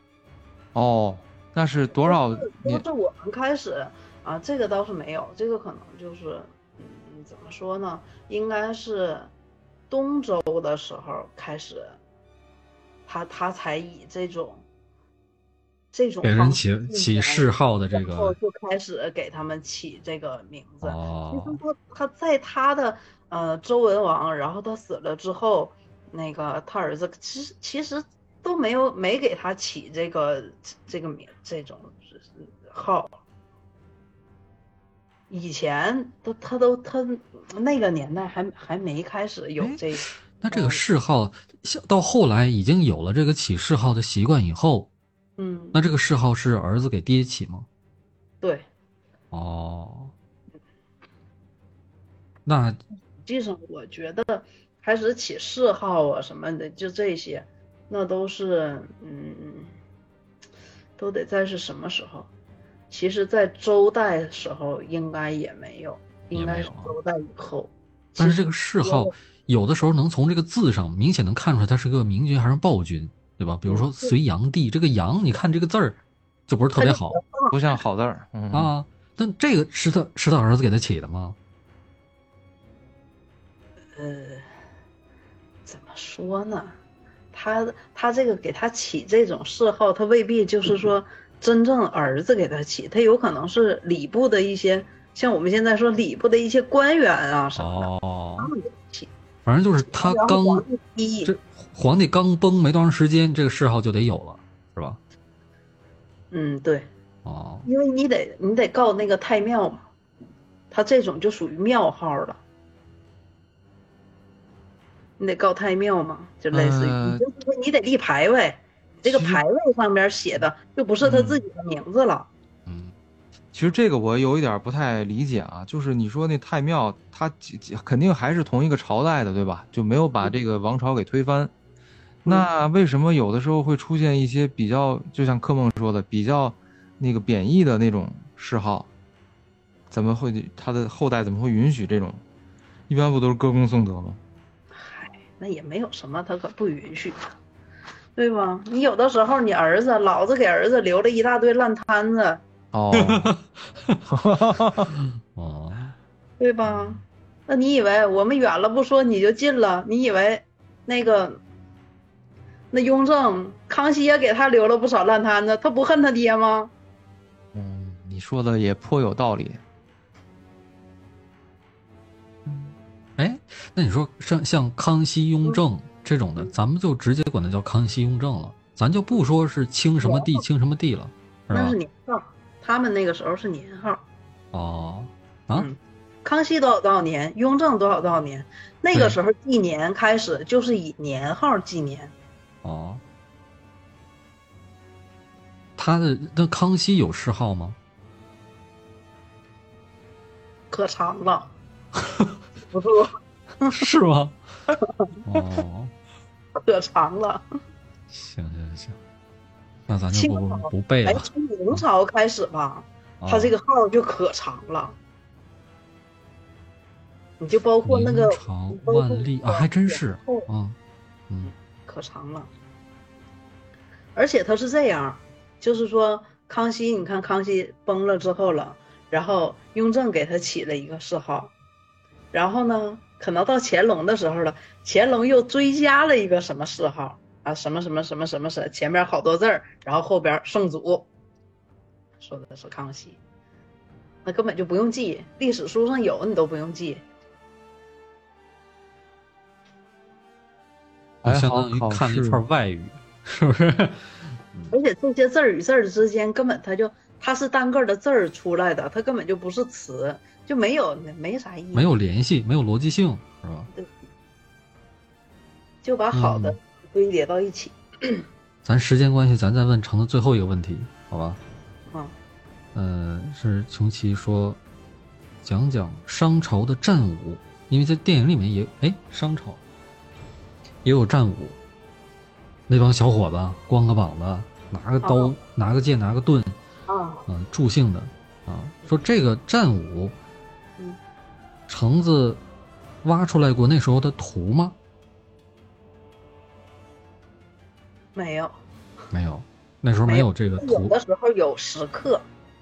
Speaker 1: 那是多少年？
Speaker 3: 是我们开始啊，这个倒是没有，这个可能就是怎么说呢？应该是东周的时候开始，他才以这种
Speaker 2: 给人起谥号的这个，
Speaker 3: 然后就开始给他们起这个名字。其实说他在他的周文王，然后他死了之后，那个他儿子其实都没给他起这个名这种号。以前他那个年代还没开始有这个。
Speaker 2: 那这个谥号到后来已经有了这个起谥号的习惯以后，那这个谥号是儿子给爹起吗？
Speaker 3: 对。
Speaker 2: 哦，那
Speaker 3: 实际上我觉得开始起谥号啊什么的，就这些，那都是都得在是什么时候？其实，在周代时候应该也没有，应该是周代以后。
Speaker 2: 但是这个谥号有的时候能从这个字上明显能看出来，他是个明君还是暴君，对吧？比如说隋炀帝，这个炀，你看这个字儿就不是特别好，
Speaker 1: 不像好字儿
Speaker 2: 啊。但这个是他儿子给他起的吗？
Speaker 3: 怎么说呢？他这个给他起这种谥号，他未必就是说真正儿子给他起，他有可能是礼部的一些，像我们现在说礼部的一些官员啊什么的，他们给他起。
Speaker 2: 反正就是他刚这皇帝刚崩没多长时间，这个谥号就得有了，是吧？
Speaker 3: 对。因为你得告那个太庙嘛，他这种就属于庙号了。你得告太庙嘛，就类似于，就是说你得立牌位，这个牌位上边写的就不是他自己的名字了。
Speaker 1: 其实这个我有一点不太理解啊，就是你说那太庙，他肯定还是同一个朝代的，对吧？就没有把这个王朝给推翻。那为什么有的时候会出现一些比较，就像柯梦说的，比较那个贬义的那种谥号？怎么会他的后代怎么会允许这种？一般不都是歌功颂德吗？
Speaker 3: 那也没有什么他可不允许的，对吧？你有的时候你儿子老子给儿子留了一大堆烂摊子，对吧？那你以为我们远了不说你就近了？你以为那雍正康熙也给他留了不少烂摊子，他不恨他爹吗？
Speaker 1: 你说的也颇有道理。
Speaker 2: 那你说像康熙、雍正这种的，咱们就直接管它叫康熙、雍正了，咱就不说是清什么帝、清什么帝了，是吧？
Speaker 3: 那是年号，他们那个时候是年
Speaker 2: 号。
Speaker 3: 康熙多少年，雍正多少年，那个时候纪年开始就是以年号纪年。
Speaker 2: 那康熙有谥号吗？
Speaker 3: 可长了。不错。
Speaker 2: 是吗？
Speaker 3: 可长了。
Speaker 2: 行，那咱就不背了。
Speaker 3: 从明朝开始吧，他这个号就可长了。你就包括那个
Speaker 2: 明朝万历还真是。
Speaker 3: 可长了。而且他是这样，就是说康熙，你看康熙崩了之后了，然后雍正给他起了一个谥号。然后呢，可能到乾隆的时候了，乾隆又追加了一个什么谥号啊，什么什么什么什么什么，前面好多字儿，然后后边圣祖，说的是康熙，那根本就不用记，历史书上有你都不用记。
Speaker 2: 相当于看了一串外语，是不是？
Speaker 3: 而且这些字儿与字儿之间根本它是单个的字儿出来的，它根本就不是词。就没啥意义，
Speaker 2: 没有联系，没有逻辑性，是吧？
Speaker 3: 对，就把好的堆叠到一起。
Speaker 2: 咱时间关系，咱再问成的最后一个问题，好吧？是穷奇说，讲商朝的战舞，因为在电影里面也商朝也有战舞，那帮小伙子光个膀子，拿个刀，拿个剑，拿个盾，助兴的说这个战舞。橙子挖出来过那时候的图吗？
Speaker 3: 没有，
Speaker 2: 那时候没有这个图。
Speaker 3: 有的时候有石刻。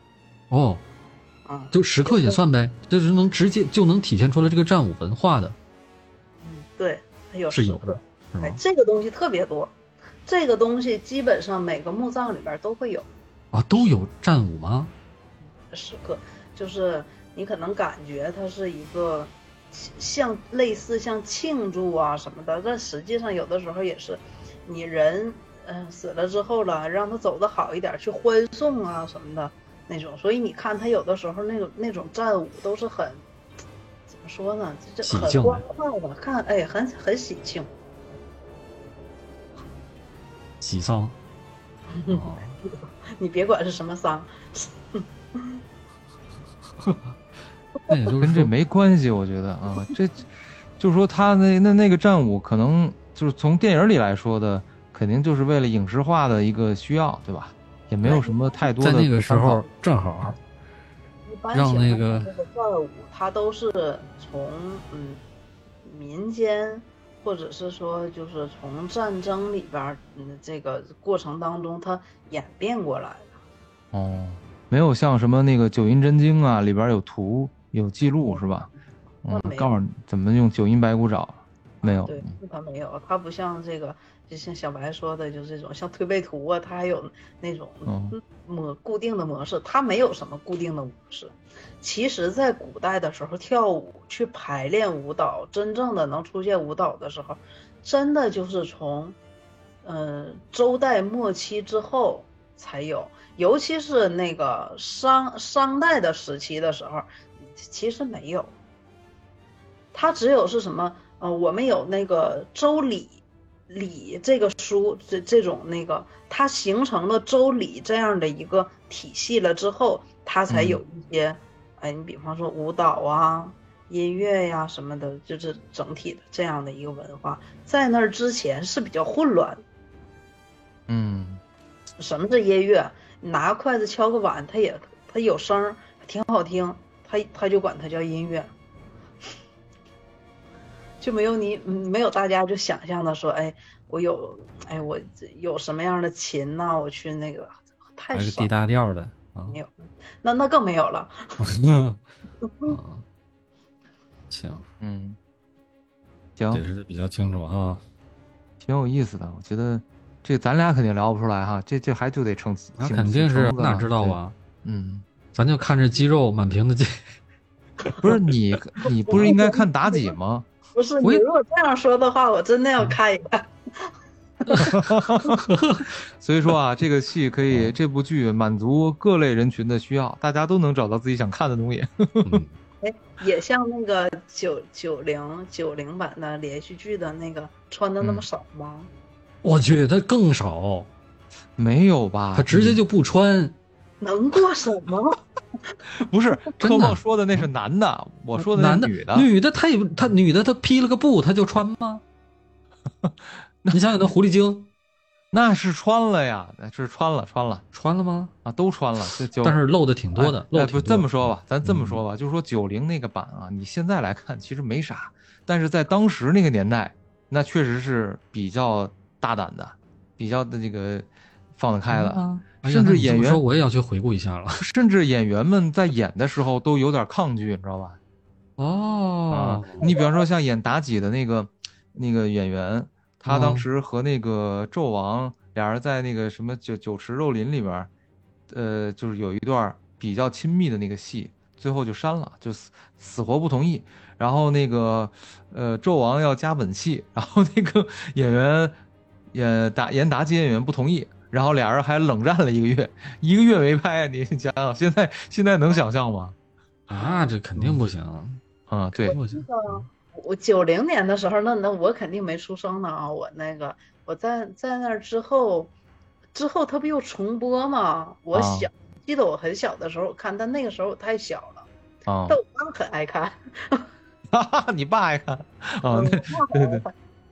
Speaker 2: 就石刻也算呗，就是能直接就能体现出来这个战舞文化的。
Speaker 3: 对，有
Speaker 2: 是有的，是吧？
Speaker 3: 这个东西特别多，这个东西基本上每个墓葬里边都会有。
Speaker 2: 都有战舞吗？
Speaker 3: 石刻就是。你可能感觉它是一个类似像庆祝啊什么的，但实际上有的时候也是你人死了之后了，让他走得好一点，去欢送啊什么的那种。所以你看他有的时候那种战舞都是很怎么说呢？这
Speaker 2: 喜庆
Speaker 3: 很欢快的，看哎，很喜庆。
Speaker 2: 喜丧。
Speaker 3: 哦、你别管是什么丧。
Speaker 2: 那也就是
Speaker 1: 跟这没关系，我觉得啊，这就是说他那个战舞可能就是从电影里来说的，肯定就是为了影视化的一个需要，对吧？也没有什么太多的。
Speaker 2: 在那个时候正好让那个
Speaker 3: 战舞，它都是从民间，或者是说就是从战争里边这个过程当中它演变过来的。
Speaker 1: 哦，没有像什么那个九阴真经啊，里边有图有记录是吧？告诉你怎么用九阴白骨爪，没有。
Speaker 3: 对，它没有，它不像这个，就像小白说的，就是这种像推背图啊，它还有那种固定的模式，它没有什么固定的模式。其实，在古代的时候，跳舞去排练舞蹈，真正的能出现舞蹈的时候，真的就是从周代末期之后才有，尤其是那个商代的时期的时候，其实没有。它只有是什么？我们有那个周礼这个书，这种那个它形成了周礼这样的一个体系了之后，它才有一些，你比方说舞蹈啊、音乐呀什么的，就是整体的这样的一个文化。在那之前是比较混乱的。什么是音乐？你拿筷子敲个碗，它有声，挺好听，它就管它叫音乐。就没有大家就想象的说，我有什么样的琴呐、我去那个太少，
Speaker 2: 还是 D 大调的啊，
Speaker 3: 没有，那更没有了。
Speaker 2: 行，
Speaker 1: 行，
Speaker 2: 解释的比较清楚哈，
Speaker 1: 挺有意思的。我觉得这咱俩肯定聊不出来哈，这还就得成，
Speaker 2: 那肯定是哪知道啊？咱就看这肌肉满屏的肌。
Speaker 1: 不是你不是应该看妲己吗？
Speaker 3: 不是，你如果这样说的话，我真的要看一看。
Speaker 1: 所以说啊，这个戏可以，这部剧满足各类人群的需要，大家都能找到自己想看的东西。
Speaker 3: 也像那个90版的连续剧的那个穿的那么少吗？
Speaker 2: 我觉得更少，
Speaker 1: 没有吧？
Speaker 2: 他直接就不穿，
Speaker 3: 能过审吗？
Speaker 1: 不是，科报说的那是男的，我说的那是女的。
Speaker 2: 女的她披了个布，她就穿吗？你想想那狐狸精，
Speaker 1: 那是穿了呀，是穿了
Speaker 2: 吗？
Speaker 1: 啊，都穿了，
Speaker 2: 但是露的挺多的。
Speaker 1: 不这么说吧，咱这么说吧，就是说90那个版啊，你现在来看其实没啥，但是在当时那个年代，那确实是比较大胆的，比较的这个放得开的。甚至演员
Speaker 2: 说我也要去回顾一下了。
Speaker 1: 甚至演员们在演的时候都有点抗拒，你知道吧？你比方说像演妲己的那个演员，他当时和那个纣王俩人在那个什么酒池肉林里边，就是有一段比较亲密的那个戏，最后就删了，就死活不同意。然后那个纣王要加吻戏，然后那个演员演妲己演员不同意。然后俩人还冷战了1个月没拍，你想想，现在能想象吗？
Speaker 2: 啊，这肯定不行
Speaker 1: 啊！对，
Speaker 2: 不行。
Speaker 3: 我90年的时候，那我肯定没出生呢啊！我在那之后他不又重播吗？我记得我很小的时候看，但那个时候我太小了啊。但我爸很爱看，
Speaker 1: 你爸爱看啊？对，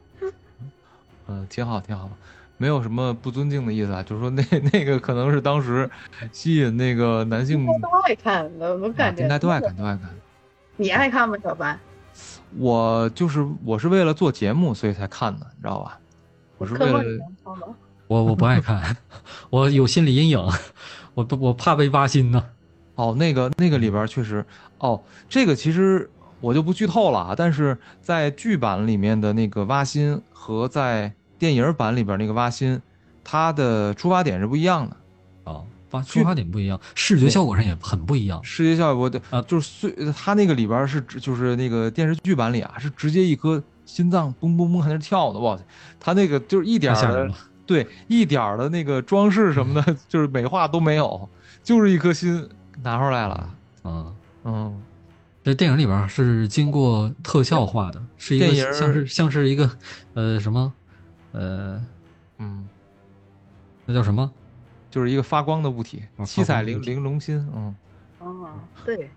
Speaker 1: 挺好。没有什么不尊敬的意思啊，就是说那个可能是当时吸引那个男性
Speaker 3: 都爱看，我感觉
Speaker 1: 应该都爱看。
Speaker 3: 你爱看吗，小白？
Speaker 1: 我是为了做节目所以才看的，你知道吧？我是为了
Speaker 2: 我不爱看，我有心理阴影，我怕被挖心呢。
Speaker 1: 那个里边确实这个其实我就不剧透了啊，但是在剧版里面的那个挖心和在电影版里边那个挖心，它的出发点是不一样的
Speaker 2: 出发点不一样，视觉效果上也很不一样。
Speaker 1: 视觉效果就是它那个里边就是那个电视剧版里啊，是直接一颗心脏嘣嘣嘣在那跳的，哇塞！它那个就是一点的那个装饰什么的，就是美化都没有，就是一颗心拿出来了。
Speaker 2: 这电影里边是经过特效化的，是一个像是一个什么那叫什么？
Speaker 1: 就是一个发光的物体，七彩玲珑心。
Speaker 3: 对，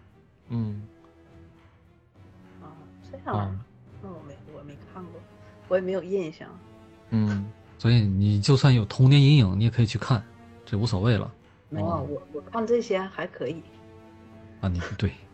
Speaker 3: 这样，那我没看过，我也没有印象。
Speaker 2: 所以你就算有童年阴影，你也可以去看，这无所谓了。
Speaker 3: 没有，我看这些还可以。
Speaker 2: 啊，你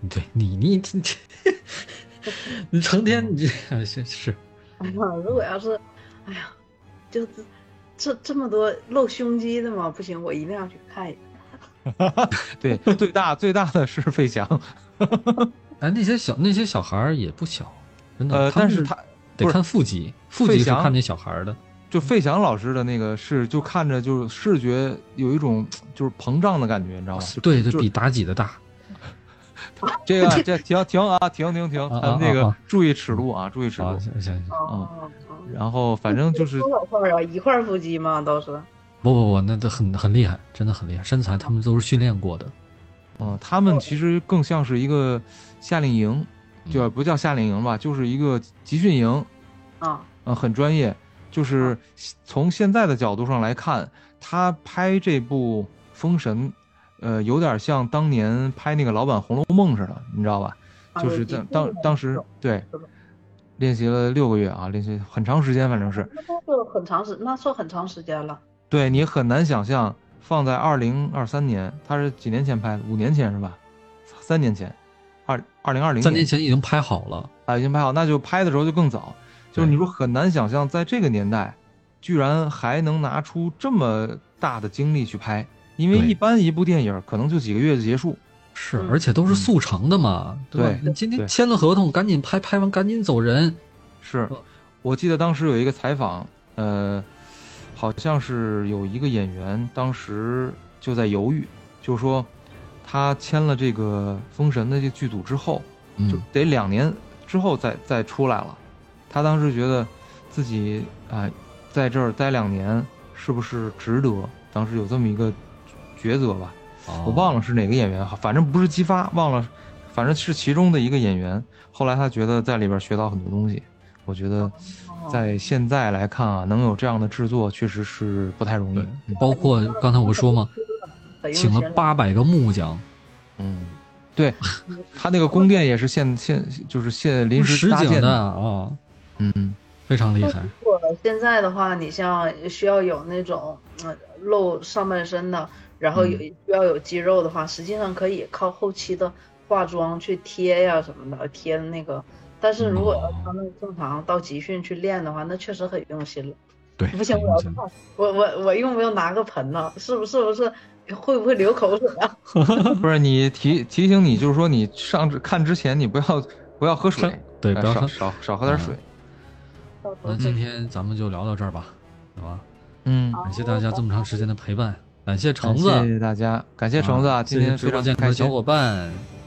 Speaker 2: 你成天你是。
Speaker 3: 如果要是，哎呀，就这么多露胸肌的嘛，不行，我一定要去看一看。
Speaker 1: 对，最大的是费翔。
Speaker 2: 哎，那些小孩也不小，真的。
Speaker 1: 但是他
Speaker 2: 得看腹肌是看那小孩的。
Speaker 1: 就费翔老师的那个就看着就是视觉有一种就是膨胀的感觉，你知道吗？
Speaker 2: 对，比妲己的大。
Speaker 1: 这停啊，停，咱们这个注意尺度啊，注意尺度。
Speaker 2: 行。
Speaker 1: 然后反正就是
Speaker 3: 多少块啊？一块腹肌吗？都是？
Speaker 2: 不，那都很厉害，真的很厉害，身材他们都是训练过的。
Speaker 1: 他们其实更像是一个夏令营，就不叫夏令营吧，就是一个集训营。很专业。就是从现在的角度上来看，他拍这部《封神》，有点像当年拍那个老版《红楼梦》似的，你知道吧？就是当时对，练习了6个月啊，练习很长时间，反正是。
Speaker 3: 那算很长时间了。
Speaker 1: 对，你很难想象放在2023年，他是几年前拍的？5年前是吧？3年前，2020年。
Speaker 2: 3年前已经拍好了
Speaker 1: 啊，已经拍好，那就拍的时候就更早。就是你说很难想象，在这个年代，居然还能拿出这么大的精力去拍，因为一般一部电影可能就几个月就结束。
Speaker 2: 是，而且都是速成的嘛，对吧？你今天签了合同，赶紧拍完赶紧走人。
Speaker 1: 是，我记得当时有一个采访，好像是有一个演员当时就在犹豫，就是说他签了这个《封神》的这个剧组之后，就得2年之后再出来了。他当时觉得自己在这儿待2年是不是值得？当时有这么一个抉择吧，我忘了是哪个演员，反正不是姬发，忘了，反正是其中的一个演员。后来他觉得在里边学到很多东西。我觉得在现在来看啊，能有这样的制作确实是不太容易。
Speaker 2: 包括刚才我说嘛，请了800个木匠。
Speaker 1: 对，他那个宫殿也是就是临时搭建的
Speaker 2: 啊。非常厉害。
Speaker 3: 如果现在的话，你像需要有那种露上半身的，然后需要有肌肉的话，实际上可以靠后期的化妆去贴呀什么的，贴那个。但是如果要他们正常到集训去练的话，那确实很用心了。
Speaker 2: 对，
Speaker 3: 不行，我要看，我用不用拿个盆呢？是不是会不会流口水啊？
Speaker 1: 不是，你提醒你，就是说你看之前你不要喝水，
Speaker 2: 对，不要
Speaker 1: 少喝点水。
Speaker 2: 那今天咱们就聊到这儿吧，好吧？感谢大家这么长时间的陪伴，感谢橙子，
Speaker 1: 谢谢大家，感谢橙子啊，今天非常开心，
Speaker 2: 小伙伴。